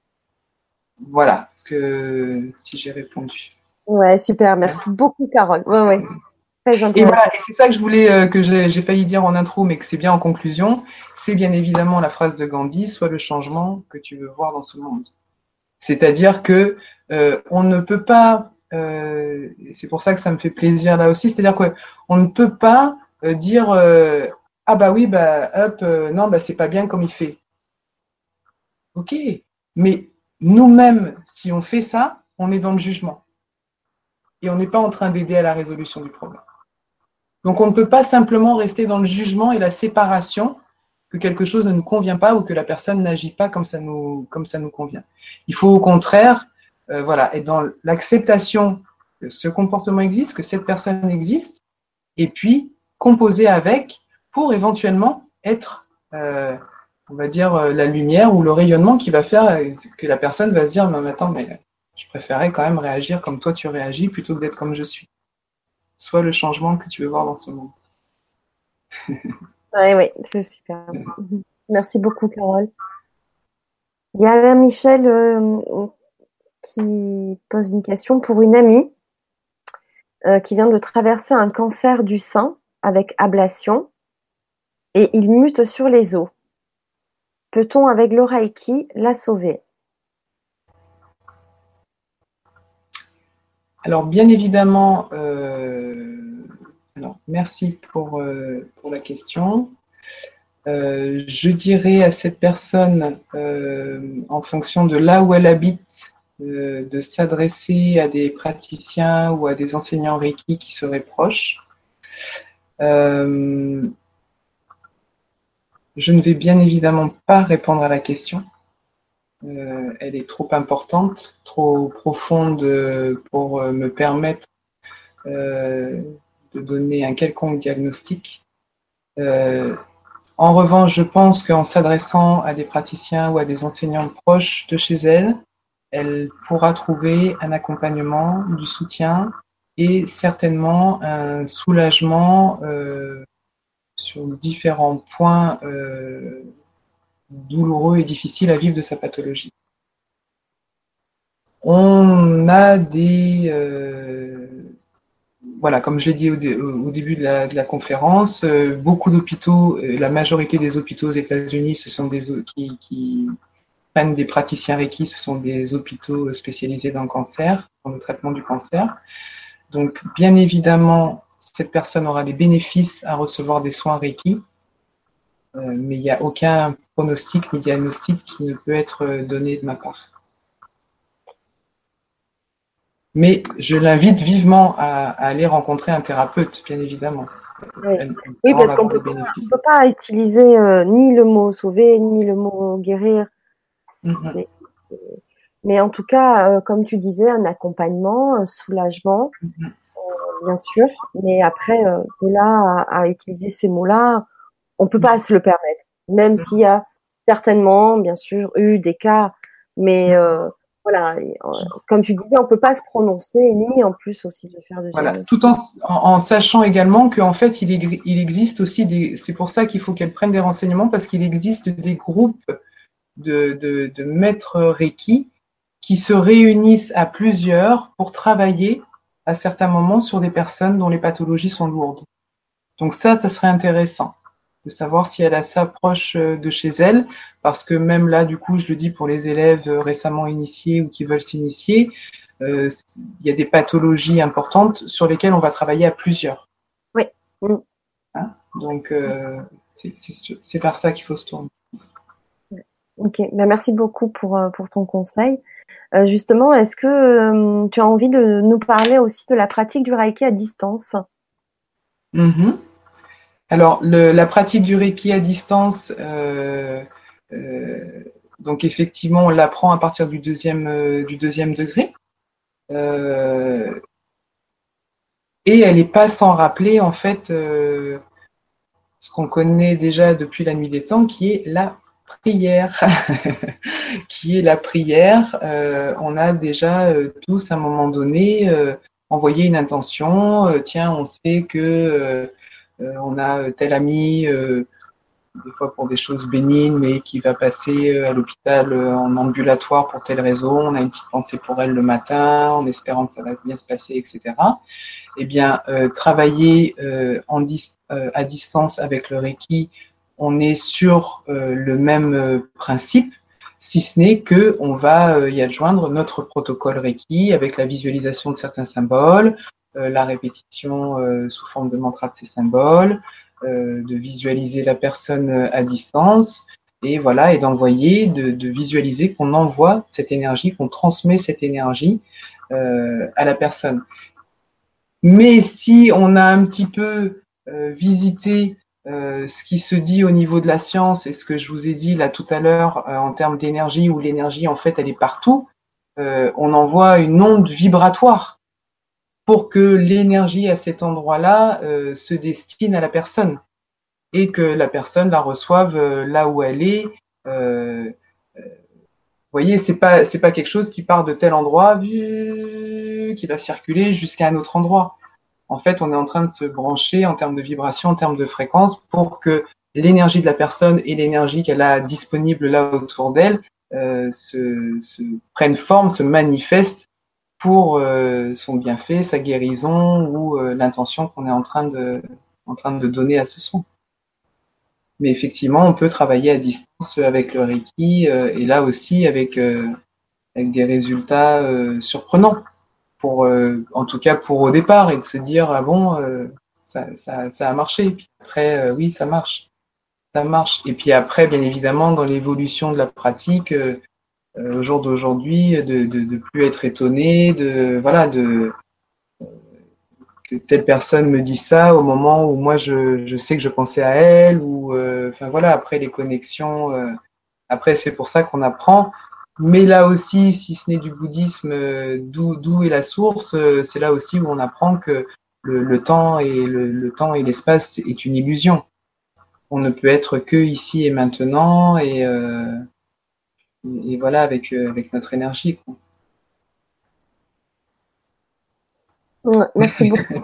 voilà si j'ai répondu. Ouais, super. Merci beaucoup, Carole. Ouais. Très Et intéressant. voilà, et c'est ça que je voulais, que j'ai failli dire en intro, mais que c'est bien en conclusion. C'est bien évidemment la phrase de Gandhi, sois le changement que tu veux voir dans ce monde. C'est-à-dire que on ne peut pas, c'est pour ça que ça me fait plaisir là aussi, c'est-à-dire qu'on ne peut pas dire ah bah oui, bah hop, non, bah c'est pas bien comme il fait. Ok, mais nous-mêmes, si on fait ça, on est dans le jugement. Et on n'est pas en train d'aider à la résolution du problème. Donc on ne peut pas simplement rester dans le jugement et la séparation que quelque chose ne nous convient pas ou que la personne n'agit pas comme ça nous convient. Il faut au contraire voilà, être dans l'acceptation que ce comportement existe, que cette personne existe, et puis composer avec pour éventuellement être, on va dire, la lumière ou le rayonnement qui va faire que la personne va se dire, mais attends, mais je préférais quand même réagir comme toi tu réagis plutôt que d'être comme je suis. Sois le changement que tu veux voir dans ce monde. Oui, c'est super. Merci beaucoup, Carole. Il y a Alain Michel qui pose une question pour une amie qui vient de traverser un cancer du sein avec ablation et il mute sur les os. Peut-on, avec le Reiki, la sauver? Alors, bien évidemment, alors, merci pour la question. Je dirais à cette personne, en fonction de là où elle habite, de s'adresser à des praticiens ou à des enseignants Reiki qui seraient proches. Je ne vais bien évidemment pas répondre à la question. Elle est trop importante, trop profonde pour me permettre de donner un quelconque diagnostic. En revanche, je pense qu'en s'adressant à des praticiens ou à des enseignants proches de chez elle, elle pourra trouver un accompagnement, du soutien et certainement un soulagement sur différents points douloureux et difficiles à vivre de sa pathologie. On a des voilà, comme je l'ai dit au début de la conférence, beaucoup d'hôpitaux, la majorité des hôpitaux aux États-Unis, ce sont des qui prennent des praticiens Reiki, ce sont des hôpitaux spécialisés dans le cancer, dans le traitement du cancer. Donc, bien évidemment, cette personne aura des bénéfices à recevoir des soins Reiki, mais il n'y a aucun pronostic ni diagnostic qui ne peut être donné de ma part. Mais je l'invite vivement à aller rencontrer un thérapeute, bien évidemment. Oui, parce qu'on ne peut pas utiliser ni le mot sauver, ni le mot guérir. Mais en tout cas, comme tu disais, un accompagnement, un soulagement, bien sûr. Mais après, de là à utiliser ces mots-là, on ne peut pas se le permettre. Même s'il y a certainement, bien sûr, eu des cas. Mais voilà, comme tu disais, on ne peut pas se prononcer, ni en plus aussi de faire de diagnostic. Tout en sachant également qu'en fait, il existe aussi c'est pour ça qu'il faut qu'elle prenne des renseignements, parce qu'il existe des groupes de maîtres Reiki qui se réunissent à plusieurs pour travailler à certains moments sur des personnes dont les pathologies sont lourdes. Donc ça serait intéressant de savoir si elle a ça proche de chez elle, parce que même là, du coup, je le dis pour les élèves récemment initiés ou qui veulent s'initier, il y a des pathologies importantes sur lesquelles on va travailler à plusieurs. Oui. Hein, donc, c'est vers ça qu'il faut se tourner. Ok, ben, merci beaucoup pour ton conseil. Justement, est-ce que tu as envie de nous parler aussi de la pratique du Reiki à distance? Alors, la pratique du Reiki à distance, donc effectivement, on l'apprend à partir du deuxième degré. Et elle n'est pas sans rappeler, en fait, ce qu'on connaît déjà depuis la nuit des temps, qui est la prière. Qui est la prière. On a déjà tous, à un moment donné, envoyé une intention. Tiens, on sait que on a tel ami des fois pour des choses bénignes, mais qui va passer à l'hôpital en ambulatoire pour telle raison. On a une petite pensée pour elle le matin, en espérant que ça va bien se passer, etc. Eh bien, travailler à distance avec le Reiki, on est sur le même principe, si ce n'est que on va y adjoindre notre protocole Reiki avec la visualisation de certains symboles, la répétition sous forme de mantra de ces symboles, de visualiser la personne à distance, et voilà, et d'envoyer, de visualiser qu'on envoie cette énergie, qu'on transmet cette énergie à la personne. Mais si on a un petit peu visité ce qui se dit au niveau de la science et ce que je vous ai dit là tout à l'heure en termes d'énergie, où l'énergie en fait elle est partout, on envoie une onde vibratoire pour que l'énergie à cet endroit-là se destine à la personne et que la personne la reçoive là où elle est. Vous voyez, c'est pas quelque chose qui part de tel endroit, qui va circuler jusqu'à un autre endroit. En fait, on est en train de se brancher en termes de vibration, en termes de fréquence, pour que l'énergie de la personne et l'énergie qu'elle a disponible là autour d'elle se prennent forme, se manifestent pour son bienfait, sa guérison ou l'intention qu'on est en train de donner à ce soin. Mais effectivement, on peut travailler à distance avec le Reiki et là aussi avec des résultats surprenants. En tout cas pour au départ, et de se dire ah bon, ça a marché. Et puis après, oui, ça marche. Et puis après, bien évidemment, dans l'évolution de la pratique, au jour d'aujourd'hui, de plus être étonné, que telle personne me dit ça au moment où moi je sais que je pensais à elle, ou enfin voilà, après les connexions, après c'est pour ça qu'on apprend. Mais là aussi, si ce n'est du bouddhisme, d'où est la source, c'est là aussi où on apprend que le temps et le temps et l'espace est une illusion. On ne peut être que ici et maintenant, et voilà, avec notre énergie, quoi. Ouais, merci beaucoup.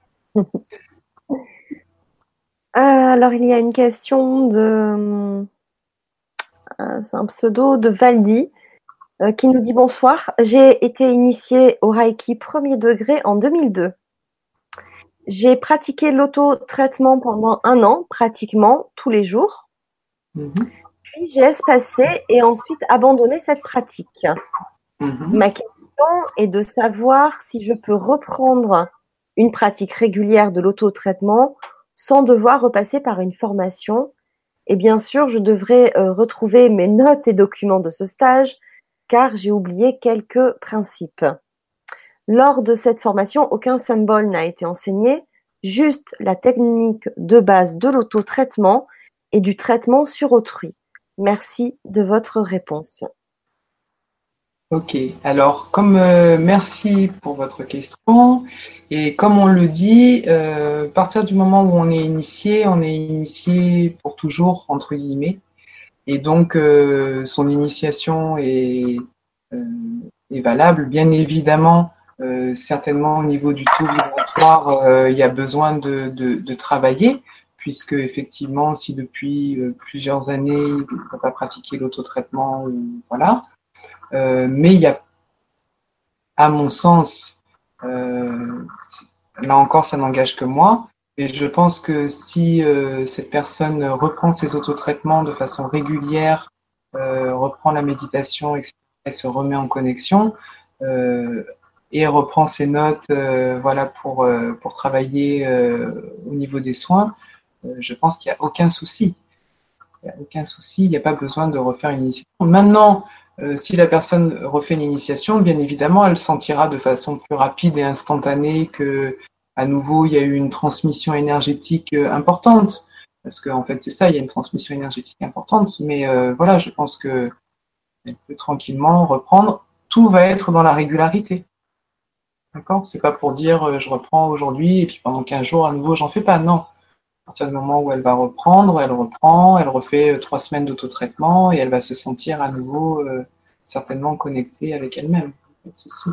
Alors, il y a une question c'est un pseudo de Valdi qui nous dit bonsoir. J'ai été initiée au Reiki premier degré en 2002. J'ai pratiqué l'auto-traitement pendant 1 an, pratiquement tous les jours. Mhm. Puis j'ai espacé et ensuite abandonné cette pratique. Mhm. Ma question est de savoir si je peux reprendre une pratique régulière de l'auto-traitement sans devoir repasser par une formation. Et bien sûr, je devrais retrouver mes notes et documents de ce stage car j'ai oublié quelques principes. Lors de cette formation, aucun symbole n'a été enseigné, juste la technique de base de l'auto-traitement et du traitement sur autrui. Merci de votre réponse. Ok, alors merci pour votre question. Et comme on le dit, à partir du moment où on est initié pour toujours, entre guillemets. Et donc, son initiation euh, est valable. Bien évidemment, certainement au niveau du taux vibratoire, il y a besoin de travailler, puisque effectivement, si depuis plusieurs années, il ne peut pas pratiquer l'autotraitement, voilà. Mais il y a, à mon sens, là encore, ça n'engage que moi. Et je pense que si cette personne reprend ses autotraitements de façon régulière, reprend la méditation, etc., et se remet en connexion, euh, et reprend ses notes voilà, pour travailler au niveau des soins, je pense qu'il n'y a aucun souci. Il n'y a aucun souci, il n'y a pas besoin de refaire une initiation. Maintenant, si la personne refait une initiation, bien évidemment, elle sentira de façon plus rapide et instantanée que, à nouveau, il y a eu une transmission énergétique importante. Parce qu'en fait, c'est ça, il y a une transmission énergétique importante. Mais voilà, je pense qu'elle peut tranquillement reprendre. Tout va être dans la régularité. D'accord? C'est pas pour dire je reprends aujourd'hui et puis pendant 15 jours à nouveau j'en fais pas. Non. À partir du moment où elle va reprendre, elle reprend, elle refait 3 semaines d'autotraitement et elle va se sentir à nouveau certainement connectée avec elle-même. Pas de souci.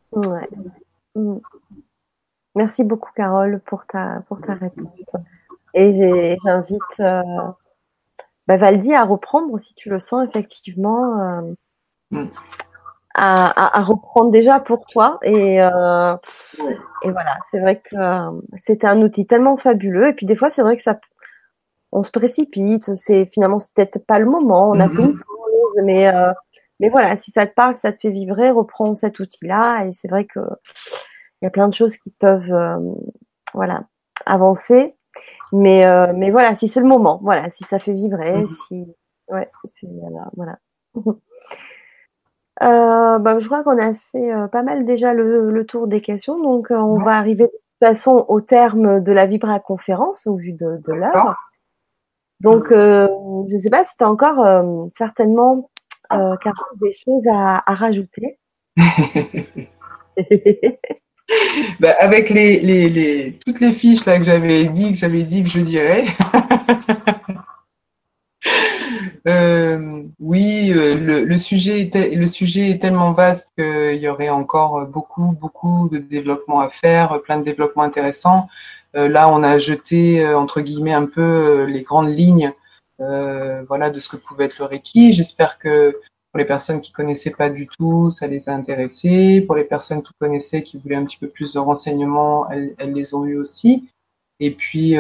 Ouais. Merci beaucoup, Carole, pour ta réponse. Et j'invite Valdi à reprendre, si tu le sens effectivement, Mm. à reprendre déjà pour toi. Ouais. Et voilà, c'est vrai que c'était un outil tellement fabuleux. Et puis des fois, c'est vrai que on se précipite. C'est peut-être pas le moment. On a fait une Mhm. pause, mais voilà, si ça te parle, ça te fait vibrer, reprends cet outil-là. Et c'est vrai que il y a plein de choses qui peuvent, voilà, avancer. Mais voilà, si c'est le moment, voilà, si ça fait vibrer, Mhm. ouais, voilà. Je crois qu'on a fait pas mal déjà le tour des questions, donc on Ouais. va arriver de toute façon au terme de la Vibra conférence au vu de D'accord. l'heure. Donc, je ne sais pas si tu as encore certainement Carole, des choses à rajouter. Bah, avec toutes les fiches là que j'avais dit que je dirais. Oui, le sujet est tellement vaste qu'il y aurait encore beaucoup de développement à faire, plein de développements intéressants. Là, on a jeté entre guillemets un peu les grandes lignes, voilà, de ce que pouvait être le Reiki. J'espère que pour les personnes qui connaissaient pas du tout, ça les a intéressés. Pour les personnes qui connaissaient, qui voulaient un petit peu plus de renseignements, elles les ont eu aussi. Et puis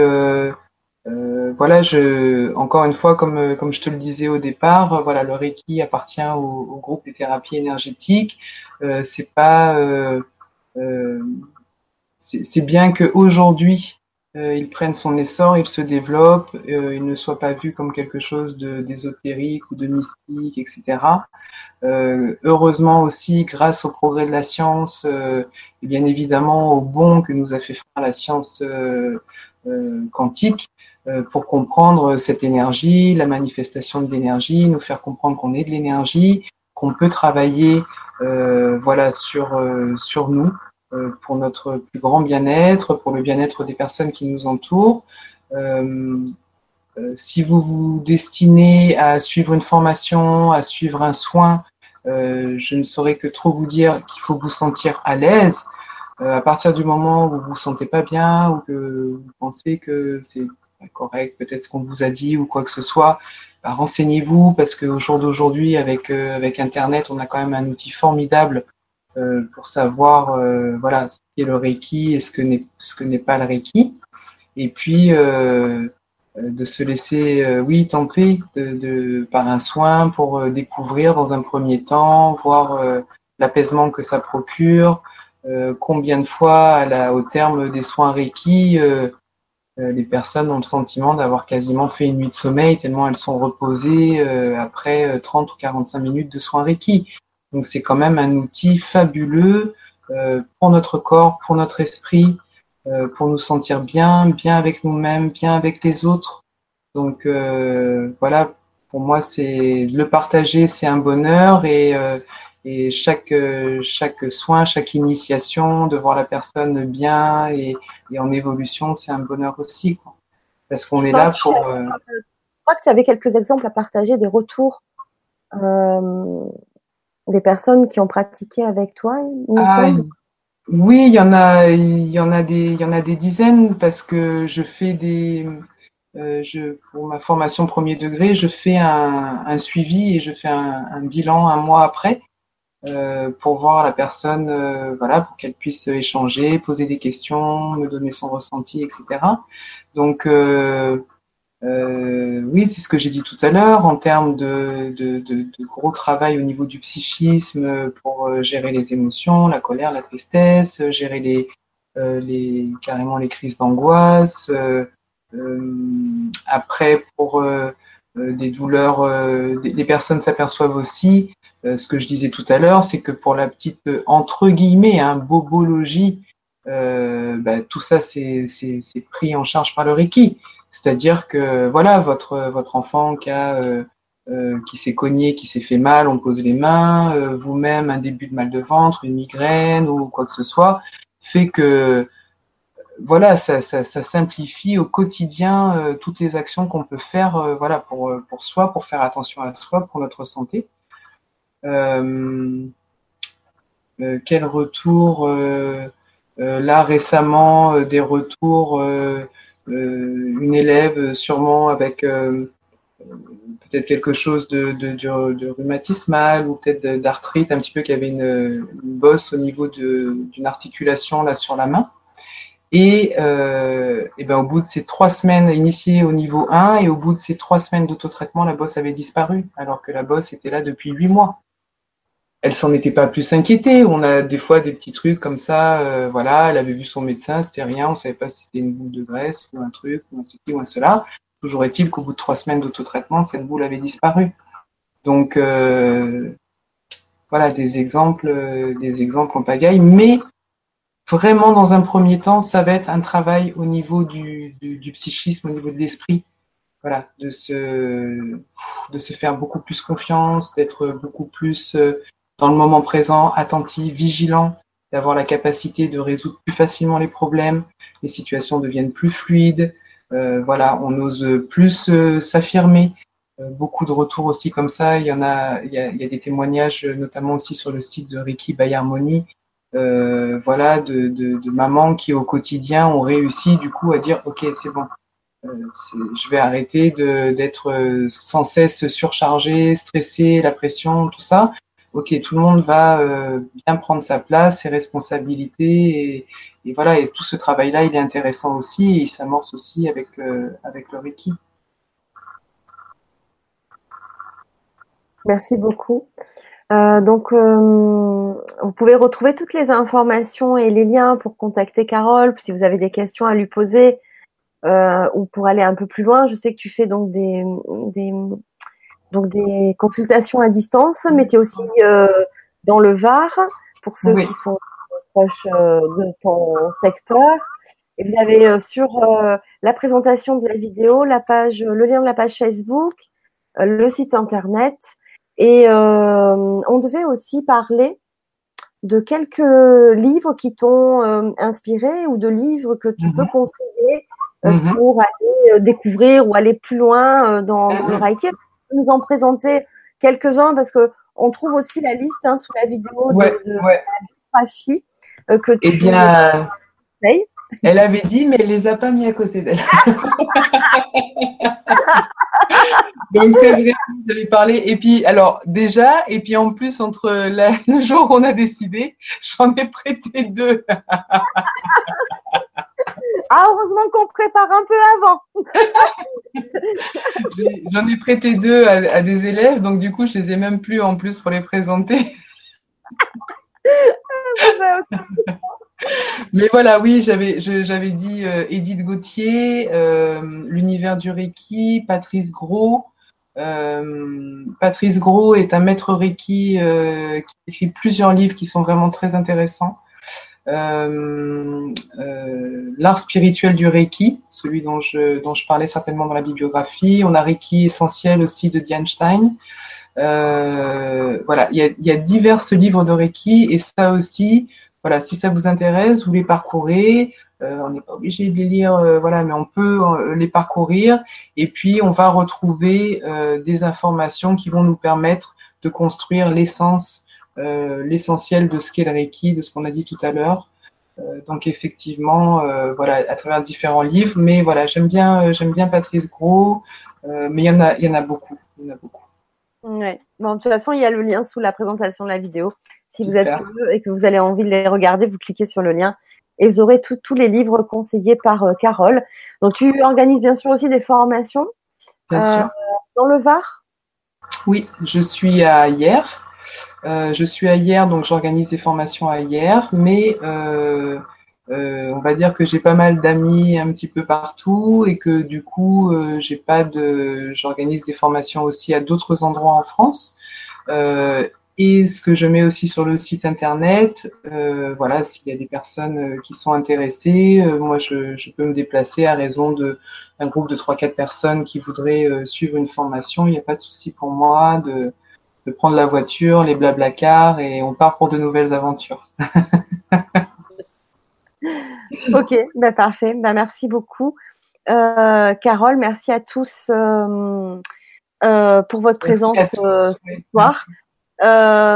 voilà, encore une fois, comme je te le disais au départ, voilà, le Reiki appartient au groupe des thérapies énergétiques. C'est pas, euh, c'est bien qu'aujourd'hui, il prenne son essor, il se développe, il ne soit pas vu comme quelque chose d'ésotérique ou de mystique, etc. Heureusement aussi, grâce au progrès de la science, et bien évidemment au bond que nous a fait faire la science quantique, pour comprendre cette énergie, la manifestation de l'énergie, nous faire comprendre qu'on est de l'énergie, qu'on peut travailler voilà, sur nous pour notre plus grand bien-être, pour le bien-être des personnes qui nous entourent. Euh, Si vous vous destinez à suivre une formation, à suivre un soin, je ne saurais que trop vous dire qu'il faut vous sentir à l'aise. À partir du moment où vous vous sentez pas bien ou que vous pensez que c'est pas correct, peut-être ce qu'on vous a dit ou quoi que ce soit, bah, renseignez-vous parce qu'au jour d'aujourd'hui, avec Internet, on a quand même un outil formidable pour savoir voilà, ce qu'est le Reiki et ce que n'est pas le Reiki. Et puis, de se laisser, oui, tenter par un soin pour découvrir dans un premier temps, voir l'apaisement que ça procure. Combien de fois, au terme des soins Reiki, les personnes ont le sentiment d'avoir quasiment fait une nuit de sommeil tellement elles sont reposées après 30 ou 45 minutes de soins Reiki. Donc c'est quand même un outil fabuleux pour notre corps, pour notre esprit, pour nous sentir bien avec nous-mêmes, bien avec les autres. Donc voilà, pour moi, c'est le partager, c'est un bonheur et chaque soin, chaque initiation, de voir la personne bien et en évolution, c'est un bonheur aussi, quoi. Parce qu'on Je est crois là que, pour. je crois que tu avais quelques exemples à partager, des retours euh, des personnes qui ont pratiqué avec toi, il me Ah semble. oui, il y en a des dizaines parce que je fais pour ma formation premier degré, je fais un suivi et je fais un bilan un mois après. Pour voir la personne, voilà, pour qu'elle puisse échanger, poser des questions, me donner son ressenti, etc. Donc, oui, c'est ce que j'ai dit tout à l'heure en termes de gros travail au niveau du psychisme pour gérer les émotions, la colère, la tristesse, gérer carrément les crises d'angoisse. Après, pour des douleurs, des personnes s'aperçoivent aussi, ce que je disais tout à l'heure, c'est que pour la petite, entre guillemets, hein, bobologie, bah, tout ça, c'est pris en charge par le Reiki. C'est-à-dire que voilà, votre enfant qui s'est cogné, qui s'est fait mal, on pose les mains, vous-même un début de mal de ventre, une migraine ou quoi que ce soit, fait que voilà, ça simplifie au quotidien toutes les actions qu'on peut faire voilà, pour soi, pour faire attention à soi, pour notre santé. Euh, Quel retour là récemment des retours une élève sûrement avec peut-être quelque chose de rhumatismal ou peut-être d'arthrite, un petit peu qui avait une bosse au niveau d'une articulation là sur la main. Et ben, au bout de ces 3 semaines initiées au niveau 1 et au bout de ces 3 semaines d'autotraitement, la bosse avait disparu, alors que la bosse était là depuis 8 mois. Elle s'en était pas plus inquiétée. On a des fois des petits trucs comme ça. Voilà, elle avait vu son médecin, c'était rien. On savait pas si c'était une boule de graisse ou un truc ou un ceci ou un cela. Toujours est-il qu'au bout de 3 semaines d'autotraitement, cette boule avait disparu. Donc voilà des exemples en pagaille. Mais vraiment, dans un premier temps, ça va être un travail au niveau du psychisme, au niveau de l'esprit. Voilà, de se faire beaucoup plus confiance, d'être beaucoup plus dans le moment présent, attentif, vigilant, d'avoir la capacité de résoudre plus facilement les problèmes, les situations deviennent plus fluides, voilà, on ose plus s'affirmer. Beaucoup de retours aussi comme ça, il y a des témoignages, notamment aussi sur le site de Reiki by Harmony, voilà, de mamans qui au quotidien ont réussi du coup à dire ok, c'est bon. Je vais arrêter d'être sans cesse surchargé, stressé, la pression, tout ça. Ok, tout le monde va bien prendre sa place, ses responsabilités, et voilà. Et tout ce travail-là, il est intéressant aussi, et il s'amorce aussi avec le Reiki. Merci beaucoup. Donc, vous pouvez retrouver toutes les informations et les liens pour contacter Carole si vous avez des questions à lui poser ou pour aller un peu plus loin. Je sais que tu fais donc des consultations à distance, mais tu es aussi dans le Var pour ceux Oui. qui sont proches de ton secteur. Et vous avez sur la présentation de la vidéo, le lien de la page Facebook, le site internet. Et on devait aussi parler de quelques livres qui t'ont inspiré ou de livres que tu peux conseiller pour aller découvrir ou aller plus loin dans le Reiki. Tu peux nous en présenter quelques-uns parce que on trouve aussi la liste sous la vidéo de la biographie que tu conseilles. Elle avait dit, mais elle les a pas mis à côté d'elle. Donc c'est vrai, vous avez parlé. Et puis alors déjà, et puis en plus entre le jour où on a décidé, j'en ai prêté 2. Ah, heureusement qu'on prépare un peu avant. J'en ai prêté 2 à des élèves, donc du coup je les ai même plus en plus pour les présenter. Mais voilà, oui, j'avais dit Edith Gauthier, l'univers du Reiki, Patrice Gros. Patrice Gros est un maître Reiki qui écrit plusieurs livres qui sont vraiment très intéressants. L'art spirituel du Reiki, celui dont je parlais certainement dans la bibliographie. On a Reiki essentiel aussi de Diane Stein. Voilà, il y a divers livres de Reiki et ça aussi. Voilà, si ça vous intéresse, vous les parcourez. On n'est pas obligé de les lire, voilà, mais on peut les parcourir. Et puis, on va retrouver des informations qui vont nous permettre de construire l'essentiel de ce qu'est le Reiki, de ce qu'on a dit tout à l'heure. Donc, effectivement, voilà, à travers différents livres. Mais voilà, j'aime bien Patrice Gros, mais il y en a beaucoup. Il y en a beaucoup. Ouais. Bon, de toute façon, il y a le lien sous la présentation de la vidéo. Si vous êtes curieux et que vous avez envie de les regarder, vous cliquez sur le lien et vous aurez tous les livres conseillés par Carole. Donc, tu organises bien sûr aussi des formations bien sûr. Dans le Var? Oui, je suis à Hyères. Donc j'organise des formations à Hyères, mais on va dire que j'ai pas mal d'amis un petit peu partout et que du coup, j'organise des formations aussi à d'autres endroits en France. Et ce que je mets aussi sur le site internet, voilà, s'il y a des personnes qui sont intéressées, moi je peux me déplacer à raison d'un groupe de 3-4 personnes qui voudraient suivre une formation. Il n'y a pas de souci pour moi de prendre la voiture, les blablacars et on part pour de nouvelles aventures. Ok, bah parfait. Bah merci beaucoup, Carole. Merci à tous pour votre présence ce soir.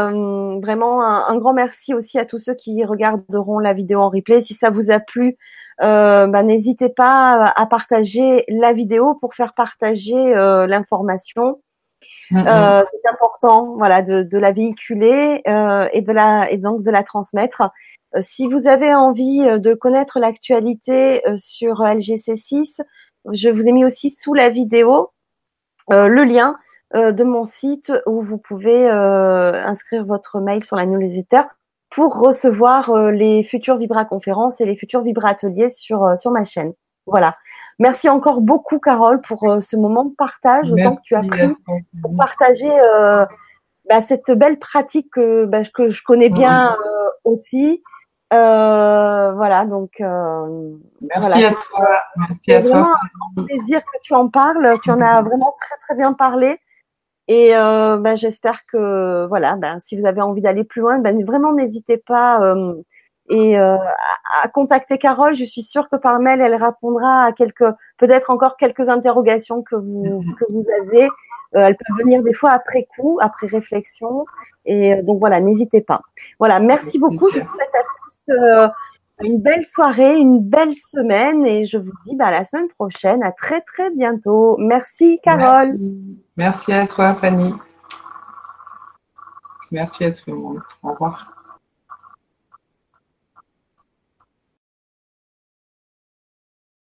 Vraiment un grand merci aussi à tous ceux qui regarderont la vidéo en replay. Si ça vous a plu, n'hésitez pas à partager la vidéo pour faire partager l'information. C'est important, voilà, de la véhiculer et donc de la transmettre. Si vous avez envie de connaître l'actualité sur LGC6, je vous ai mis aussi sous la vidéo le lien de mon site où vous pouvez inscrire votre mail sur la newsletter pour recevoir les futures Vibra-conférences et les futurs Vibra-ateliers sur ma chaîne. Voilà. Merci encore beaucoup, Carole, pour ce moment de partage, le temps que tu as pris pour partager cette belle pratique que je connais bien aussi. Voilà, donc merci à toi. Merci à toi. C'est vraiment un plaisir que tu en parles. Tu en as vraiment très très bien parlé. Et j'espère que voilà, si vous avez envie d'aller plus loin, vraiment n'hésitez pas à contacter Carole. Je suis sûre que par mail, elle répondra à peut-être encore quelques interrogations que vous avez. Elle peut venir des fois après coup, après réflexion. Et donc voilà, n'hésitez pas. Voilà, merci beaucoup. Je vous souhaite à tous une belle soirée, une belle semaine, et je vous dis à la semaine prochaine. À très très bientôt. Merci, Carole. Merci à toi, Fanny. Merci à tout le monde. Au revoir.